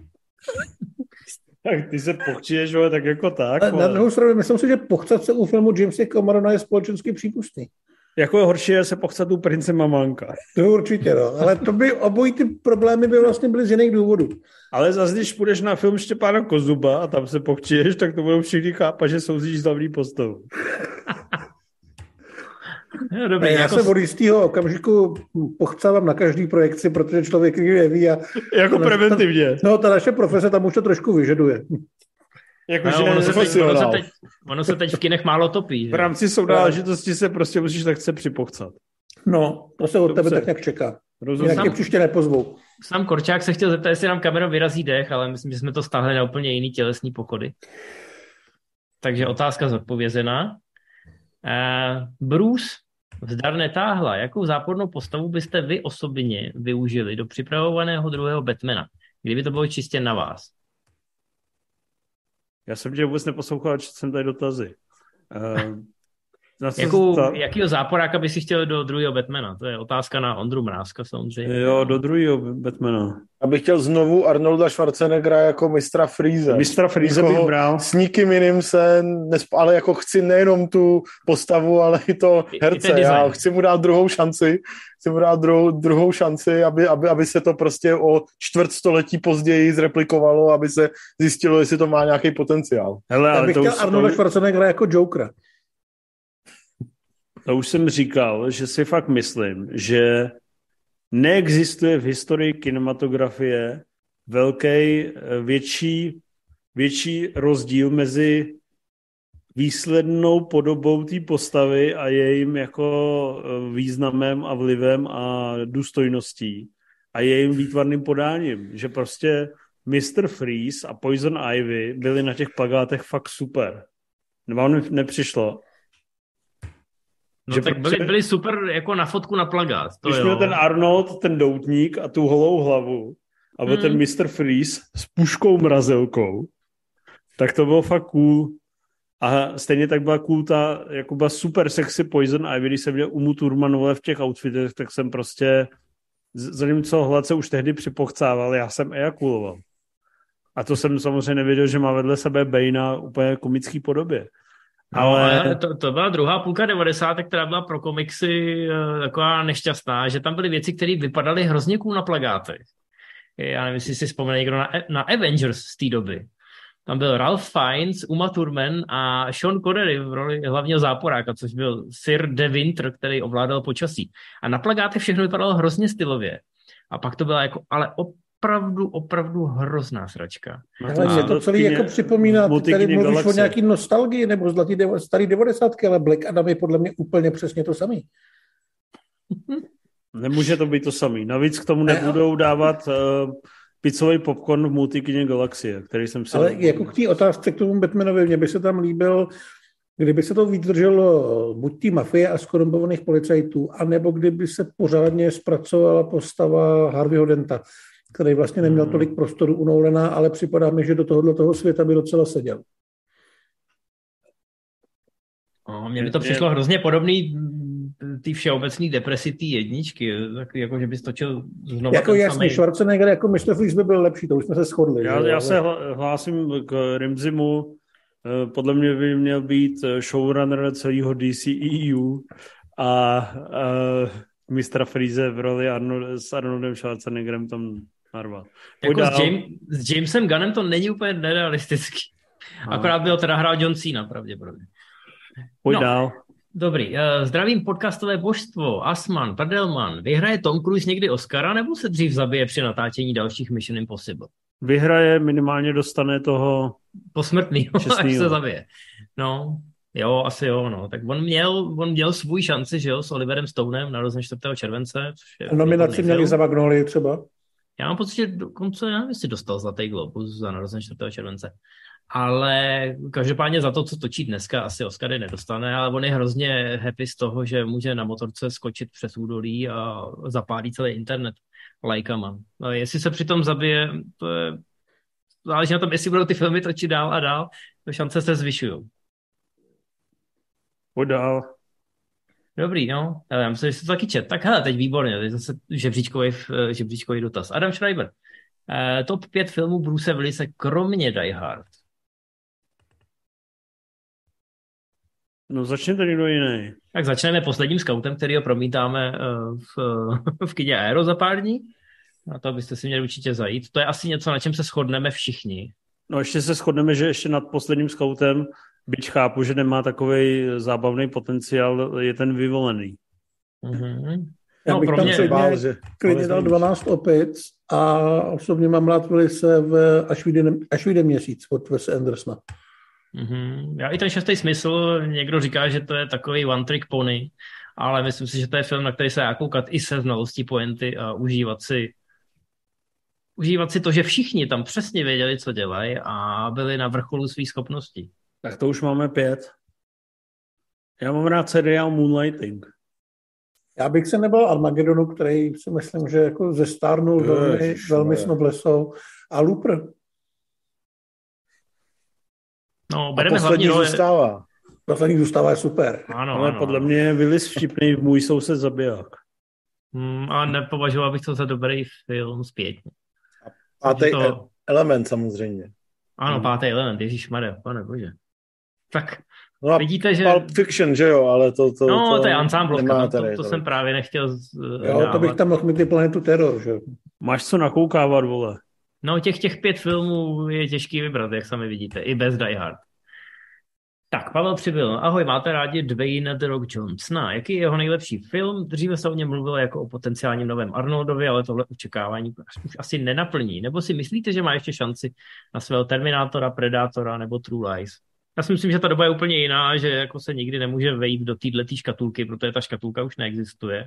Tak ty se pochčíš, ale tak jako tak. Ale na druhou stranu, myslím si, že pochcat se u filmu Jamesa Camerona je společensky přípustný. Jako je horší je se pochcat u Prince Mamanka. To určitě, no. Ale to by obojí ty problémy by vlastně byly z jiných důvodů. Ale zase, když půjdeš na film Štěpána Kozuba a tam se pochčíš, tak to budou všichni chápat, že souzíš s hlavní postavou. No, dobrý, já jako... se od jistého okamžiku pochcávám na každý projekci, protože člověk neví. A jako preventivně. Ta, no, ta naše profese tam už to trošku vyžaduje. Jako, no, že ono, se teď, ono, se teď, ono se teď v kinech málo topí. Že? V rámci sounáležitosti se prostě musíš tak chce připochcat. No, to se od to tebe se... tak nějak čeká. Jinak tě příště nepozvou. Sám Korčák se chtěl zeptat, jestli nám Cameron vyrazí dech, ale myslím, že jsme to stáhli na úplně jiný tělesný pochody. Takže otázka zodpovězená. Uh, Bruce vzdar netáhla. Jakou zápornou postavu byste vy osobně využili do připravovaného druhého Batmana, kdyby to bylo čistě na vás? Já jsem tě vůbec neposlouchal, četl jsem tady dotazy. Uh, Jakou, ta... Jakýho záporáka by si chtěl do druhého Batmana? To je otázka na Ondru Mrázka samozřejmě. Jo, do druhého Batmana. Abych chtěl znovu Arnolda Schwarzeneggera jako mistra Freeze. Mistra Freeze bych bral. S nikým jiným se, nesp... ale jako chci nejenom tu postavu, ale i to herce. I Já chci mu dát druhou šanci. Chci mu dát druhou, druhou šanci, aby, aby, aby se to prostě o čtvrt století později zreplikovalo, aby se zjistilo, jestli to má nějaký potenciál. Hele, Já bych chtěl Arnolda to... Schwarzeneggera jako Jokera. To už jsem říkal, že si fakt myslím, že neexistuje v historii kinematografie velký, větší, větší rozdíl mezi výslednou podobou té postavy a jejím jako významem a vlivem a důstojností a jejím výtvarným podáním. Že prostě mister Freeze a Poison Ivy byli na těch plakátech fakt super. Vám nepřišlo? No že tak byli, byli super jako na fotku na plakát. To když jo. Měl ten Arnold, ten doutník a tu holou hlavu a byl hmm. ten mister Freeze s puškou mrazelkou, tak to bylo fakt cool. A stejně tak byla cool ta, jako byla super sexy Poison Ivy, když jsem viděl Umu Thurmanové v těch outfitech, tak jsem prostě, vzhledem co Hladce už tehdy připochcával, já jsem ejakuloval. A to jsem samozřejmě nevěděl, že má vedle sebe Bejna úplně komický podobě. Ale no, to, to byla druhá půlka devadesátek, která byla pro komiksy uh, taková nešťastná, že tam byly věci, které vypadaly hrozně cool na plakátech. Já nevím, jestli si vzpomene někdo na, na Avengers z té doby. Tam byl Ralph Fiennes, Uma Thurman a Sean Connery v roli hlavního záporáka, což byl Sir de Winter, který ovládal počasí. A na plakátech všechno vypadalo hrozně stylově. A pak to byla jako, ale opravdu, opravdu hrozná sračka. Ale mě to celý jako připomíná, ty tady mluvíš galaxie. O nějaký nostalgii nebo zlatý dev, starý devadesátky, ale Black Adam je podle mě úplně přesně to samý. Nemůže to být to samý. Navíc k tomu nebudou dávat uh, pizzový popcorn v Multikině galaxie, který jsem si... Ale dal... jako k té otázce k tomu Batmanovi, mně by se tam líbil, kdyby se to vydrželo buď té mafie a skorumpovaných policajtů, anebo kdyby se pořádně zpracovala postava Harveyho Denta, který vlastně neměl tolik prostoru u Nolana, ale připadá mi, že do tohohle toho světa by docela seděl. O, mně by to přišlo hrozně podobný ty všeobecný depresi té jedničky, tak jako, že bys točil znovu jako jasný, samej... Schwarzenegger jako mister Freeze by byl lepší, to už jsme se shodli. Já, já se hlásím k Rimzimu, podle mě by měl být showrunner celého D C E U a, a mistra Freeze v roli Arnold, s Arnoldem Schwarzeneggerem tam narval. Jako s, James, s Jamesem Gunnem to není úplně nerealistický. Akorát byl teda hrál John Cena, pravděpodobně. Pojď no, dál. Dobrý. Zdravím podcastové božstvo. Asman, Padelman. Vyhraje Tom Cruise někdy Oscara, nebo se dřív zabije při natáčení dalších Mission Impossible? Vyhraje, minimálně dostane toho... Posmrtnýho, až se zabije. No, jo, asi jo, no. Tak on měl, on měl svůj šanci, že jo, s Oliverem Stonem na rozen čtvrtého července. Nominaci měli za Magnolia třeba? Já mám pocit, že dokonce, já nevím, jestli dostal Zlatý globus za narozen čtvrtého července. Ale každopádně za to, co točí dneska, asi Oscary nedostane, ale on je hrozně happy z toho, že může na motorce skočit přes údolí a zapálí celý internet lajkama. No, jestli se přitom zabije, to je, záleží na tom, jestli budou ty filmy točit dál a dál, to šance se zvyšují. Pojď dál. Dobrý, no. Já myslím, že jsi to taky čet. Tak hele, teď výborně, teď zase žebříčkový, žebříčkový dotaz. Adam Schreiber. Uh, top pět filmů Bruce Willise kromě Die Hard. No začne to někdo jiný. Tak začneme posledním skautem, který ho promítáme v, v kině Aero za pár dní. Na to byste si měli určitě zajít. To je asi něco, na čem se shodneme všichni. No ještě se shodneme, že ještě nad posledním skautem, byť chápu, že nemá takovej zábavný potenciál, je ten vyvolený. Mm-hmm. Já no, bych pro tam mě, klidně, bál, že... klidně dal dvanáct opic a osobně mám rád Willise v Až vyjde, až vyjde měsíc od Wes Andersona. Mm-hmm. Já i ten šestý smysl, někdo říká, že to je takový one trick pony, ale myslím si, že to je film, na který se dá koukat i se znalostí pointy a užívat si užívat si to, že všichni tam přesně věděli, co dělají a byli na vrcholu svých schopností. Tak to už máme pět. Já mám rád seriál Moonlighting. Já bych se nebal Armagedonu, který si myslím, že jako zestárnul Jež, velmi, velmi je. s noblesou. A Looper. No, bereme a poslední hlavní zůstává. Poslední zůstává je super. Ano, Ale ano, podle ano. mě je Willis vtipný v Můj soused zabiják. Hmm, a nepovažoval bych to za dobrý film zpětně. Pátý to... element samozřejmě. Ano, Hmm. pátý element, ježišmarja, pane bože. Tak No a vidíte, že... Pulp Fiction, že jo, ale to... to No, to, to je ansamblovka, no, to, tady, to to jsem právě nechtěl z, Jo, dávat. to bych tam mohl mít ty Planetu Terror, že? Máš co nakoukávat, vole. No, těch, těch pět filmů je těžký vybrat, jak sami vidíte, i bez Die Hard. Tak, Pavel Přibyl. Ahoj, máte rádi Dwayne The Rock Johnsona? Jaký je jeho nejlepší film? Dříve se o něm mluvilo jako o potenciálním novém Arnoldovi, ale tohle očekávání už asi nenaplní. Nebo si myslíte, že má ještě šanci na svého Terminátora, Predátora nebo True Lies? Já si myslím, že ta doba je úplně jiná, že jako se nikdy nemůže vejít do této škatulky, protože ta škatulka už neexistuje.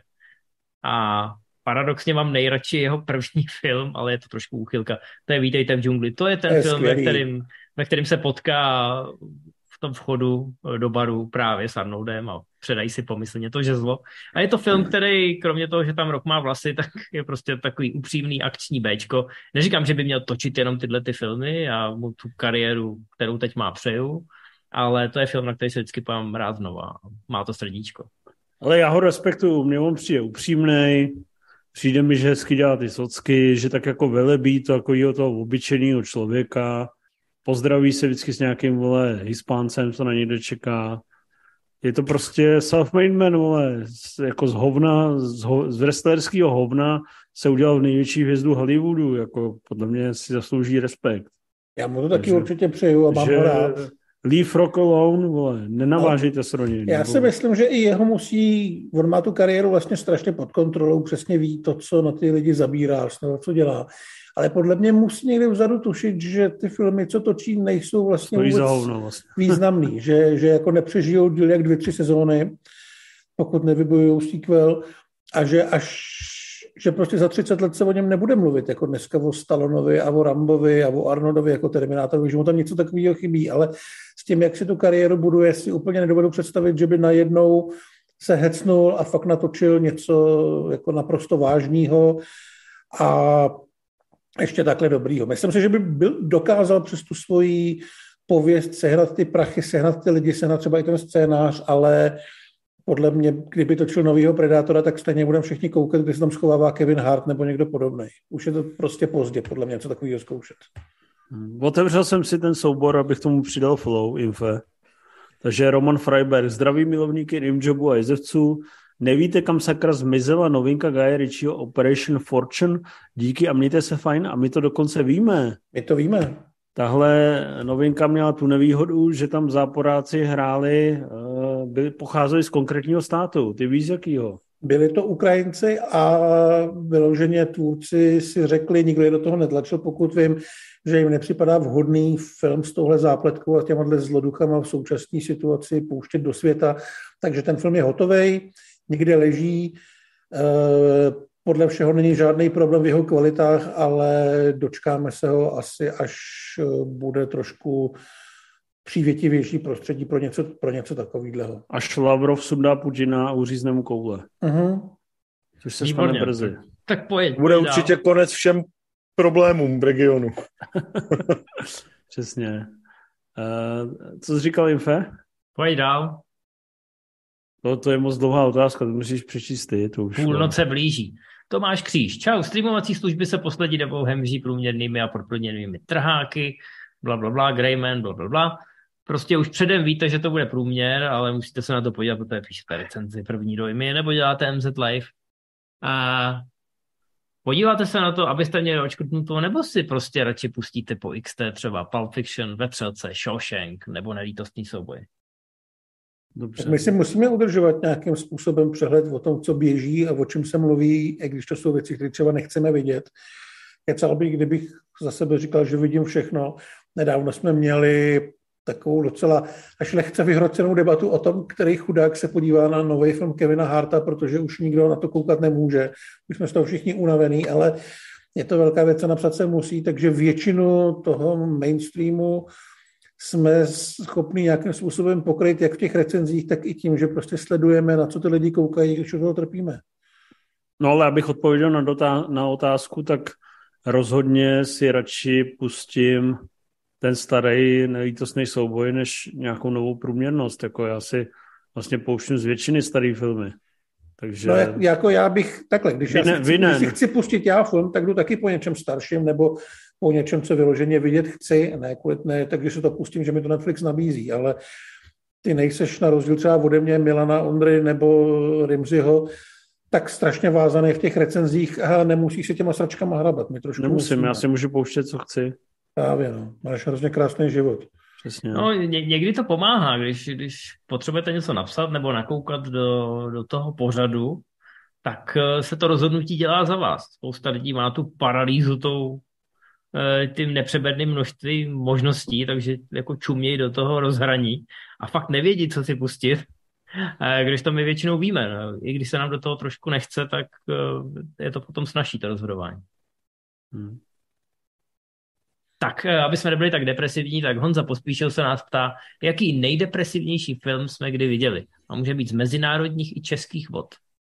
A paradoxně mám nejradši jeho první film, ale je to trošku úchylka. To je Vítejte v džungli. To je ten je film, ve kterým, ve kterým se potká v tom vchodu do baru právě s Arnoldem a předají si pomyslně to žezlo. A je to film, který kromě toho, že tam Rock má vlasy, tak je prostě takový upřímný akční béčko. Neříkám, že by měl točit jenom tyhle ty filmy a mu tu kariéru, kterou teď má, přeju, ale to je film, na který se vždycky pojám rád znova. Má to srdíčko. Ale já ho respektuju, mě on přijde upřímnej, přijde mi, že hezky dělá ty socky, že tak jako velebí to jako toho obyčejného člověka, pozdraví se vždycky s nějakým, vole, hispáncem, co na někde čeká. Je to prostě self-made man, vole, jako z hovna, z, ho, z wrestlerského hovna se udělal v největší hvězdu Hollywoodu, jako podle mě si zaslouží respekt. Já mu to taky Takže, určitě přeju a mám ho rád. Leave Rock alone, vole, nenavážejte se do něj. Já nebo... si myslím, že i jeho musí, on má tu kariéru vlastně strašně pod kontrolou, přesně ví to, co na ty lidi zabírá, co dělá. Ale podle mě musí někde vzadu tušit, že ty filmy, co točí, nejsou vlastně vůbec hovno, vlastně. významný, že, že jako nepřežijou díl jak dvě, tři sezóny, pokud nevybojujou sequel, a že až že prostě za třicet let se o něm nebude mluvit, jako dneska o Stallonovi a o Rambovi a o Arnoldovi jako Terminátorovi, že mu tam něco takového chybí, ale s tím, jak si tu kariéru buduje, si úplně nedovedu představit, že by najednou se hecnul a fakt natočil něco jako naprosto vážného a ještě takhle dobrýho. Myslím si, že by byl, dokázal přes tu svoji pověst sehnat ty prachy, sehnat ty lidi, sehnat třeba i ten scénář, ale podle mě, kdyby točil novýho Predátora, tak stejně budeme všichni koukat, kde se tam schovává Kevin Hart nebo někdo podobný. Už je to prostě pozdě, podle mě, co takového zkoušet. Otevřel jsem si ten soubor, abych tomu přidal flow, infe. Takže Roman Freiberg, zdraví milovníky Rimjobu a jezevců. Nevíte, kam sakra zmizela novinka Guy Ritchieho Operation Fortune? Díky a mějte se fajn a my to dokonce víme. My to víme. Tahle novinka měla tu nevýhodu, že tam záporáci hráli, byli, pocházeli z konkrétního státu. Ty víš, jakýho? Byli to Ukrajinci a vyloženě tvůrci si řekli, nikdo je do toho netlačil, pokud vím, že jim nepřipadá vhodný film s touhle zápletkou a těmahle zloduchama v současné situaci pouštět do světa. Takže ten film je hotovej, někde leží, podle všeho není žádný problém v jeho kvalitách, ale dočkáme se ho asi, až bude trošku přívětivější prostředí pro něco, pro něco takového. Až Lavrov sundá Putina a uřízne mu koule. Uh-huh. Což se stane brzy. Tak, tak pojď. Bude určitě dál. Konec všem problémům v regionu. Přesně. Uh, co jsi říkal, Infe? Pojď dál. To, to je moc dlouhá otázka, to musíš přečíst ty. To už Půlnoce blíží. Tomáš Kříž. Čau, streamovací služby se poslední dobou hemží průměrnými a podprůměrnými trháky, bla, bla, bla, Greyman, bla, bla, bla. Prostě už předem víte, že to bude průměr, ale musíte se na to podívat, protože píšete recenzi první dojmy, nebo děláte M Z Live. A podíváte se na to, abyste měli očkrtnuto, nebo si prostě radši pustíte po X T třeba Pulp Fiction, Vetřelce, Shawshank nebo Nelítostný souboj. Dobře. My si musíme udržovat nějakým způsobem přehled o tom, co běží a o čem se mluví, i když to jsou věci, které třeba nechceme vidět. Kecal bych, kdybych za sebe říkal, že vidím všechno. Nedávno jsme měli takovou docela až lehce vyhrocenou debatu o tom, který chudák se podívá na nový film Kevina Harta, protože už nikdo na to koukat nemůže. Už jsme z toho všichni unavený, ale je to velká věc a napsat se musí, takže většinu toho mainstreamu jsme schopni nějakým způsobem pokryt jak v těch recenzích, tak i tím, že prostě sledujeme, na co ty lidi koukají, když od toho trpíme. No ale abych odpověděl na, dotá- na otázku, tak rozhodně si radši pustím ten starý nelítostný souboj, než nějakou novou průměrnost. Jako já si vlastně pouštím z většiny starý filmy. Takže... No jako já bych, takhle, když, já si, chci, když si chci pustit já film, tak jdu taky po něčem starším, nebo po něčem, co vyloženě vidět chci, ne, ne tak když se to pustím, že mi to Netflix nabízí, ale ty nejseš na rozdíl třeba ode mě, Milana Ondry nebo Rimziho, tak strašně vázaný v těch recenzích a nemusíš si těma sračkama hrabat. My trošku Nemusím, musíme. Já si můžu pouštět, co chci. Právě, no. Máš hrozně krásný život. Přesně. No, ně- někdy to pomáhá, když, když potřebujete něco napsat nebo nakoukat do, do toho pořadu, tak se to rozhodnutí dělá za vás. Spousta lidí má tu paralýzu tou, tím nepřeberným množstvím možností, takže jako čumějí do toho rozhraní a fakt nevědí, co si pustit. Když to my většinou víme. No. I když se nám do toho trošku nechce, tak je to potom snazší to rozhodování. Hmm. Tak, aby jsme nebyli tak depresivní, tak Honza Pospíšil se nás ptá, jaký nejdepresivnější film jsme kdy viděli. A může být z mezinárodních i českých vod.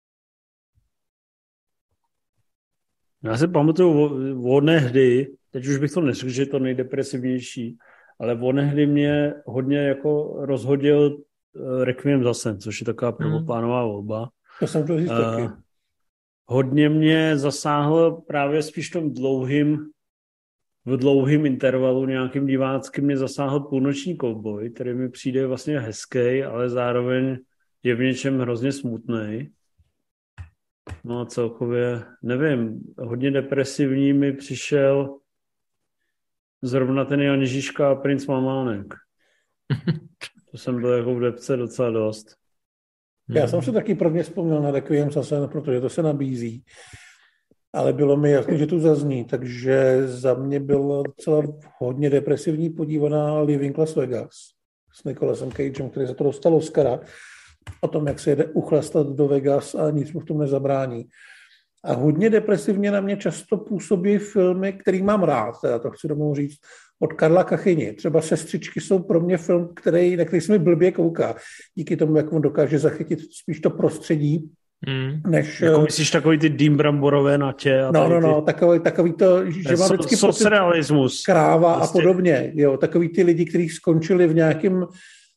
Já si pamatuju onehdy, teď už bych to neřekl, že je to nejdepresivnější, ale onehdy mě hodně jako rozhodil Requiem za sen, což je taková prvoplánová volba. To jsem to říct taky. Uh, hodně mě zasáhlo právě spíš v tom dlouhým v dlouhým intervalu nějakým diváckým mě zasáhl Půlnoční kouboj, který mi přijde vlastně hezký, ale zároveň je v něčem hrozně smutný. No a celkově, nevím, hodně depresivní mi přišel zrovna ten Jan Žižka a Princ Mamánek. To jsem byl jako v depce docela dost. Já jsem se taky prvně vzpomněl na Requiem za sen, protože to se nabízí. Ale bylo mi jasné, že tu zazní, takže za mě bylo docela hodně depresivní podívaná Leaving Las Vegas s Nicolasem Cagem, který za to dostal Oscara, o tom, jak se jede uchlastat do Vegas a nic mu v tom nezabrání. A hodně depresivně na mě často působí filmy, který mám rád, já to chci domů říct, od Karla Kachyni. Třeba Sestřičky jsou pro mě film, který, na který se mi blbě kouká. Díky tomu, jak on dokáže zachytit spíš to prostředí, Mm. Než, jako myslíš takový ty dým bramborové natě? A no, no, no, ty... takový, takový to, že mám vždycky pocit kráva prostě. A podobně. Jo, takový ty lidi, kteří skončili v nějakém uh,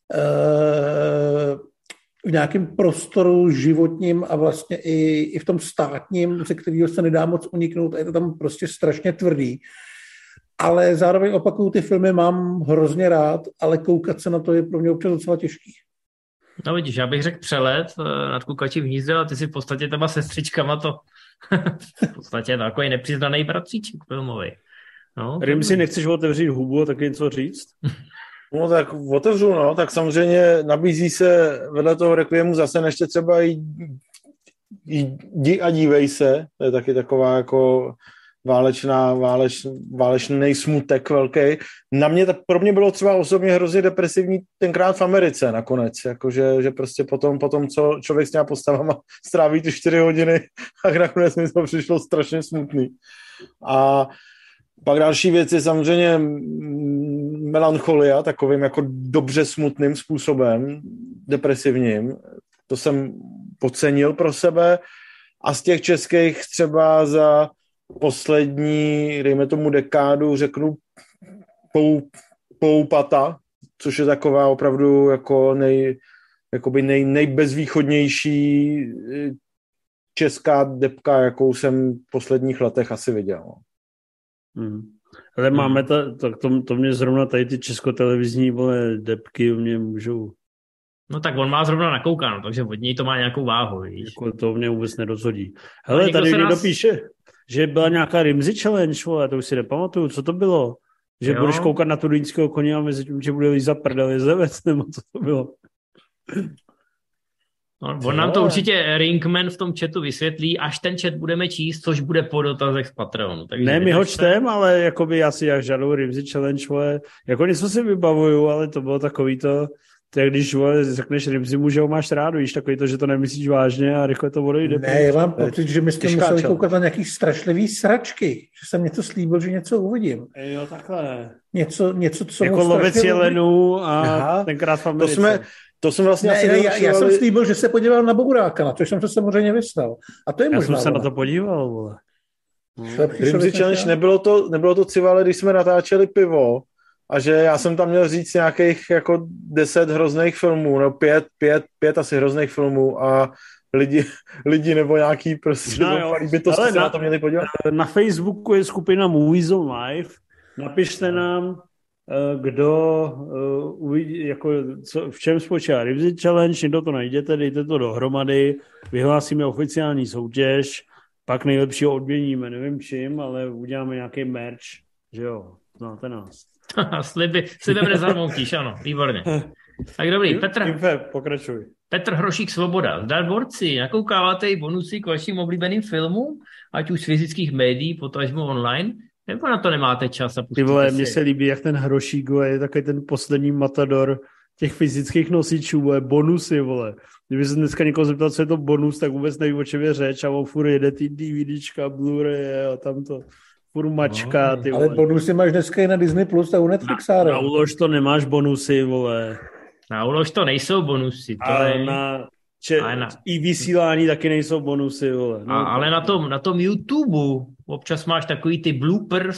v nějakém prostoru životním a vlastně i, i v tom státním, ze kterého se nedá moc uniknout a je to tam prostě strašně tvrdý. Ale zároveň opakuju, ty filmy mám hrozně rád, ale koukat se na to je pro mě občas docela těžký. No vidíš, já bych řekl přelet nad kukačím hnízdem a ty si v podstatě těma sestřičkama to v podstatě takový nepřiznaný bratříček filmový. No, Rym si nechceš otevřít hubu a taky něco říct? No tak otevřu, no, tak samozřejmě nabízí se vedle toho Requiemu zase ještě třeba jdi a dívej se, to je taky taková jako válečná, váleč, válečný smutek velký. Na mě, pro mě bylo třeba osobně hrozně depresivní tenkrát v Americe nakonec, jakože, že prostě potom, potom, co člověk s těma postavama stráví ty čtyři hodiny, tak nakonec mi to přišlo strašně smutný. A pak další věc je samozřejmě melancholia, takovým jako dobře smutným způsobem, depresivním. To jsem podcenil pro sebe. A z těch českých třeba za poslední, dejme tomu dekádu, řeknu pou, Poupata, což je taková opravdu jako nej, jakoby nej, nejbezvýchodnější česká depka, jakou jsem v posledních letech asi viděl. Hmm. Ale hmm. máme to, to, to, to mě zrovna tady ty českotelevizní vole depky mě můžou. No tak on má zrovna nakoukáno, takže od něj to má nějakou váhu, víš. Jako to mě vůbec nerozhodí. Hele, tady někdo nás... píše, že byla nějaká Rimzy Challenge, vole, to už si nepamatuju, co to bylo? Že jo. Budeš koukat na turínského koně a mezi tím, že bude lízat prdel jezevec, nebo co to bylo? No, on nám to určitě Ringman v tom chatu vysvětlí, až ten chat budeme číst, což bude po dotazech z Patreonu. Takže ne, my ho čtem, ale jakoby já si jak žádnou Rimzy Challenge, vole, jako něco si vybavuju, ale to bylo takový to, to je, když vole, řekneš Rimzy, že ho máš rád, víš, takový to, že to nemyslíš vážně a rychle to odejde. Ne, já mám pocit, že my jsme museli čel. koukat na nějaký strašlivý sračky, že jsem něco slíbil, že něco uvidím. Jo, takhle. Něco, něco co jako lovec jelenů a Aha. tenkrát v Americe. To jsme, to jsem vlastně ne, asi ne, já, já jsem slíbil, že se podíval na Bouráka, na což jsem se samozřejmě vyslal. A to je já možná. Já jsem se na to podíval, vole. Rimzy Challenge nebylo to, nebylo to civale, když jsme natáčeli pivo, a že já jsem tam měl říct nějakých jako deset hrozných filmů, no pět, pět, pět asi hrozných filmů a lidi, lidi nebo nějaký prostě no, jo, by to se na, na to měli podívat. Na Facebooku je skupina Movies on Live, napište nám, kdo uvidí, jako co, v čem spočívá Rimzy Challenge, někdo to najděte, dejte to dohromady, vyhlásíme oficiální soutěž, pak nejlepšího odměníme, nevím čím, ale uděláme nějaký merch, že jo, znáte nás. Sliby, slibem nezarmoutíš, ano, výborně. Tak dobrý, Petr. Infe, pokračuj. Petr Hrošík Svoboda. Zdar borci, nakoukáváte i bonusy k vašim oblíbeným filmům, ať už z fyzických médií, potažmo online, nebo na to nemáte čas a Ty vole, mně se líbí, jak ten Hrošík je takový ten poslední matador těch fyzických nosičů, vole, bonusy, vole. Kdyby se dneska někoho zeptal, co je to bonus, tak vůbec neví, o čem je řeč a on furt jede ty DVDčka, Blu-ray a tamto. Furt mačka, ty vole. Ale bonusy máš dneska i na Disney Plus a u Netflixára. Na, na ulož to nemáš bonusy, vole. Na ulož to nejsou bonusy. To a je... na, če... na i vysílání taky nejsou bonusy, vole. No, a, ale na tom, na tom YouTube občas máš takový ty bloopers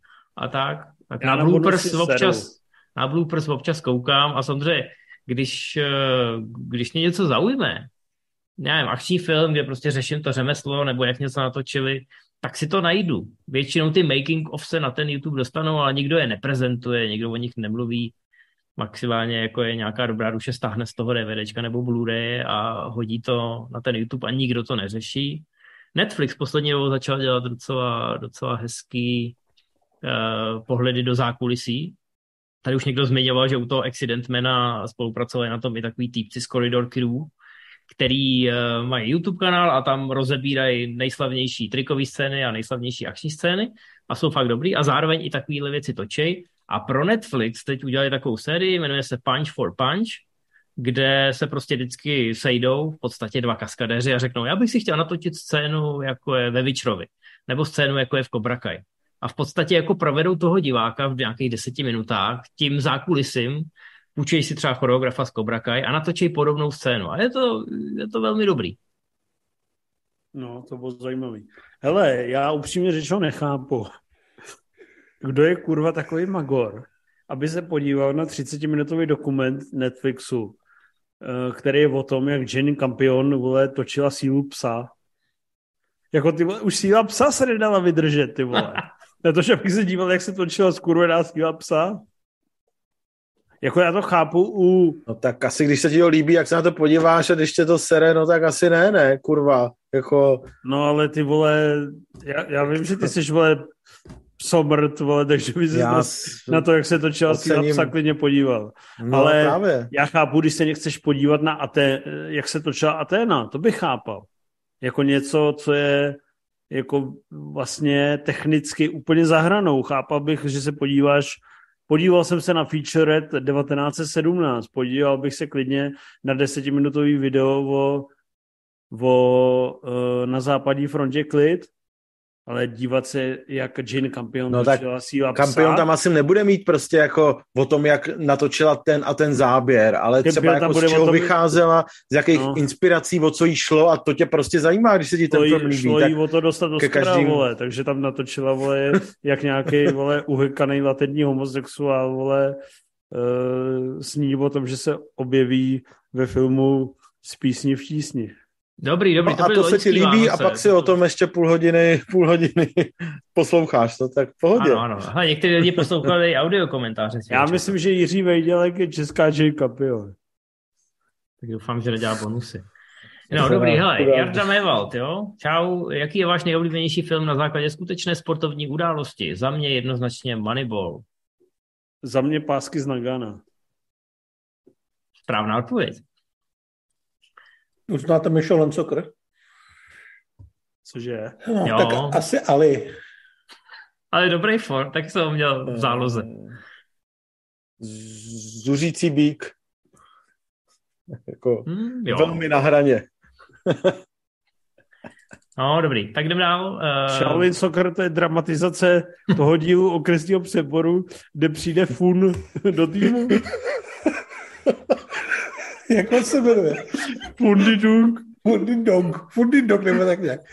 a tak. tak na, na bloopers občas, na bloopers občas koukám a samozřejmě, když, když mě něco zaujme, nevím, akční film, kde prostě řeším to řemeslo nebo jak něco natočili, tak si to najdu. Většinou ty making of se na ten YouTube dostanou, ale nikdo je neprezentuje, nikdo o nich nemluví. Maximálně jako je nějaká dobrá duše, stáhne z toho DVDčka nebo Blu-ray a hodí to na ten YouTube a nikdo to neřeší. Netflix poslední dobou začal dělat docela, docela hezký uh, pohledy do zákulisí. Tady už někdo zmiňoval, že u toho Accidentmana spolupracovali na tom i takový týpci z Corridor Crew, který uh, mají YouTube kanál a tam rozebírají nejslavnější trikové scény a nejslavnější akční scény a jsou fakt dobrý a zároveň i takovýhle věci točej. A pro Netflix teď udělali takovou sérii, jmenuje se Punch for Punch, kde se prostě vždycky sejdou v podstatě dva kaskadéři a řeknou, já bych si chtěl natočit scénu, jako je ve Witcherovi, nebo scénu, jako je v Cobra Kai. A v podstatě jako provedou toho diváka v nějakých deseti minutách tím zákulisím, půjčej si třeba choreografa z Cobra Kai a natočí podobnou scénu. A je to, je to velmi dobrý. No, to bylo zajímavý. Hele, já upřímně řečeno nechápu, kdo je kurva takový magor, aby se podíval na třicetiminutový dokument Netflixu, který je o tom, jak Jane Campion, vole, točila Sílu psa. Jako ty vole, už Síla psa se nedala vydržet, ty vole. Na to, že bych se díval, jak se točila skurvená Síla psa. Jako já to chápu u... No tak asi, když se ti to líbí, jak se na to podíváš a když tě to sere, no tak asi ne, ne, kurva. Jako... No ale ty vole, já, já vím, že ty jsi, vole, psomrt, vole, takže by se já na to, jak se točila Síla psa, klidně podíval. No, ale právě. Já chápu, když se nechceš podívat na Até, jak se točila Aténa, to bych chápal. Jako něco, co je jako vlastně technicky úplně za hranou. Chápal bych, že se podíváš, podíval jsem se na Featurette devatenáct set sedmnáct, podíval bych se klidně na desetiminutový video o, o na západní frontě klid, ale dívat se, jak Jane Campion no točila Síla psa. Campion tam asi nebude mít prostě jako o tom, jak natočila ten a ten záběr, ale Campion třeba jako z čeho tom... vycházela, z jakých no. inspirací, o co jí šlo a to tě prostě zajímá, když se ti ten film líbí. Šlo jí o to dostat do skra, každým... vole, takže tam natočila, vole, jak nějaký, vole, uhykanej latentní homosexuál, vole, uh, sní o tom, že se objeví ve filmu Z písni v tísni. Dobrý, dobrý, no, to a to se ti líbí Vánoce. A pak si o tom ještě půl hodiny, půl hodiny posloucháš, to tak v pohodě. Ano, ano. Hele, někteří lidi poslouchali audio komentáře. Já myslím, že Jiří Vejdělek je česká J-Cup, jo. Tak doufám, že nedělá bonusy. No dobrý, hele, Jarda Mévald, jo. Čau, jaký je váš nejoblíbenější film na základě skutečné sportovní události? Za mě jednoznačně Moneyball. Za mě Pásky z Nagana. Správná odpověď. Už znáte Michelin Soccer? Cože? No, jo. Tak asi Ali. Ale dobrý for, tak jsem ho měl v záloze. Zuřící bík. Jako hmm, velmi na hraně. No, dobrý. Tak jdeme dál. Uh... Shaolin Soccer, to je dramatizace toho dílu okresního přeboru, kde přijde Fun do týmu. Jak on se jmenuje? Fundidung. Fundidung. Fundidung, nebo tak nějak.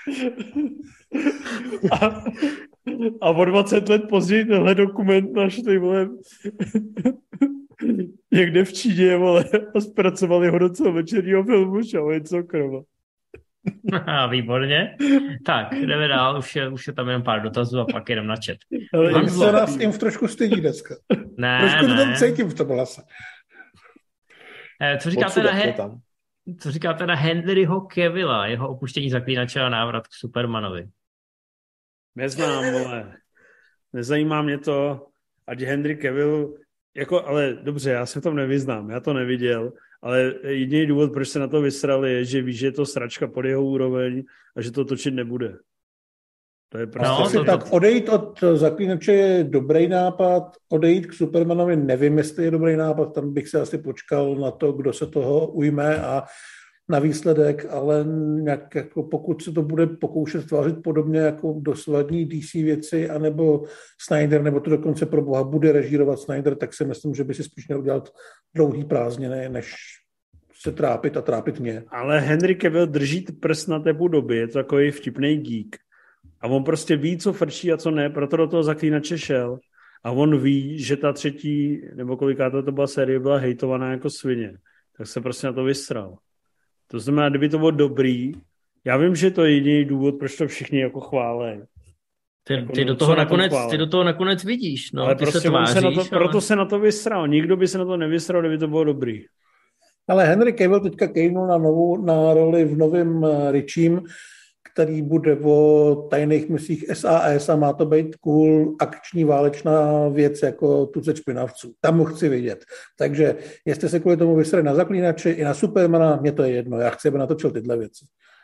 A, a o dvacet let později tenhle dokument našli, vole, někde v Číně, vole, a zpracovali ho do celovečerního filmu Shaolin Soccer. Výborně. Tak, jdeme dál, už je, už je tam jen pár dotazů a pak jdem na chat. Ale se nás jim trošku stydí dneska. Ne, trošku ne. to tam cítím v tom hlase. Co říkáte, na he... Co říkáte na Henryho Cavilla, jeho opuštění Zaklínače a návrat k Supermanovi? Neznám, vole. Nezajímá mě to, ať Henry Cavill, jako, ale dobře, já se v tom nevyznám, já to neviděl, ale jediný důvod, proč se na to vysrali, je, že ví, že je to sračka pod jeho úroveň a že to točit nebude. To je prostě... No, to, tak to... odejít od Zaklínače je dobrý nápad, odejít k Supermanovi nevím, jestli je dobrý nápad, tam bych se asi počkal na to, kdo se toho ujme a na výsledek, ale nějak jako pokud se to bude pokoušet tvářit podobně jako dosavadní D C věci, anebo Snyder, nebo to dokonce pro boha bude režírovat Snyder, tak si myslím, že by si spíš měl udělat dlouhý prázdniny, než se trápit a trápit mě. Ale Henry Cavill drží prst na tépu doby, je to takový vtipný geek. A on prostě ví, co frčí a co ne, proto do toho Zaklínače šel. A on ví, že ta třetí, nebo kolikátá to byla série, byla hejtovaná jako svině. Tak se prostě na to vysral. To znamená, kdyby to bylo dobrý, já vím, že to je jediný důvod, proč to všichni jako chválej. Ty, jako, ty, do toho nakonec, ty do toho nakonec vidíš. No, ale ty prostě se tváříš, se na to, ale... proto se na to vysral. Nikdo by se na to nevysral, kdyby to bylo dobrý. Ale Henry Cavill teďka kejnul na, novou, na roli v novém uh, Richiem, který bude o tajných misích S A S a má to být cool akční válečná věc jako Tucet špinavců. Tam ho chci vidět. Takže jestli se kvůli tomu vysrali na Zaklínače i na Supermana, mě to je jedno. Já chci, aby natočil tyhle věci.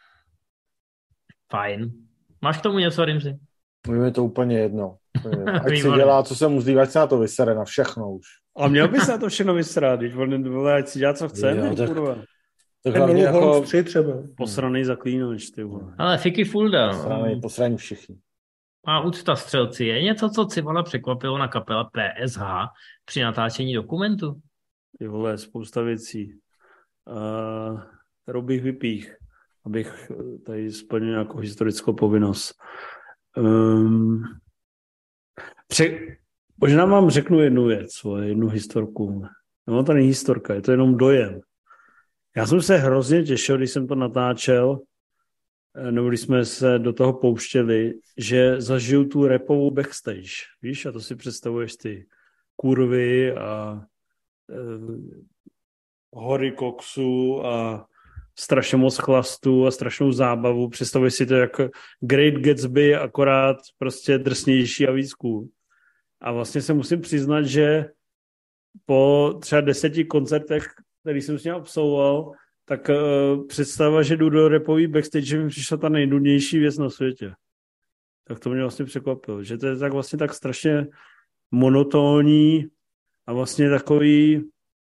Fajn. Máš k tomu něco, Rimzi? Mně je to úplně jedno. Ať si dělá, co se mu zdí, ať se na to vysere, na všechno už. A měl by se na to všechno vysrat, když on, ať si dělá, co chce. Jo, tak... Tak hlavně jako třeba. Posraný Zaklínač, ty vole. Ale Fiky Fulda. Posraný, posraný všichni. A úcta střelci je něco, co Cibala překvapilo na kapele P S H při natáčení dokumentu? Ty vole, spousta věcí. Uh, kterou bych vypích, abych tady splnil nějakou historickou povinnost. Um, pře- Možná vám řeknu jednu věc, jednu historku. No, to není historka, je to jenom dojem. Já jsem se hrozně těšil, když jsem to natáčel, nebo když jsme se do toho pouštěli, že zažiju tu rapovou backstage. Víš, a to si představuješ ty kurvy a e, hory koksu a strašně moc chlastu a strašnou zábavu. Představuješ si to jako Great Gatsby, akorát prostě drsnější a víc cool. A vlastně se musím přiznat, že po třeba deseti koncertech, který jsem s ním absolvoval, tak uh, představa, že jdu do rapový backstage, mi přišla ta nejdůležitější věc na světě. Tak to mě vlastně překvapilo, že to je tak vlastně tak strašně monotónní a vlastně takový,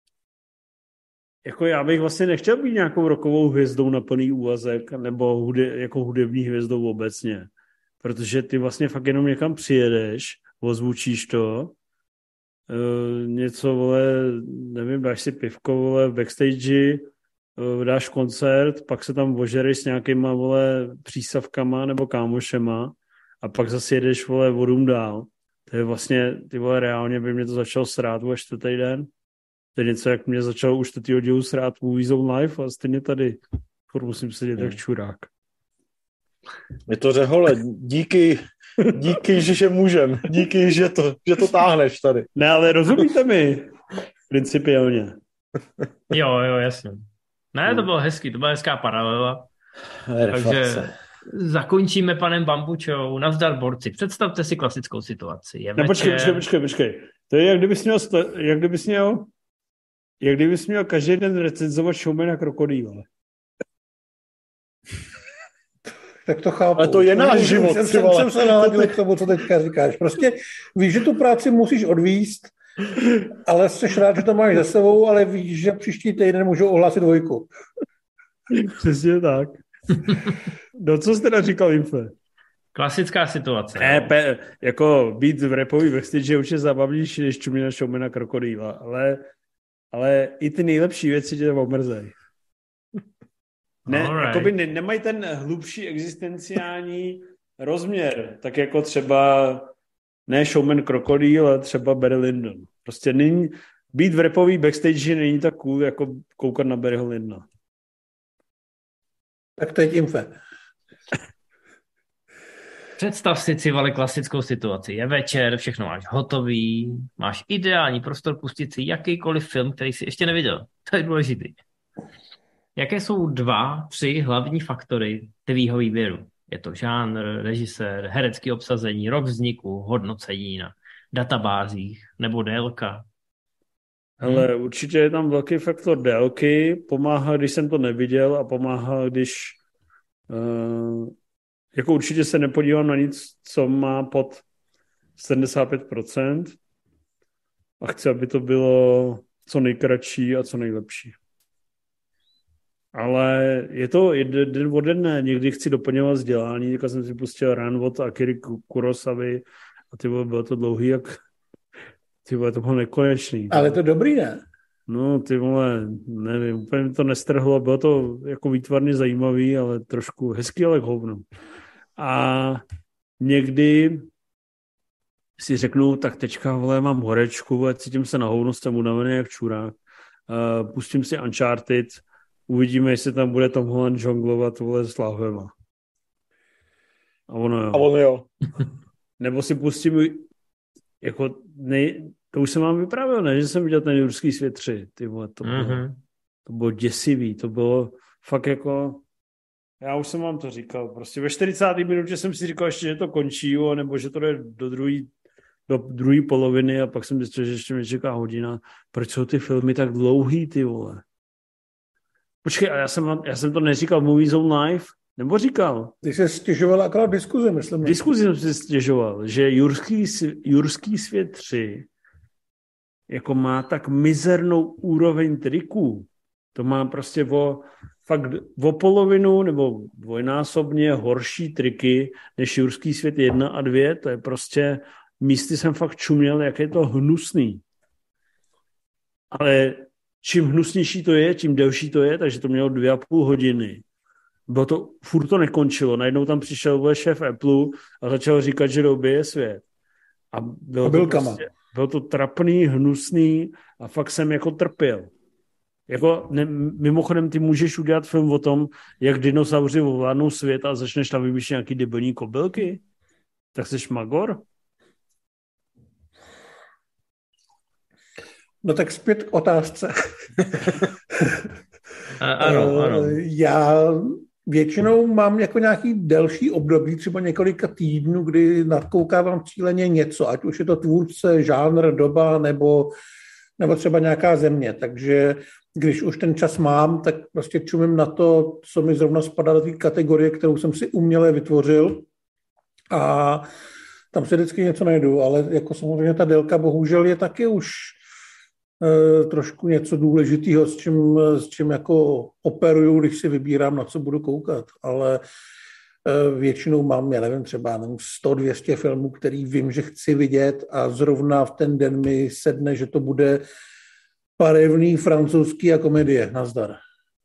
jako já bych vlastně nechtěl být nějakou rockovou hvězdou na plný úvazek nebo hude, jako hudební hvězdou obecně, protože ty vlastně fakt jenom někam přijedeš, ozvučíš to, Uh, něco, vole, nevím, dáš si pivko, vole, v backstage, uh, dáš koncert, pak se tam ožereš s nějakýma, vole, přísavkama nebo kámošema a pak zase jedeš, vole, vodům dál. To je vlastně, ty vole, reálně by mě to začalo srát už čtvrtý den. To je něco, jak mě začalo už čtvrtýho dílu srát Movie Zone Live a stejně tady. Furt musím sedět hmm. jak čurák. Je to řehole, díky, díky, že, že můžem, díky, že to, že to táhneš tady. Ne, ale rozumíte mi principiálně. Jo, jo, jasně. Ne, to bylo hezký, to byla hezká paralela. Takže zakončíme panem Bambučou. Nazdar, borci. Představte si klasickou situaci. Je no, počkej, počkej, počkej, počkej. To je, jak kdybys měl, jak kdybys měl, jak kdybys měl každý den recenzovat Showmana Krokodýla. Tak to chápu. Ale to je náš no, život. Jsem, jsem, jsem se naladil k tomu, co teďka říkáš. Prostě víš, že tu práci musíš odvíst, ale jsi rád, že to máš za sebou, ale víš, že příští týden můžou ohlásit dvojku. Přesně tak. No co jsi teda říkal, Infe? Klasická situace. Ne, pe, jako být v rapový backstage je určitě zabavnější, než čumí na Showmana Krokodýla, ale, ale i ty nejlepší věci tě omrzejí. Ne, jakoby ne, nemají ten hlubší existenciální rozměr, tak jako třeba ne Showman Krokodýl, ale třeba Barry Lyndon. Prostě není, být v rapový backstage není tak cool, jako koukat na Barryho Lyndona. Tak teď Infe. Představ si, Civale, klasickou situaci. Je večer, všechno máš hotový, máš ideální prostor pustit si jakýkoliv film, který jsi ještě neviděl. To je důležitý. Jaké jsou dva, tři hlavní faktory tvýho výběru? Je to žánr, režisér, herecký obsazení, rok vzniku, hodnocení na databázích nebo délka? Ale hmm. určitě je tam velký faktor délky, pomáhá, když jsem to neviděl a pomáhá, když uh, jako určitě se nepodívám na nic, co má pod sedmdesát pět procent a chci, aby to bylo co nejkratší a co nejlepší. Ale je to jeden od den, někdy chci doplňovat vzdělání, teďka jsem si pustil Run od Akira Kurosavy a ty vole, bylo to dlouhý, jak ty vole, to bylo nekonečný. Ale to dobrý, ne? No, ty vole, nevím, úplně mi to nestrhlo, bylo to jako výtvarně zajímavý, ale trošku hezký, ale k hovnu. A někdy si řeknu, tak teďka, vole, mám horečku, cítím se na hovnu, jsem unavený jak čurák, uh, pustím si Uncharted, uvidíme, jestli tam bude Tom Holland žonglovat vole s láhvema. A ono jo. A ono jo. Nebo si pustím, jako, nej, to už jsem vám vyprávěl, ne, že jsem viděl ten Jurský svět tři, ty vole, to bylo, mm-hmm. to bylo děsivý, to bylo fakt jako, já už jsem vám to říkal, prostě ve čtyřicáté minutě jsem si říkal ještě, že to končí, nebo že to jde do druhé do druhé poloviny a pak jsem zjistil, že ještě mě čeká hodina. Proč jsou ty filmy tak dlouhý, ty vole? Počkej, a já jsem, já jsem to neříkal v Movie Zone Live? Nebo říkal? Ty jsi stěžoval akorát v diskuzi, myslím. V diskuzi jsem si stěžoval, že Jurský, Jurský svět tři jako má tak mizernou úroveň triků. To má prostě o, fakt o polovinu nebo dvojnásobně horší triky než Jurský svět jedna a dvě. To je prostě, místy jsem fakt čuměl, jak je to hnusný. Ale čím hnusnější to je, tím delší to je, takže to mělo dvě a půl hodiny. Bylo to, furt to nekončilo. Najednou tam přišel šéf Apple a začal říkat, že dobije svět. A bylo, a to, prostě, bylo to trapný, hnusný a fakt jsem jako trpěl. Jako, ne, mimochodem, ty můžeš udělat film o tom, jak dinosauři ovládnou svět a začneš tam vymýšlet nějaký debilní kobylky? Tak jsi magor? No tak zpět k otázce. A, ano, ano. Já většinou mám jako nějaký delší období, třeba několika týdnů, kdy nadkoukávám cíleně něco, ať už je to tvůrce, žánr, doba, nebo, nebo třeba nějaká země. Takže když už ten čas mám, tak prostě čumím na to, co mi zrovna spadá do té kategorie, kterou jsem si uměle vytvořil. A tam si vždycky něco najdu, ale jako samozřejmě ta délka bohužel je taky už trošku něco důležitého, s čím, s čím jako operuju, když si vybírám, na co budu koukat. Ale většinou mám, já nevím, třeba sto dvě stě filmů, který vím, že chci vidět a zrovna v ten den mi sedne, že to bude barevný francouzský a komedie. Nazdar.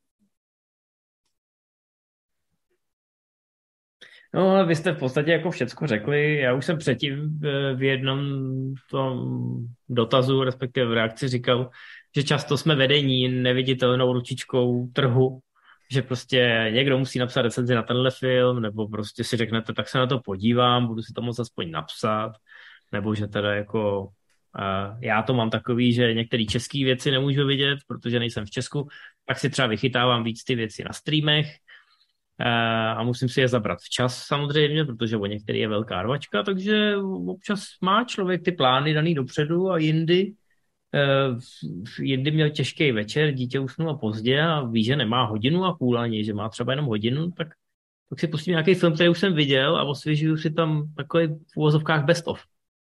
No, ale vy jste v podstatě jako všecko řekli. Já už jsem předtím v jednom tom dotazu, respektive v reakci říkal, že často jsme vedení neviditelnou ručičkou trhu že prostě někdo musí napsat recenzi na tenhle film, nebo prostě si řeknete, tak se na to podívám, budu si to moc aspoň napsat, nebo že teda jako uh, já to mám takový, že některé české věci nemůžu vidět, protože nejsem v Česku, tak si třeba vychytávám víc ty věci na streamech uh, a musím si je zabrat včas samozřejmě, protože o některý je velká rvačka, takže občas má člověk ty plány daný dopředu a jindy Uh, jindy měl těžký večer, dítě usnulo pozdě a ví, že nemá hodinu a půl ani, že má třeba jenom hodinu, tak, tak si pustím nějaký film, který už jsem viděl a osvěžuju si tam takový v uvozovkách best of.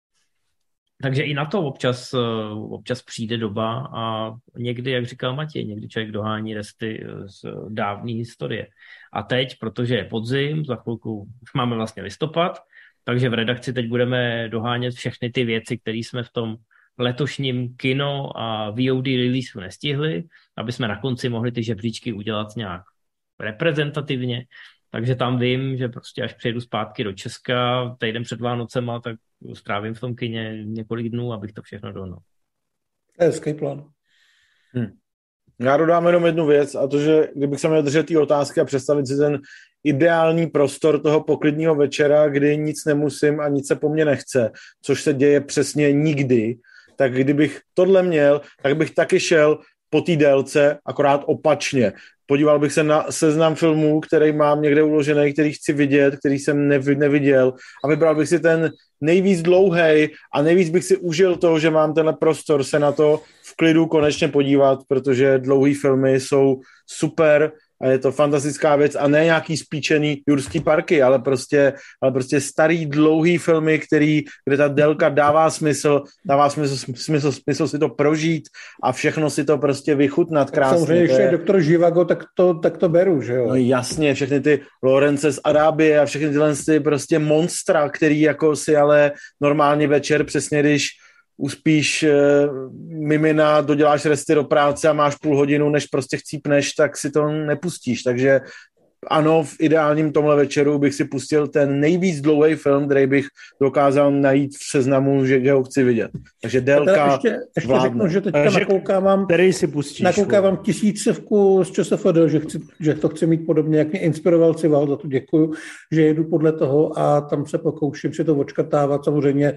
Takže i na to občas, uh, občas přijde doba a někdy, jak říkal Matěj, někdy člověk dohání resty z dávné historie. A teď, protože je podzim, za chvilku už máme vlastně listopad, takže v redakci teď budeme dohánět všechny ty věci, které jsme v tom letošním kino a V O D releaseu nestihli, aby jsme na konci mohli ty žebříčky udělat nějak reprezentativně. Takže tam vím, že prostě až přijedu zpátky do Česka týden před Vánocema, tak strávím v tom kině několik dnů, abych to všechno dohnal. To je hezký plán. Hm. Já dodám jenom jednu věc, a to, že kdybych se měl držet té otázky a představit si ten ideální prostor toho poklidního večera, kdy nic nemusím a nic se po mně nechce, což se děje přesně nikdy, tak kdybych tohle měl, tak bych taky šel po té délce, akorát opačně. Podíval bych se na seznam filmů, který mám někde uložený, který chci vidět, který jsem neviděl a vybral bych si ten nejvíc dlouhej a nejvíc bych si užil to, že mám tenhle prostor se na to v klidu konečně podívat, protože dlouhý filmy jsou super a je to fantastická věc a ne nějaký spíčený jurský parky, ale prostě, ale prostě starý, dlouhý filmy, který, kde ta délka dává smysl, dává smysl, smysl, smysl si to prožít a všechno si to prostě vychutnat krásně. Samozřejmě, když je doktor Živago, tak to, tak to beru, že jo? No jasně, všechny ty Lorence z Arábie a všechny tyhle ty prostě monstra, který jako si ale normálně večer, přesně když uspíš e, mimina, doděláš resty do práce a máš půl hodinu, než prostě chcípneš, tak si to nepustíš. Takže ano, v ideálním tomhle večeru bych si pustil ten nejvíc dlouhý film, který bych dokázal najít v seznamu, že ho chci vidět. Takže délka ještě, ještě řeknu, že teďka že, nakoukávám, který si pustíš, nakoukávám tisícovku z ČSFD, že, chci, že to chci mít podobně, jak mě inspiroval Cival, za to děkuju, že jedu podle toho a tam se pokouším si to odškrtávat. Samozřejmě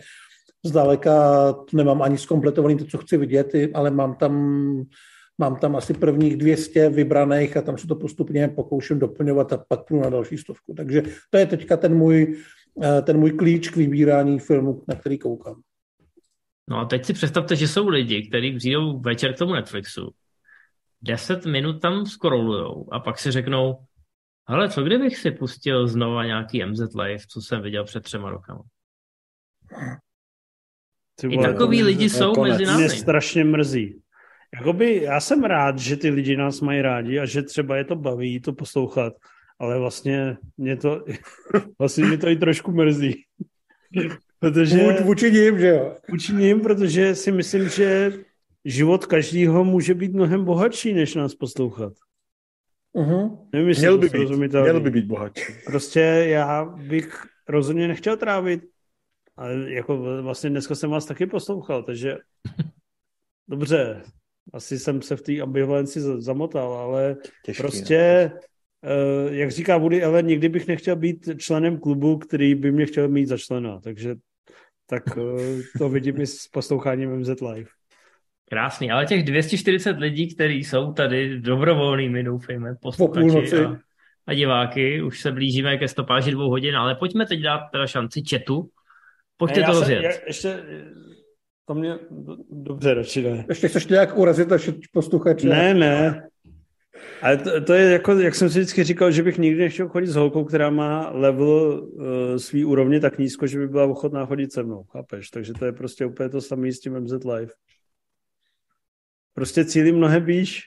zdaleka nemám ani zkompletovaný to, co chci vidět, ale mám tam, mám tam asi prvních dvě stě vybraných a tam se to postupně pokouším doplňovat a pak půjdu na další stovku. Takže to je teďka ten můj, ten můj klíč k vybírání filmu, na který koukám. No a teď si představte, že jsou lidi, kteří přijdou večer k tomu Netflixu, deset minut tam scrollujou a pak si řeknou, hele, co kdybych si pustil znova nějaký M Z Live, co jsem viděl před třema rokama. I takový lidi jsou konec. Mezi námi. Mě strašně mrzí. Jakoby já jsem rád, že ty lidi nás mají rádi a že třeba je to baví to poslouchat, ale vlastně mě to, vlastně mě to i trošku mrzí. Protože, vůči ním, že jo? Vůči ním, protože si myslím, že život každýho může být mnohem bohatší, než nás poslouchat. Uh-huh. Nevím, měl, by být, měl by být bohatší. Prostě já bych rozhodně nechtěl trávit. A jako vlastně dneska jsem vás taky poslouchal, takže dobře, asi jsem se v té ambivalenci zamotal, ale Těžký, prostě, uh, jak říká Woody Allen, nikdy bych nechtěl být členem klubu, který by mě chtěl mít za člena, takže tak uh, to vidím i s posloucháním M Z Live. Krásný, ale těch dvě stě čtyřicet lidí, kteří jsou tady dobrovolnými, doufejme, posluchači a, a diváky, už se blížíme ke stopáži dvou hodin, ale pojďme teď dát teda šanci chatu. Pojďte ne, to rozjet. Se, ještě, to mě, dobře, radši ne. Ještě chceš nějak urazit naše posluchače? Ne, ne. Ale to, to je jako, jak jsem si vždycky říkal, že bych nikdy nechtěl chodit s holkou, která má level uh, svý úrovně tak nízko, že by byla ochotná chodit se mnou, chápeš? Takže to je prostě úplně to samé s tím M Z Live. Prostě cílí mnohem výš.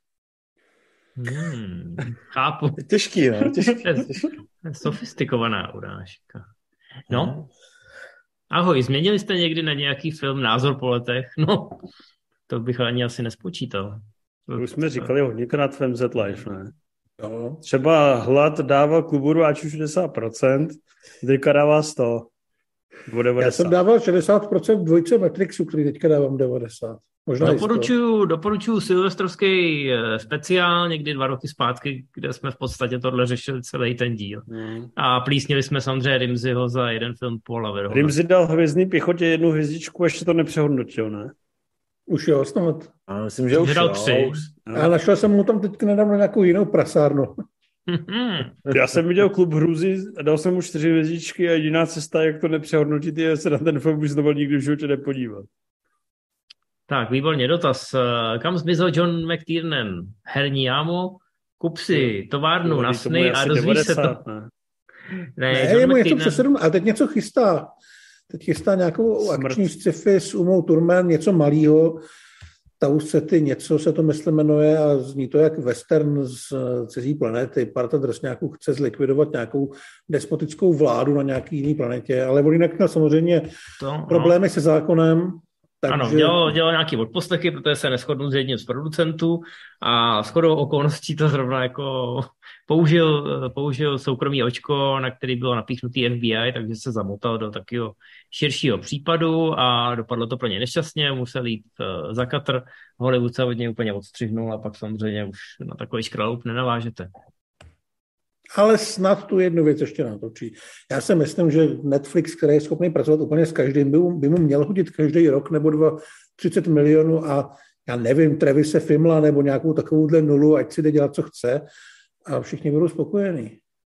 Hmm, chápu. Těžký, no. Těžký. Sofistikovaná urážka. No. Ahoj, změnili jste někdy na nějaký film názor po letech? No, to bych ani asi nespočítal. To už jsme říkali hodněkrát v M Z Live, ne? Jo. Třeba Hlad dával klubu ať už šedesát procent, teďka dává sto. Já jsem dával šedesát procent dvojce Matrixu, který teďka dávám devadesát. Možná doporučuju, doporučuju silvestrovský speciál někdy dva roky zpátky, kde jsme v podstatě tohle řešili celý ten díl. Hmm. A plísnili jsme samozřejmě Rimziho za jeden film Paula Verhoeva. Rimzi dal Hvězdný pěchotě jednu hvězdičku, ještě to nepřehodnotil, ne? Už jo, snad. A myslím, že už dal tři. A našel jsem mu tam teďka nedávno nějakou jinou prasárnu. Já jsem viděl Klub hrůzy a dal jsem mu čtyři hvězdičky a jediná cesta, jak to nepřehodnotit, je se na ten film už znovu nikdy v životě nepodívat. Tak, výborně, dotaz. Kam zmizel John McTiernan? Herní jámu? Kup si továrnu no, na sny a dozvíš se to. Ne, ne, ne je mu něco přes sedm, ale teď něco chystá. Teď chystá nějakou Smrt. akční sci-fi s Umou Thurman, něco malýho. Tau Ceti, něco se to myslím jmenuje a zní to jak western z cizí planety. Parta drsňáků chce zlikvidovat nějakou despotickou vládu na nějaký jiný planetě, ale on jinak měl samozřejmě to, problémy no. se zákonem. Takže... Ano, dělal, dělal nějaký odposlechy, protože se neshodnul s jedním z producentů a shodou okolností to zrovna jako použil, použil soukromý očko, na který bylo napíchnutý F B I, takže se zamotal do takového širšího případu a dopadlo to pro ně nešťastně, musel jít uh, za Katr, Hollywood se od něj úplně odstřihnul a pak samozřejmě už na takový škraloup nenavážete. Ale snad tu jednu věc ještě natočí. Já si myslím, že Netflix, který je schopný pracovat úplně s každým, by mu, by mu měl hodit každý rok nebo dva třicet milionů a já nevím, Travise Fimla nebo nějakou takovouhle nulu, ať si jde dělat, co chce a všichni budou spokojení.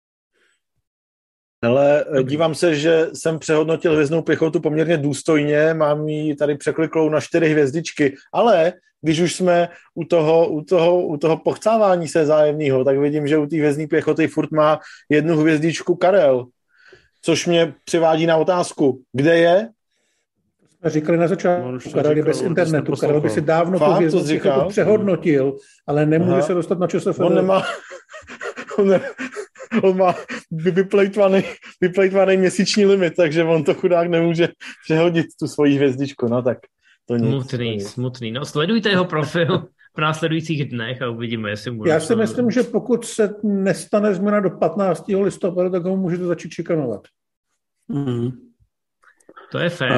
Ale dívám se, že jsem přehodnotil Hvězdnou pěchotu poměrně důstojně, mám ji tady překliklou na čtyři hvězdičky, ale když už jsme u toho, u toho, u toho pochcávání se zájemného, tak vidím, že u té Hvězdné pěchoty furt má jednu hvězdičku Karel, což mě přivádí na otázku, kde je? Jsme říkali na začátku, Karel je bez internetu, Karel by si dávno tu Hvězdnou pěchotu přehodnotil, ale nemůže Aha. se dostat na ČSFD. On nemá... On ne... On má vyplejtvaný, vyplejtvaný měsíční limit, takže on to chudák nemůže přehodit tu svoji hvězdičku, no tak to nic. Smutný, smutný. No sledujte jeho profil v následujících dnech a uvidíme, jestli může. Já si myslím, že pokud se nestane změna do patnáctého listopadu, tak ho můžete začít šikanovat. Mm. To je fér.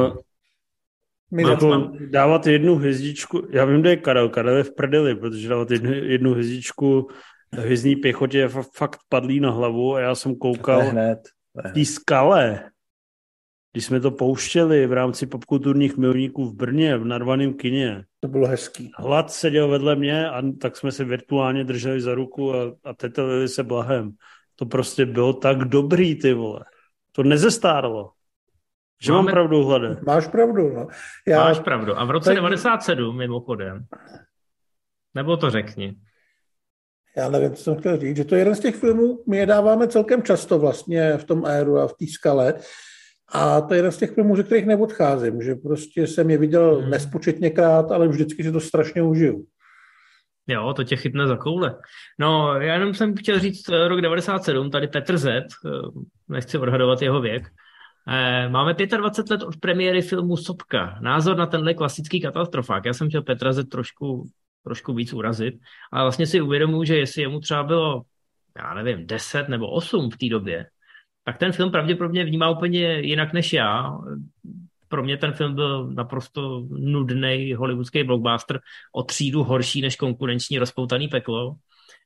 Uh, jako dávat jednu hvězdičku, já vím, kde je Karel, Karel je v prdeli, protože dávat jednu, jednu hvězdičku Hvězdný pěchotě je fakt padlý na hlavu a já jsem koukal v té Skale, když jsme to pouštěli v rámci popkulturních milníků v Brně, v narvaném kině. To bylo hezký. Hlad seděl vedle mě a tak jsme se virtuálně drželi za ruku a, a tetelili se blahem. To prostě bylo tak dobrý, ty vole. To nezestárlo. Že Máme... mám pravdu, Hlade. Máš pravdu, no. Já... Máš pravdu. A v roce tak... devadesát sedm, mimochodem, nebo to řekni. Já nevím, co jsem chtěl říct, že to je jeden z těch filmů, my je dáváme celkem často vlastně v tom Aeru a v té Skale a to je jeden z těch filmů, ze kterých neodcházím, že prostě jsem je viděl hmm. nespočetněkrát, ale vždycky si to strašně užiju. Jo, to tě chytne za koule. No, já jenom jsem chtěl říct rok devadesát sedm, tady Petr Z, nechci odhadovat jeho věk, máme dvacet pět let od premiéry filmu Sopka. Názor na tenhle klasický katastrofák. Já jsem chtěl Petra Z trošku trošku víc urazit, ale vlastně si uvědomuji, že jestli jemu třeba bylo, já nevím, deset nebo osm v té době, tak ten film pravděpodobně vnímá úplně jinak než já. Pro mě ten film byl naprosto nudný hollywoodský blockbuster, o třídu horší než konkurenční Rozpoutaný peklo,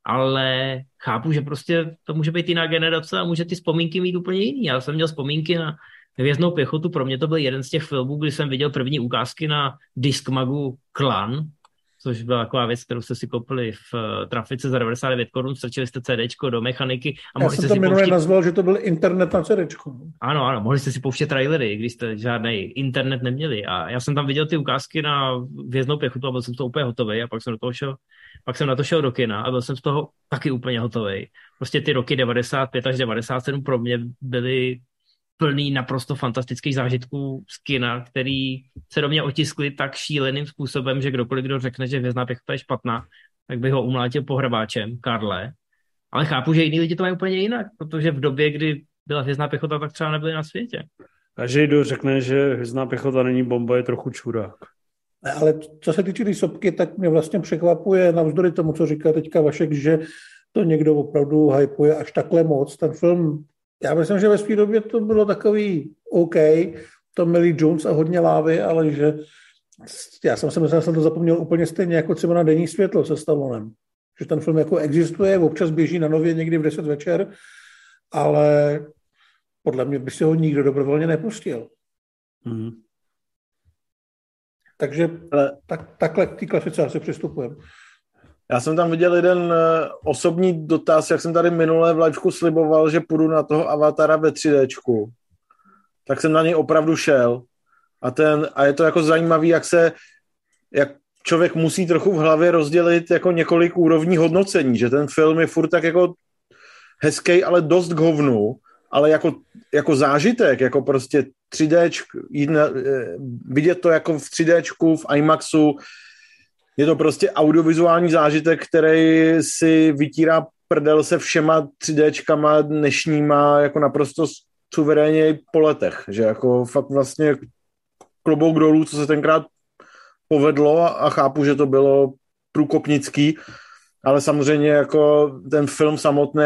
ale chápu, že prostě to může být jiná generace a může ty vzpomínky mít úplně jiný. Já jsem měl vzpomínky na Hvězdnou pěchotu, pro mě to byl jeden z těch filmů, kdy jsem viděl první ukázky na Discmagu Klan, což byla taková věc, kterou jste si koupili v uh, trafice za devadesát devět korun, strčili jste CDčko do mechaniky a Já mohli jste si si pouštět... pouštět... nazval, že to byl internet na CDčko. Ano, ano, mohli jste si pouštět trailery, když jste žádný internet neměli a já jsem tam viděl ty ukázky na Hvězdnou pěchotu a byl jsem z toho úplně hotový a pak jsem do toho šel, pak jsem na to šel do kina a byl jsem z toho taky úplně hotový. Prostě ty roky devadesát pět až devadesát sedm pro mě byly plný naprosto fantastických zážitků z kina, který se do mě otiskly tak šíleným způsobem, že kdokoliv, kdo řekne, že Hvězdná pěchota je špatná, tak bych ho umlátil pohřebáčem, Karle. Ale chápu, že jiní lidi to mají úplně jinak, protože v době, kdy byla Hvězdná pěchota, tak třeba nebyli na světě. Každý, kdo řekne, že Hvězdná pěchota není bomba, je trochu čurák. Ale co se týče té Sopky, tak mě vlastně překvapuje, navzdory tomu, co říká teďka Vašek, že to někdo opravdu hypuje až takhle moc. Ten film Já myslím, že ve své době to bylo takový OK, to Millie Jones a hodně lávy, ale že já jsem si myslel, že jsem to zapomněl úplně stejně jako třeba na Denní světlo se Stallonem. Že ten film jako existuje, občas běží na Nově někdy v deset večer, ale podle mě by si ho nikdo dobrovolně nepustil. Mm. Takže ale... tak, takhle k té klasice asi přistupujeme. Já jsem tam viděl jeden osobní dotaz, jak jsem tady minule v liveku sliboval, že půjdu na toho Avatara ve tři déčku. Tak jsem na něj opravdu šel. A, ten, a je to jako zajímavý, jak se jak člověk musí trochu v hlavě rozdělit jako několik úrovní hodnocení, že ten film je furt tak jako hezký, ale dost k hovnu, ale jako, jako zážitek, jako prostě tři déčko, vidět to jako v tři déčku, v IMAXu, je to prostě audiovizuální zážitek, který si vytírá prdel se všema tři déčkama dnešníma jako naprosto suverénně po letech, že jako fakt vlastně klobouk dolů, co se tenkrát povedlo a chápu, že to bylo průkopnický, ale samozřejmě jako ten film samotný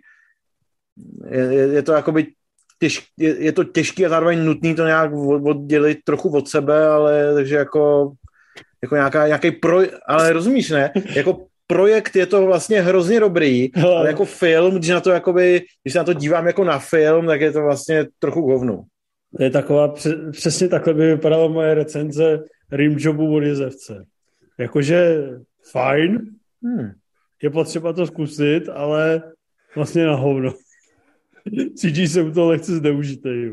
je, je, je to jakoby těž, je, je to těžký a zároveň nutný to nějak oddělit trochu od sebe, ale takže jako jako nějaká, nějaký projekt, ale rozumíš, ne? Jako projekt je to vlastně hrozně dobrý, hele, ale jako film, když na to jakoby, když se na to dívám jako na film, tak je to vlastně trochu hovnu. To je taková, přesně takhle by vypadala moje recenze Rimjobu od Jezevce. Jakože fajn, hmm. je potřeba to zkusit, ale vlastně na hovno. Cítí se mu to lehce zneužitej.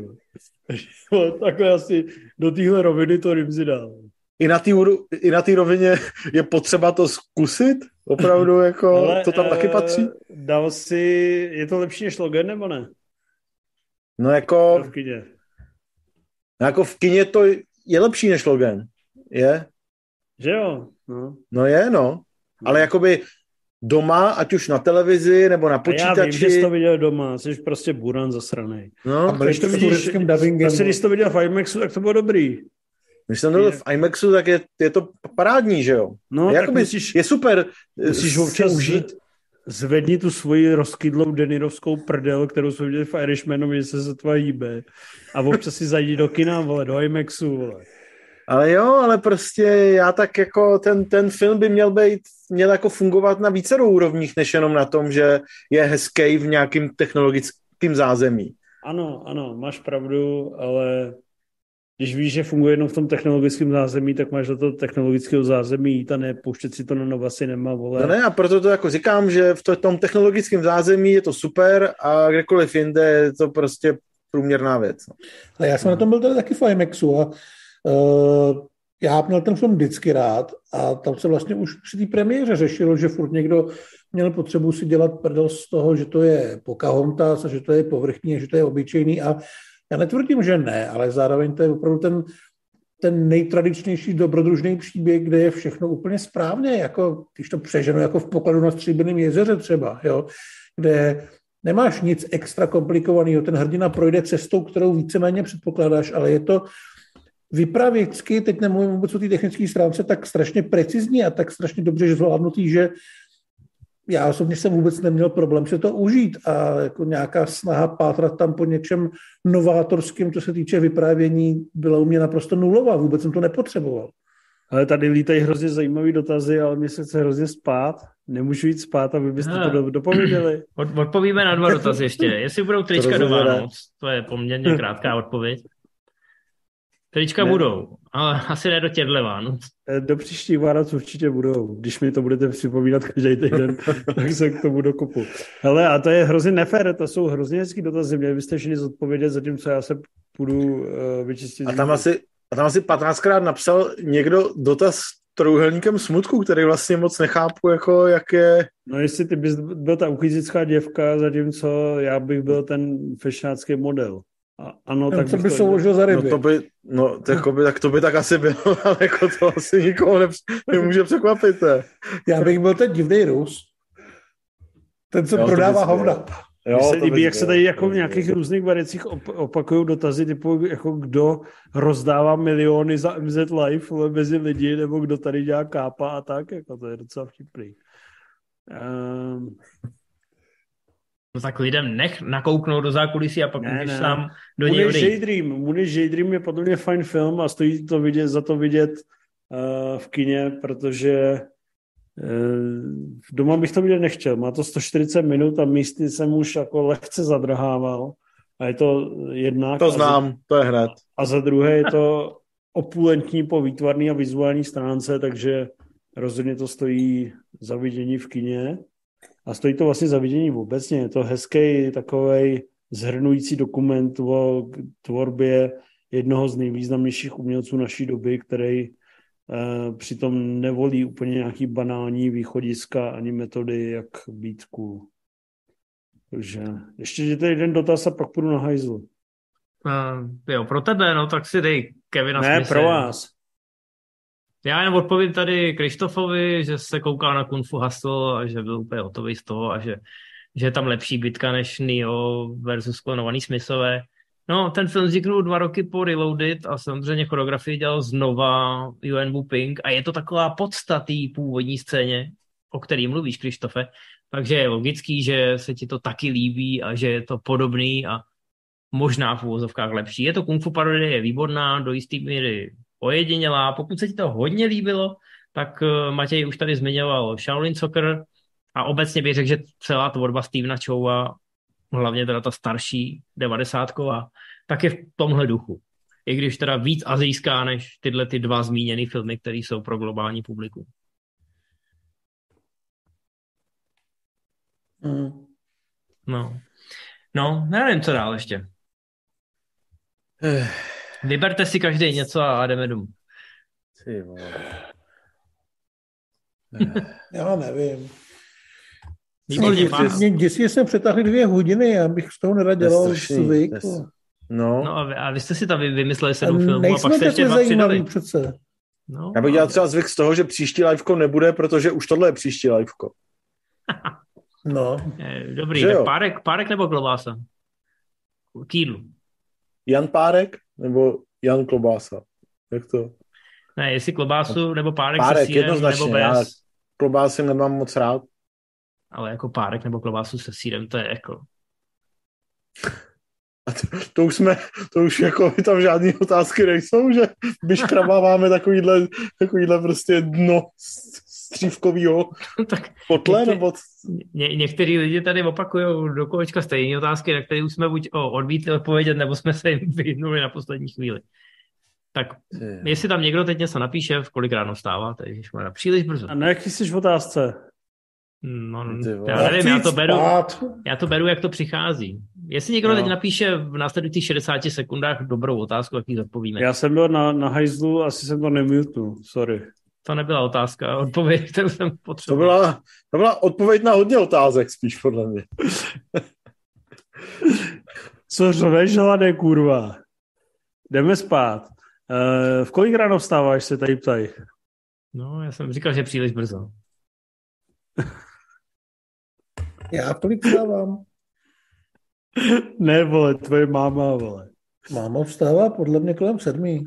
Takhle asi do téhle roviny to Rimzi dal. I na té i na té rovině je potřeba to zkusit? Opravdu, jako, ale, to tam uh, taky patří? Dal si, je to lepší než Logan, nebo ne? No jako... V kině. No jako v kině to je lepší než Logan. Je? Že jo? No, no je, no. Ale jakoby doma, ať už na televizi, nebo na počítači... A já vím, že jsi to viděl doma, jsi prostě buran zasranej. No, a když to vidíš, prostě, když to viděl v IMAXu, tak to bylo dobrý. Když jsem to byl v IMAXu, tak je, je to parádní, že jo? No, jakoby, musíš, je super. Musíš občas užít. Zvedni tu svoji rozkydlou denirovskou prdel, kterou jsme viděli v Irishmanu, že se sotva hýbe. A občas si zajdi do kina, vole, do IMAXu, vole. Ale jo, ale prostě já tak jako ten, ten film by měl být, měl jako fungovat na více úrovních, než jenom na tom, že je hezký v nějakým technologickým zázemí. Ano, ano, máš pravdu, ale když víš, že funguje jenom v tom technologickém zázemí, tak máš do toho technologického zázemí jít a ne pouštět si to na Nova Cinema, vole. No ne, a proto to jako říkám, že v tom technologickém zázemí je to super a kdekoliv jinde je to prostě průměrná věc. Ale já jsem na tom byl tady taky v IMAXu a uh, já měl ten film vždycky rád a tam se vlastně už při té premiéře řešilo, že furt někdo měl potřebu si dělat prdel z toho, že to je Pocahontas a že to je povrchní, že to je obyčejný a já netvrdím, že ne, ale zároveň to je opravdu ten, ten nejtradičnější dobrodružný příběh, kde je všechno úplně správně, jako když to přeženu, jako v Pokladu na Stříbrném jezeře třeba, jo, kde nemáš nic extra komplikovaného, ten hrdina projde cestou, kterou víceméně předpokládáš, ale je to vypravěcky, teď nemluvím vůbec o té technické stránce, tak strašně precizní a tak strašně dobře zvládnutý, že já osobně jsem vůbec neměl problém se to užít a jako nějaká snaha pátrat tam po něčem novátorským, co se týče vyprávění, byla u mě naprosto nulová, vůbec jsem to nepotřeboval. Ale tady lítají hrozně zajímavý dotazy, ale mě se chce hrozně spát. Nemůžu jít spát, aby byste ha. to dopověděli. Od, odpovíme na dva dotazy ještě. Jestli budou trička do Vánoc, to je poměrně krátká odpověď. Trička ne. budou, ale asi ne do těchto Vánoc. Do příštích Vánoc určitě budou. Když mi to budete připomínat každý týden, tak se k tomu dokopu. Hele, a to je hrozně nefér, to jsou hrozně hezký dotazy. Měli byste všichni zodpovědět, zatímco já se půjdu uh, vyčistit. A tam asi, a tam asi patnáctkrát napsal někdo dotaz trojúhelníkem smutku, který vlastně moc nechápu, jako jak je... No jestli ty bys byl ta uchyzická děvka, zatímco já bych byl ten fešnácký model. A ano, tak co by se uložil za ryby. No to by, no, to by, tak to by tak asi bylo, ale jako to asi nikoho ne, nemůže překvapit. Ne? Já bych byl ten divný Rus. Ten, co jo, prodává hovna. Mně se líbí, jak se tady jako v nějakých různých variacích op- opakují dotazy, typu jako kdo rozdává miliony za M Z Live mezi lidi, nebo kdo tady dělá kápa a tak, jako to je docela vtipný. Um... No tak lidem nech nakouknout do zákulisí a pak ne, můžeš ne. sám do něj odejít. Daydream. Moonage Daydream je podle mě fajn film a stojí to vidět, za to vidět uh, v kině, protože uh, doma bych to vidět nechtěl. Má to sto čtyřicet minut a místy jsem už jako lehce zadrhával. A je to jednak... To znám, za, to je hned. A za druhé je to opulentní po výtvarné a vizuální stránce, takže rozhodně to stojí za vidění v kině. A stojí to vlastně za vidění obecně. Je to hezký takovej zhrnující dokument o tvorbě jednoho z nejvýznamnějších umělců naší doby, který eh, přitom nevolí úplně nějaký banální východiska ani metody, jak být cool. Takže ještě je tady jeden dotaz a pak půjdu na hajzlu. Uh, jo, pro tebe, no tak si dej Kevina Ne, Smithe. pro vás. Já jenom odpovím tady Krištofovi, že se koukal na Kung Fu Hustle a že byl úplně hotový z toho a že, že je tam lepší bitka než Neo versus klonovaný Smithové. No, ten film vzniknul dva roky po Reloaded a samozřejmě choreografii dělal znova Yuen Woo-ping a je to taková podstatý původní scéně, o který mluvíš, Krištofe, takže je logický, že se ti to taky líbí a že je to podobný a možná v uvozovkách lepší. Je to Kung Fu parodie, je výborná, do jistý míry ojedinělá. Pokud se ti to hodně líbilo, tak Matěj už tady zmiňoval Shaolin Soccer a obecně bych řekl, že celá tvorba Stevena Chowa, hlavně teda ta starší devadesátková, tak je v tomhle duchu. I když teda víc asijská než tyhle ty dva zmíněné filmy, které jsou pro globální publikum. Mm. No. No, nevím, co dál ještě. Vyberte si každý něco a jdeme domů. Ty vole. Já nevím. Výborně, Mě děsně jsme přetáhli dvě hodiny, já bych z toho nerad dělal zvyk. No. no a, vy, a vy jste si tam vymysleli sedm filmů a pak jste ještě dva přidali. Přece. No, já bych dělal třeba zvyk z toho, že příští liveko nebude, protože už tohle je příští liveko. No. Dobrý, tak párek, párek nebo klobása? K jídlu. Jan Párek nebo Jan Klobása? Jak to? Ne, jestli klobásu nebo párek, párek se sýrem nebo bez. Já klobásy nemám moc rád. Ale jako párek nebo klobásu se sýrem, to je jako... A to, to už jsme, to už jako tam žádný otázky nejsou, že vyškrabáváme takovýhle, takovýhle prostě dno střívkovýho tak potle, některý, nebo... Ně, některý lidi tady opakujou do kolečka stejné otázky, na které už jsme buď o, odmítli odpovědět, nebo jsme se jim vyhnuli na poslední chvíli. Tak je. Jestli tam někdo teď něco napíše, v kolik ráno vstává, takže příliš brzo. A na jaký jsi v otázce? No, já nevím, já to, beru, já to beru, jak to přichází. Jestli někdo no. teď napíše v následujících šedesáti sekundách dobrou otázku, jak ji zodpovíme. Já jsem byl na, na hajzlu, asi jsem to nemutnul, sorry. To nebyla otázka, odpověď, kterou jsem potřeboval. To byla, to byla odpověď na hodně otázek, spíš podle mě. Co řveš, hladę, kurva? Jdeme spát. Uh, v kolik ráno vstáváš, se tady ptají? No, já jsem říkal, že příliš brzo. Já tolik vstávám. Ne, vole, tvoje máma, vole. Máma vstává podle mě kolem sedmí.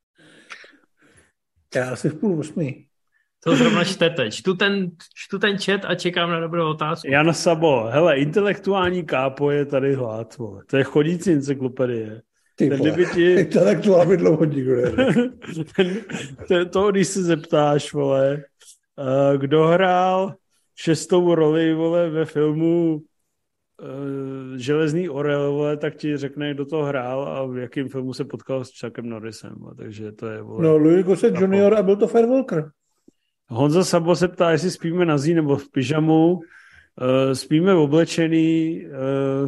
Já asi v půl osmí. To zrovna čtete. Čtu ten, čtu ten chat a čekám na dobrou otázku. Jan Sabo, hele, intelektuální kápo je tady hlad, vole. To je chodící encyklopedie. Ty vole, ti... intelektuální dlouho nikdo nevím. To, když se zeptáš, vole, uh, kdo hrál šestou roli, vole, ve filmu uh, Železný orel, vole, tak ti řekne, kdo to hrál a v jakém filmu se potkal s Chuckem Norrisem. Vole. Takže to je, vole. No, Louis Gossett junior a byl to Firewalker. Honza Sabo se ptá, jestli spíme na zí nebo v pyžamu. Uh, spíme oblečený, uh,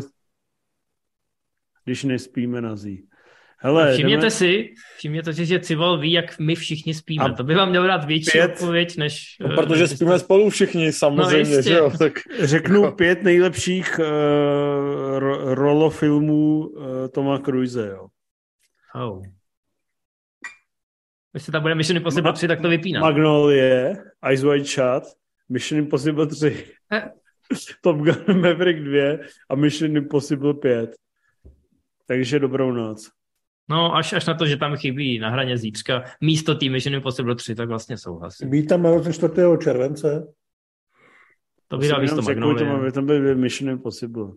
když nespíme na zí. Hele, všimněte jdeme... si, všimněte si, že Civol ví, jak my všichni spíme. A to by vám měl dát větší pět... odpověď, než... No, protože spíme spolu všichni, samozřejmě, no, že jo? Tak... Řeknu pět nejlepších uh, ro- rolofilmů uh, Toma Cruise, jo. Oh. Jestli tam bude Mission Impossible Ma- tři, tak to vypínám. Magnolie, Eyes Wide Shut, Mission Impossible tři, eh. Top Gun Maverick dva a Mission Impossible pět. Takže dobrou noc. No, až, až na to, že tam chybí na hraně zítřka místo tý Mission Impossible tři, tak vlastně souhlasím. Být tam na čtvrtého července. To by dal místo Magnolie. Tam by byl Mission Impossible.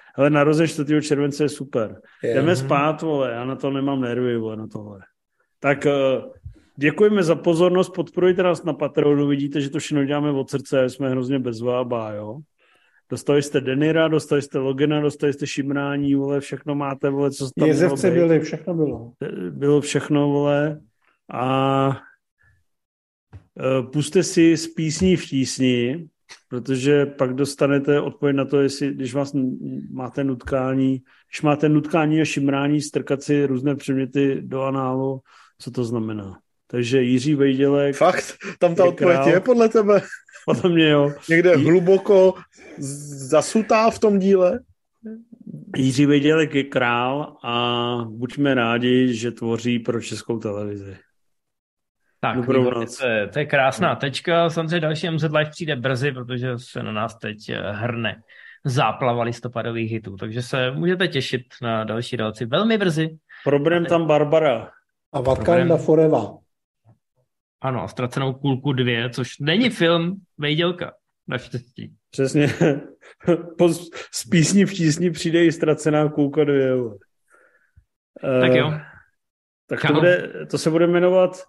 Hele, narozen čtvrtého července je super. Je. Jdeme spát, vole, já na to nemám nervy, vole, na tohle. Tak děkujeme za pozornost, podporujte nás na Patreonu, vidíte, že to všechno děláme od srdce, jsme hrozně bezvábá, jo. Dostali jste Denira, dostali jste Logena, dostali jste Šimrání, vole, všechno máte, vole, co tam Jezevce byly, všechno bylo. Bylo všechno, vole, a puste si z písní v tísni, protože pak dostanete odpověď na to, jestli, když vás máte nutkání, když máte nutkání a šimrání, strkat si různé předměty do análu, co to znamená. Takže Jiří Vejdělek... Fakt? Tam ta odpověď je podle tebe? Podle mě, jo. Někde hluboko zasutá v tom díle? Jiří Vejdělek je král a buďme rádi, že tvoří pro Českou televizi. Tak, to je, to je krásná tečka. Samozřejmě další M Z Live přijde brzy, protože se na nás teď hrne záplava listopadových hitů, takže se můžete těšit na další relaci velmi brzy. Proberem tam Barbara. A Wakanda Forever. Ano, a Ztracenou kulku dvě, což není film Vejdělka, naštěstí. Přesně. Po, z písní v tísni přijde i Ztracená kulka dvě. Tak jo. Uh, tak to, bude, to se bude jmenovat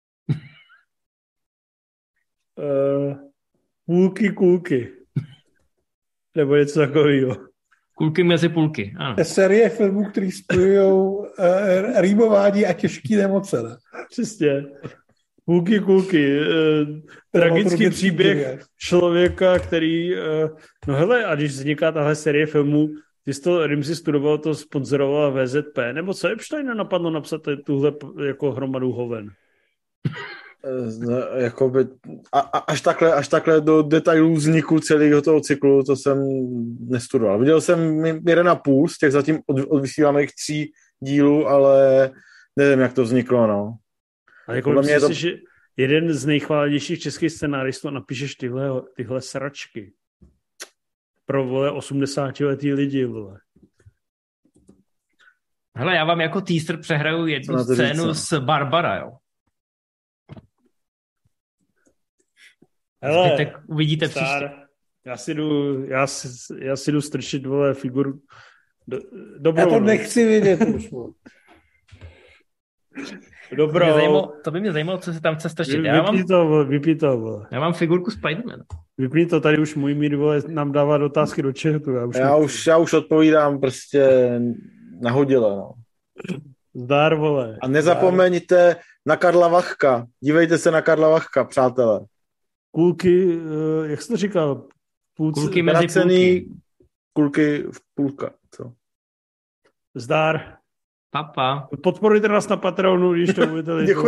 uh, Půlky kulky. Nebo něco takového. Kulky mezi půlky, ano. Série filmů, který spojují uh, rýmování a těžký nemoce. Ne? Přesně. Půlky kulky. Uh, tragický příběh člověka, který... Uh, no hele, a když vzniká tahle série filmů, ty jsi to, Rim si studoval, to sponzorovala V Z P, nebo co Epsteina napadlo napsat tuhle jako hromadu hoven? Jakoby, a, a, až, takhle, až takhle do detailů vzniku celého toho cyklu, to jsem nestudoval. Viděl jsem jeden a půl z těch zatím od, odvysílaných tří dílů, ale nevím, jak to vzniklo, no. A jako myslím to... si, že jeden z nejchválenějších českých scenáristů napíšeš tyhle, tyhle sračky pro, vole, osmdesátiletý lidi, vole. Hele, já vám jako teaser přehraju jednu scénu říct, s Barbara, jo. Hele, tak uvidíte star, příště. Já si jdu, já si, já si jdu strčit, vole, figuru do, dobrou. Já to nechci vidět už. Dobrou. To by, zajímalo, to by mě zajímalo, co se tam chce strčit. Vy, já vypni mám, to, vole, vypni to, vole. Já mám figurku Spidermana. Vypni to, tady už můj mír, vole, nám dává otázky do chatu. Já už, já už, já už odpovídám prostě nahodile, no. Zdár, vole. A nezapomeňte na Karla Vachka. Dívejte se na Karla Vachka, přátelé. Kulky, jak jsi to říkal? Půlce, kulky mezi půlky. Kulky v půlka. Co? Zdár. Papa. Podporujte nás na Patreonu, když to budete